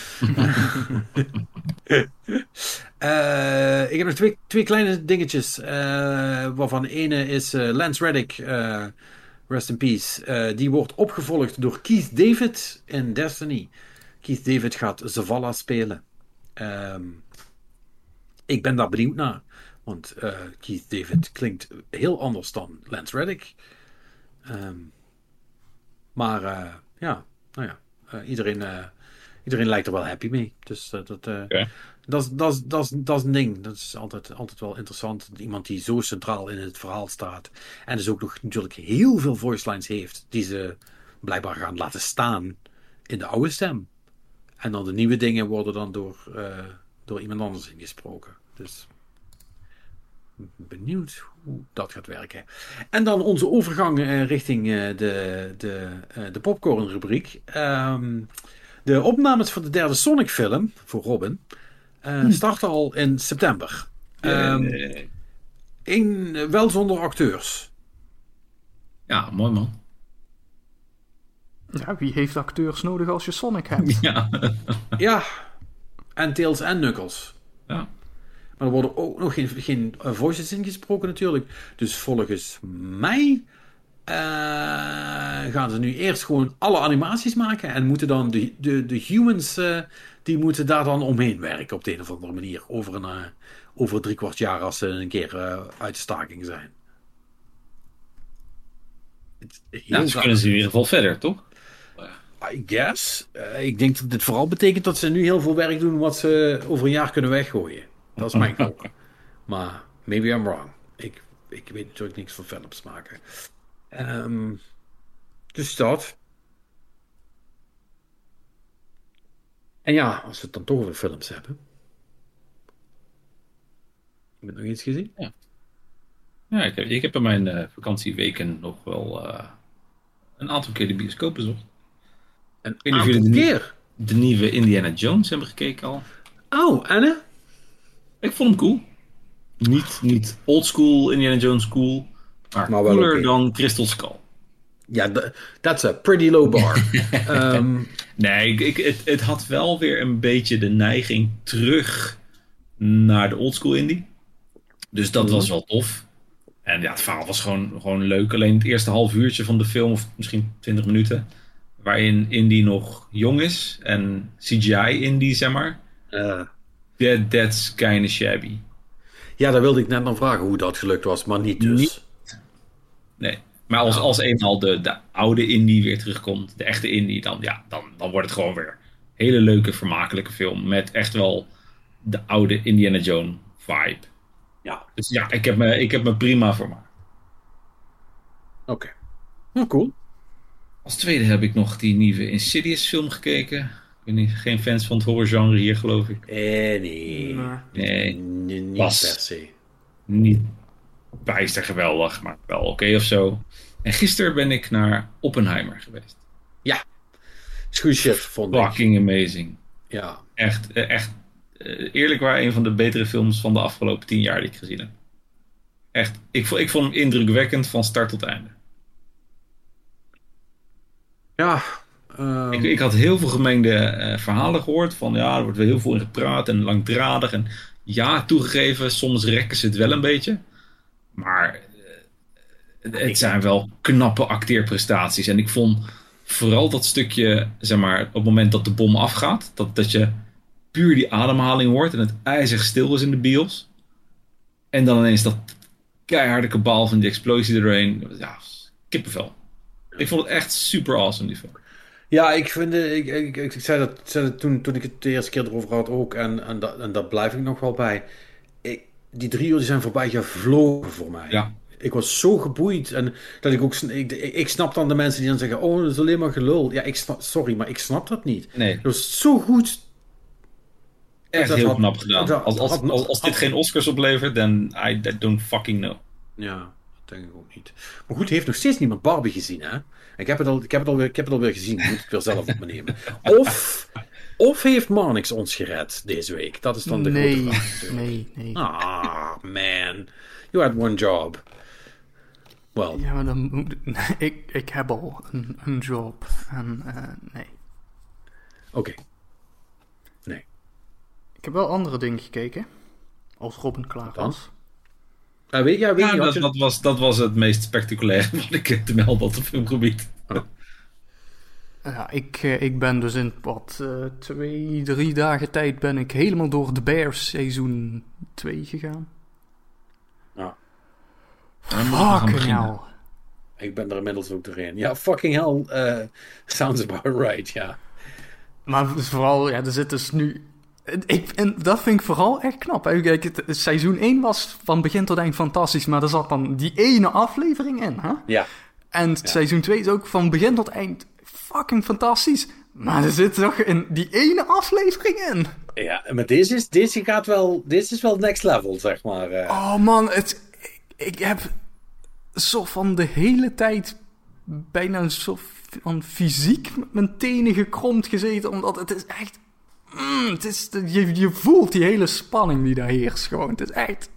uh, ik heb nog twee, twee kleine dingetjes. Uh, waarvan de ene is uh, Lance Reddick. Uh, rest in peace. Uh, die wordt opgevolgd door Keith David in Destiny. Keith David gaat Zavala spelen. Um, ik ben daar benieuwd naar. Want uh, Keith David klinkt heel anders dan Lance Reddick. Um, maar uh, ja, nou ja. Uh, iedereen, uh, iedereen lijkt er wel happy mee. Dus uh, dat, uh, okay. dat, is, dat, is, dat, is, dat is een ding. Dat is altijd, altijd wel interessant. Iemand die zo centraal in het verhaal staat. En dus ook nog natuurlijk heel veel voice lines heeft. Die ze blijkbaar gaan laten staan in de oude stem. En dan de nieuwe dingen worden dan door, uh, door iemand anders ingesproken. Dus benieuwd hoe dat gaat werken. En dan onze overgang uh, richting uh, de, de, uh, de popcorn rubriek. Um, de opnames voor de derde Sonic film, voor Robin, uh, hm. starten al in september. Um, nee. in, uh, wel zonder acteurs. Ja, mooi man. Ja, wie heeft acteurs nodig als je Sonic hebt? Ja. Ja. En Tails en Knuckles. Ja. Maar er worden ook nog geen, geen voices ingesproken natuurlijk. Dus volgens mij uh, gaan ze nu eerst gewoon alle animaties maken. En moeten dan de, de, de humans, uh, die moeten daar dan omheen werken op de een of andere manier. Over, een, uh, over drie kwart jaar als ze een keer uh, uit de staking zijn. Nou, dus kunnen ze in ieder geval verder, toch? I guess. Uh, ik denk dat dit vooral betekent dat ze nu heel veel werk doen wat ze over een jaar kunnen weggooien. Dat is mijn gok. Maar maybe I'm wrong. Ik, ik weet natuurlijk niks van films maken. Um, dus dat. En ja, als we het dan toch over films hebben. Heb je nog iets gezien? Ja, ja ik, heb, ik heb in mijn uh, vakantieweken nog wel uh, een aantal keer de bioscoop bezocht. Een aantal de, keer? De nieuwe Indiana Jones hebben gekeken al. Oh, Anne? Ik vond hem cool. Niet, niet oldschool Indiana Jones cool, maar, maar cooler okay. dan Crystal Skull. Ja, yeah, that's a pretty low bar. um, nee, ik, ik, het, het had wel weer een beetje de neiging terug naar de oldschool indie. Dus dat mm-hmm. was wel tof. En ja, het verhaal was gewoon, gewoon leuk. Alleen het eerste half uurtje van de film, of misschien twintig minuten, waarin Indy nog jong is en C G I Indy, zeg maar. Uh. That, that's kinda shabby. Ja, daar wilde ik net nog vragen hoe dat gelukt was, maar niet dus. Niet. Nee, maar als, als eenmaal de, de oude Indy weer terugkomt, de echte Indy, dan, ja, dan, dan wordt het gewoon weer een hele leuke, vermakelijke film. Met echt wel de oude Indiana Jones vibe. Ja. Dus ja, ik heb me, ik heb me prima vermaakt. Oké. Okay. Nou, cool. Als tweede heb ik nog die nieuwe Insidious film gekeken. Ik ben niet, geen fans van het horrorgenre hier, geloof ik. Eh, nee. Nee. nee niet was per se. Niet bijster geweldig, maar wel oké okay of zo. En gisteren ben ik naar Oppenheimer geweest. Ja. Is goed shit, vond ik. Fucking amazing. Ja. Echt, echt. Eerlijk waar, een van de betere films van de afgelopen tien jaar die ik gezien heb. Echt. Ik vond, ik vond hem indrukwekkend van start tot einde. Ja. Um... Ik, ik had heel veel gemengde uh, verhalen gehoord. Van ja, er wordt weer heel veel in gepraat en langdradig. En ja, toegegeven, soms rekken ze het wel een beetje. Maar uh, het zijn wel knappe acteerprestaties. En ik vond vooral dat stukje, zeg maar, op het moment dat de bom afgaat. Dat, dat je puur die ademhaling hoort en het ijzig stil is in de bios. En dan ineens dat keiharde kabaal van die explosie erheen. Ja, kippenvel. Ik vond het echt super awesome, die film. Ja, ik vind het, ik, ik, ik, ik zei dat, zei dat toen, toen ik het de eerste keer erover had ook, en, en, dat, en dat blijf ik nog wel bij. Ik, die drie uur die zijn voorbij gevlogen voor mij. Ja. Ik was zo geboeid en dat ik ook, ik, ik snap dan de mensen die dan zeggen, oh, dat is alleen maar gelul. Ja, ik snap, sorry, maar ik snap dat niet. Nee. Dat was zo goed. Echt dat heel had, knap gedaan. dat als, als, had- als, als dit had- geen Oscars oplevert, dan I, I don't fucking know. Ja, dat denk ik ook niet. Maar goed, heeft nog steeds niemand Barbie gezien, hè? Ik heb het al, ik heb het alweer, ik heb het alweer gezien. Moet ik weer zelf op me nemen. Of, of heeft Marnix ons gered deze week? Dat is dan de nee, grote vraag. natuurlijk. nee, nee. Ah, man. You had one job. Well, Ja, maar dan moet... ik, ik heb al een, een job. En uh, nee. oké. Nee. Ik heb wel andere dingen gekeken. Als Robin klaar dan? was. Uh, weet, ja, weet Ja, je, had dat, je- dat, was, dat was het meest spectaculaire wat ik te melden had op filmgebied. Ja, ik, uh, ik ben dus in wat uh, twee, drie dagen tijd ben ik helemaal door The Bears seizoen twee gegaan. Ja. Dan moet ik gaan Fucking beginnen. hell. Ik ben er inmiddels ook doorheen. Ja, fucking hell. Uh, sounds about right, ja. Maar dus vooral, ja, er zit dus nu... Ik, en dat vind ik vooral echt knap. Hè. Kijk, het, het seizoen één was van begin tot eind fantastisch, maar er zat dan die ene aflevering in. Hè? Ja. En Ja. seizoen twee is ook van begin tot eind fucking fantastisch. Maar er zit toch in die ene aflevering in. Ja, maar deze, is, deze gaat wel... Deze is wel next level, zeg maar. Uh. Oh man, het, ik, ik heb zo van de hele tijd bijna zo van fysiek met mijn tenen gekromd gezeten, omdat het is echt... Mm, het is, je, je voelt die hele spanning die daar heerst gewoon. Het is echt...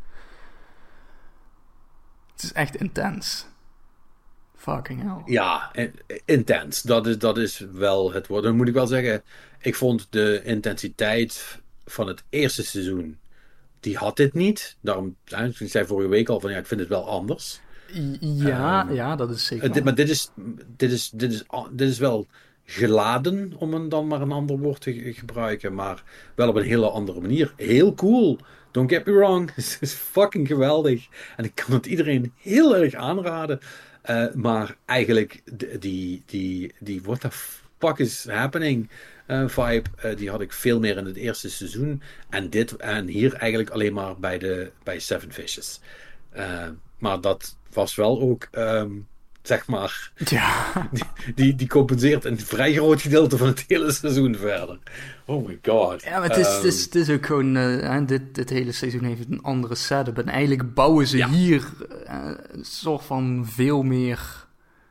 Het is echt intens. Fucking hell. Ja, in- intens. Dat is, dat is wel het woord. Dan moet ik wel zeggen, ik vond de intensiteit van het eerste seizoen, die had dit niet. Daarom, hè, ik zei vorige week al van, ja, ik vind het wel anders. Ja, Um, ja, dat is zeker. Uh, dit, maar dit is, dit, is, dit, is, dit is wel geladen, om een, dan maar een ander woord te ge- gebruiken, maar wel op een hele andere manier. Heel cool. Don't get me wrong. Het is fucking geweldig. En ik kan het iedereen heel erg aanraden. Uh, maar eigenlijk, d- die, die, die what the fuck is happening uh, vibe, uh, die had ik veel meer in het eerste seizoen. En dit, en hier eigenlijk alleen maar bij, de, bij Seven Fishes. Uh, maar dat was wel ook, um, zeg maar, Ja. die, die, die compenseert een vrij groot gedeelte van het hele seizoen verder. Oh my god. Ja, maar het is, Um, het is, het is ook gewoon... Uh, hè, dit, dit hele seizoen heeft een andere setup. En eigenlijk bouwen ze Ja. hier uh, een soort van veel meer...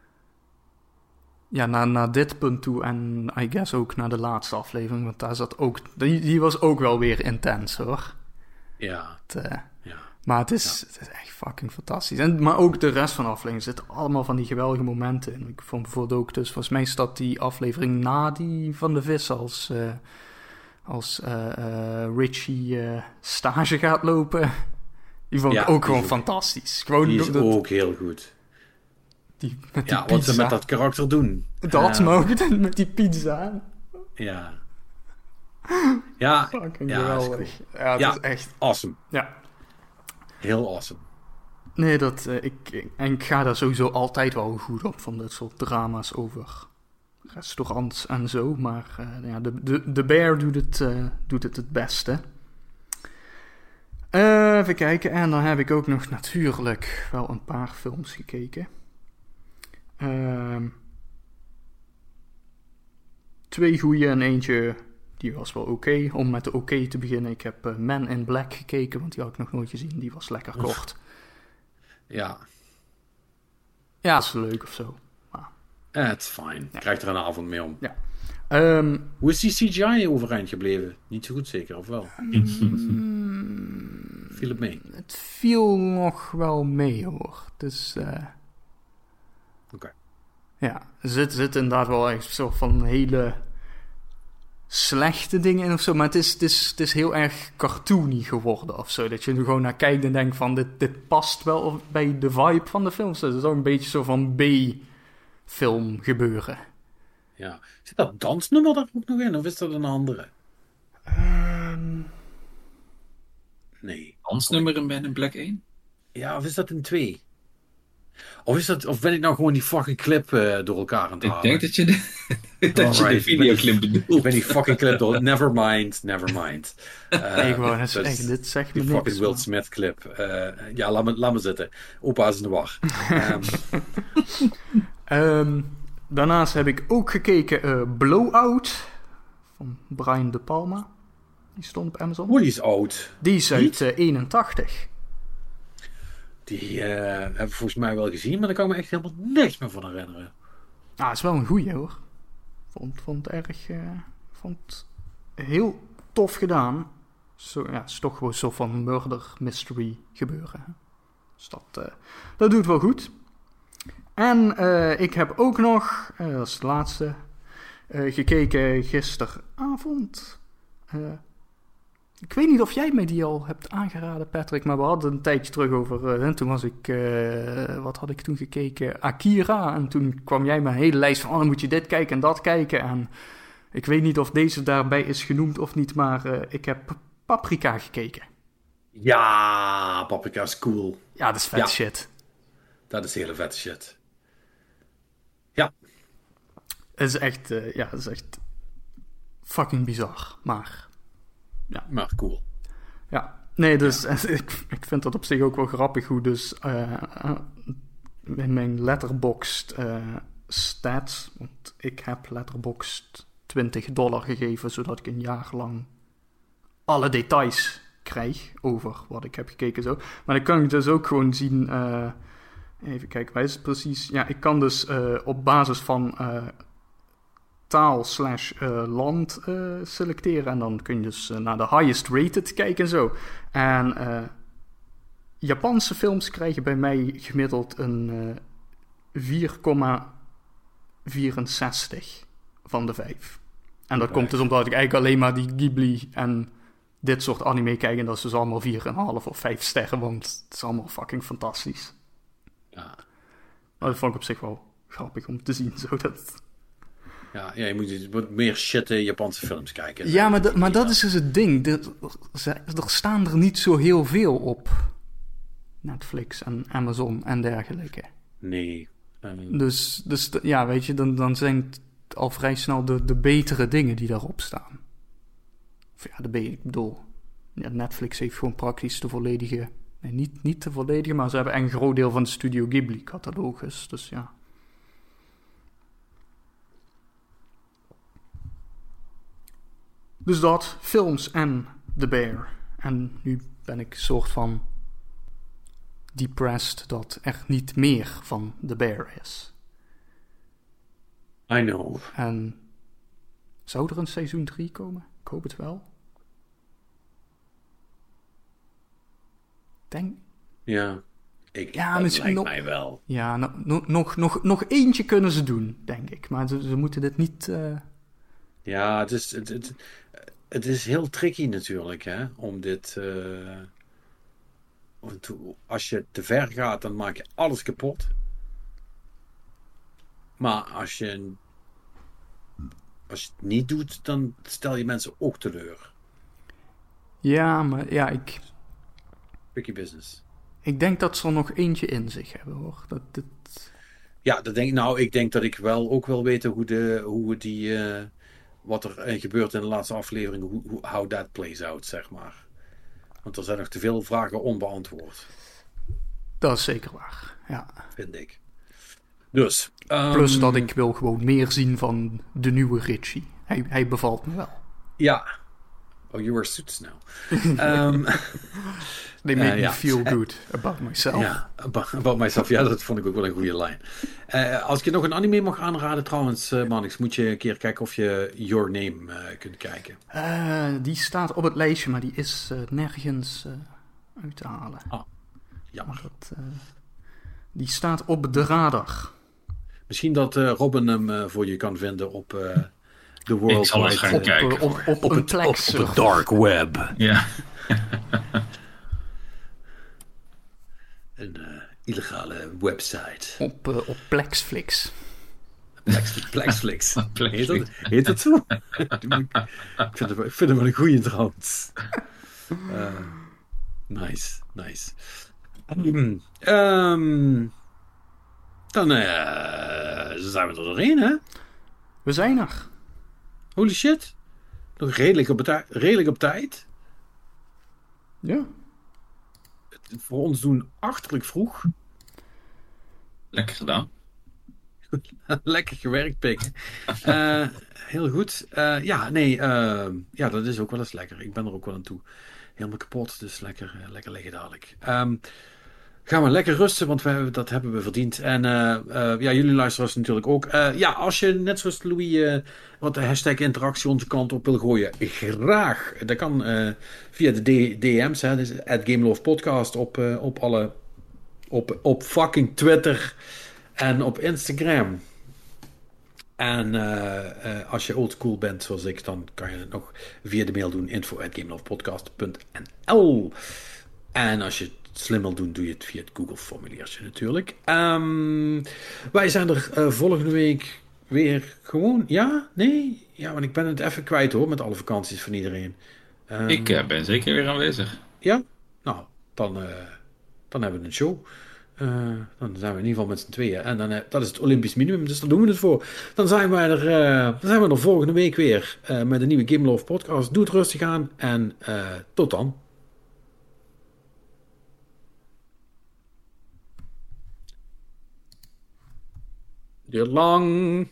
Ja, naar, naar dit punt toe. En I guess ook naar de laatste aflevering. Want daar zat ook... Die, die was ook wel weer intens, hoor. Ja, Het, uh, ja. maar het is, het is echt fucking fantastisch. En, maar ook de rest van de aflevering zitten allemaal van die geweldige momenten in. Ik vond bijvoorbeeld ook, dus volgens mij is dat die aflevering na die van de vis, als, uh, als uh, uh, Richie uh, stage gaat lopen. Die vond Ja, ik ook die gewoon is ook- fantastisch. Gewoon Die is dat, ook heel goed. die, met die Ja, wat ze pizza. met dat karakter doen. Dat Uh, maar ook met die pizza. Ja. Ja, Fucking ja, is geweldig. Ja, het Ja. is echt... awesome. Ja. Heel awesome. Nee, dat, uh, ik, ik, en ik ga daar sowieso altijd wel goed op, van dit soort drama's over restaurants en zo. Maar uh, ja, de, de, de Bear doet het, uh, doet het het beste. Uh, even kijken, en dan heb ik ook nog natuurlijk wel een paar films gekeken. Uh, twee goeie en eentje, die was wel oké. Okay. Om met de oké okay te beginnen, ik heb uh, Man in Black gekeken, want die had ik nog nooit gezien. Die was lekker kort. Ja, Ja, dat is leuk of zo. eh, it's fine. Ja. Krijg er een avond mee om. Ja. Um, Hoe is die C G I overeind gebleven? Niet zo goed zeker, of wel? Viel het mee? het viel nog wel mee, hoor. Dus, uh, Oké. Okay. ja, er zit, zit inderdaad wel echt een soort van hele slechte dingen in of zo. Maar het is, het is, het is heel erg cartoony geworden of zo. Dat je er gewoon naar kijkt en denkt van, dit, dit past wel bij de vibe van de film. Dus het is ook een beetje zo van B-film gebeuren. Ja. Zit dat dansnummer daar ook nog in? Of is dat een andere? Um, Nee. Dansnummer in Man in Black één? Ja, of is dat een twee? Of, is dat, of ben ik nou gewoon die fucking clip uh, door elkaar aan het halen? Ik denk dat je de, dat je de videoclip bedoelt. Ik ben die fucking clip door... Never mind, never mind. Uh, ik wou net zeggen, dit zegt me die niks. fucking Will Smith clip. Uh, ja, laat me, laat me zitten. Opa is in de war. um. um, daarnaast heb ik ook gekeken uh, Blowout van Brian De Palma. Die stond op Amazon. Oh, die is oud. Die is uit uh, eenentachtig. Die uh, heb ik volgens mij wel gezien, maar daar kan ik me echt helemaal niks meer van herinneren. Ah, het is wel een goeie hoor. Vond, vond het erg... Uh, vond het heel tof gedaan. Zo, ja, het is toch gewoon zo van murder mystery gebeuren. Hè? Dus dat, uh, dat doet wel goed. En uh, ik heb ook nog, uh, dat is de laatste, uh, gekeken gisteravond. Uh, ik weet niet of jij mij die al hebt aangeraden, Patrick, maar we hadden een tijdje terug over... Uh, en toen was ik... Uh, wat had ik toen gekeken? Akira. En toen kwam jij met een hele lijst van... Oh, dan moet je dit kijken en dat kijken. En ik weet niet of deze daarbij is genoemd of niet, maar uh, ik heb Paprika gekeken. Ja, Paprika is cool. Ja, dat is vet ja. shit. Dat is hele vette shit. Ja. Het is echt... Uh, ja, het is echt... fucking bizar, maar... Ja. Maar cool. Ja, nee, dus ja. ik, ik vind dat op zich ook wel grappig hoe dus uh, uh, in mijn Letterboxd uh, stats, want ik heb Letterboxd twintig dollar gegeven, zodat ik een jaar lang alle details krijg over wat ik heb gekeken zo. Maar dan kan ik dus ook gewoon zien, uh, even kijken, waar is het precies? Ja, ik kan dus uh, op basis van... Uh, taal slash uh, land uh, selecteren. En dan kun je dus uh, naar de highest rated kijken en zo. En uh, Japanse films krijgen bij mij gemiddeld een uh, vier komma vierenzestig van de vijf. En dat okay. komt dus omdat ik eigenlijk alleen maar die Ghibli en dit soort anime kijk. En dat is dus allemaal vier komma vijf of vijf sterren. Want het is allemaal fucking fantastisch. Ja. Maar dat vond ik op zich wel grappig om te zien. Zo dat... Ja, ja, je moet wat meer shitte Japanse films kijken. Ja, maar, d- maar dat is dus het ding. Er, er staan er niet zo heel veel op Netflix en Amazon en dergelijke. Nee. Um... Dus, dus ja, weet je, dan, dan zijn het al vrij snel de, de betere dingen die daarop staan. Of ja, de be- ik bedoel, ja, Netflix heeft gewoon praktisch de volledige... Nee, niet, niet de volledige, maar ze hebben een groot deel van de Studio Ghibli-catalogus. Dus ja. Dus dat, films en The Bear. En nu ben ik soort van depressed dat er niet meer van The Bear is. I know. En zou er een seizoen drie komen? Ik hoop het wel. Denk... Ja, ik, ja dat misschien lijkt nog... mij wel. Ja, no, no, nog, nog, nog eentje kunnen ze doen, denk ik. Maar ze, ze moeten dit niet... Uh... Ja, het is... Het, het, Het is heel tricky natuurlijk, hè, om dit... Uh, als je te ver gaat, dan maak je alles kapot. Maar als je... Als je het niet doet, dan stel je mensen ook teleur. Ja, maar ja, ik... Tricky business. Ik denk dat ze er nog eentje in zich hebben, hoor. Dat, dat... Ja, dat denk, nou, ik denk dat ik wel ook wil weten hoe, de, hoe die... Uh, wat er uh, gebeurt in de laatste aflevering, hoe, hoe, how that plays out, zeg maar. Want er zijn nog te veel vragen onbeantwoord. Dat is zeker waar, ja. Vind ik. Dus. Um, Plus dat ik wil gewoon meer zien van de nieuwe Richie. Hij, hij bevalt me wel. Ja. Oh, you wear suits now. um, They make uh, me ja. feel good about myself. Ja, about, about myself. Ja, dat vond ik ook wel een goede lijn. Uh, als ik je nog een anime mag aanraden trouwens, uh, Manix, moet je een keer kijken of je Your Name uh, kunt kijken. Uh, die staat op het lijstje, maar die is uh, nergens uh, uit te halen. Ah, jammer. Dat, uh, die staat op de radar. Misschien dat uh, Robin hem uh, voor je kan vinden op uh, de World Ik zal eens gaan op, kijken. Op, op, op, op, een het, plek op, op het dark web. Ja. Een uh, illegale website. Op, uh, op Plexflix. Plex, Plexflix. Heet dat, heet dat zo? ik, vind het, ik vind het wel een goeie trouwens. Uh, nice, nice. Um, um, Dan uh, zijn we er doorheen, hè? We zijn er. Holy shit. Nog redelijk op, tij- redelijk op tijd. Ja. Voor ons doen achterlijk vroeg. Lekker gedaan. Lekker gewerkt, Pik. Uh, heel goed. Uh, ja, nee. Uh, ja, dat is ook wel eens lekker. Ik ben er ook wel aan toe. Helemaal kapot. Dus lekker, uh, lekker liggen dadelijk. Um, gaan we lekker rusten, want we, dat hebben we verdiend. En uh, uh, ja, jullie luisteraars natuurlijk ook. Uh, ja, als je net zoals Louis uh, wat de hashtag interactie onze kant op wil gooien, graag. Dat kan uh, via de D- DM's, hè, dus at GameLovePodcast op, uh, op alle, op, op fucking Twitter en op Instagram. En uh, uh, als je oldschool bent zoals ik, dan kan je het nog via de mail doen, info at gamelovepodcast punt n l. En als je het slim wil doen, doe je het via het Google-formuliertje natuurlijk. Um, wij zijn er uh, volgende week weer gewoon. Ja? Nee? Ja, want ik ben het even kwijt hoor, met alle vakanties van iedereen. Um, ik uh, ben zeker weer aanwezig. Ja? Nou, dan, uh, dan hebben we een show. Uh, dan zijn we in ieder geval met z'n tweeën. En dan, uh, dat is het Olympisch minimum, dus daar doen we het voor. Dan zijn wij er, uh, dan zijn we er volgende week weer uh, met een nieuwe Game Love podcast. Doe het rustig aan en uh, tot dan. Duurt lang.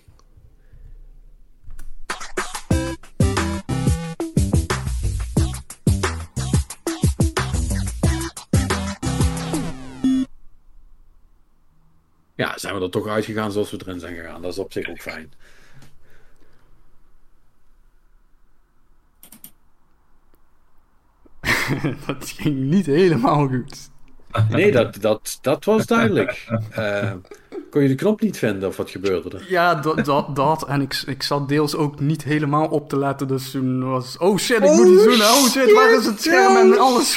Ja, zijn we er toch uitgegaan zoals we erin zijn gegaan. Dat is op zich ook fijn. Dat ging niet helemaal goed. Nee, dat, dat, dat was duidelijk. Uh, kon je de knop niet vinden of wat gebeurde er? Ja, dat, dat, dat. En ik, ik zat deels ook niet helemaal op te letten. Dus toen was... Oh shit, ik oh, moet iets doen. Oh shit, waar is het scherm en alles?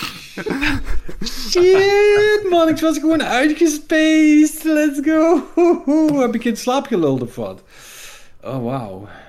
Shit, man. Ik was gewoon uitgespaced. Let's go. Heb ik in slaap geluld of wat? Oh, wauw.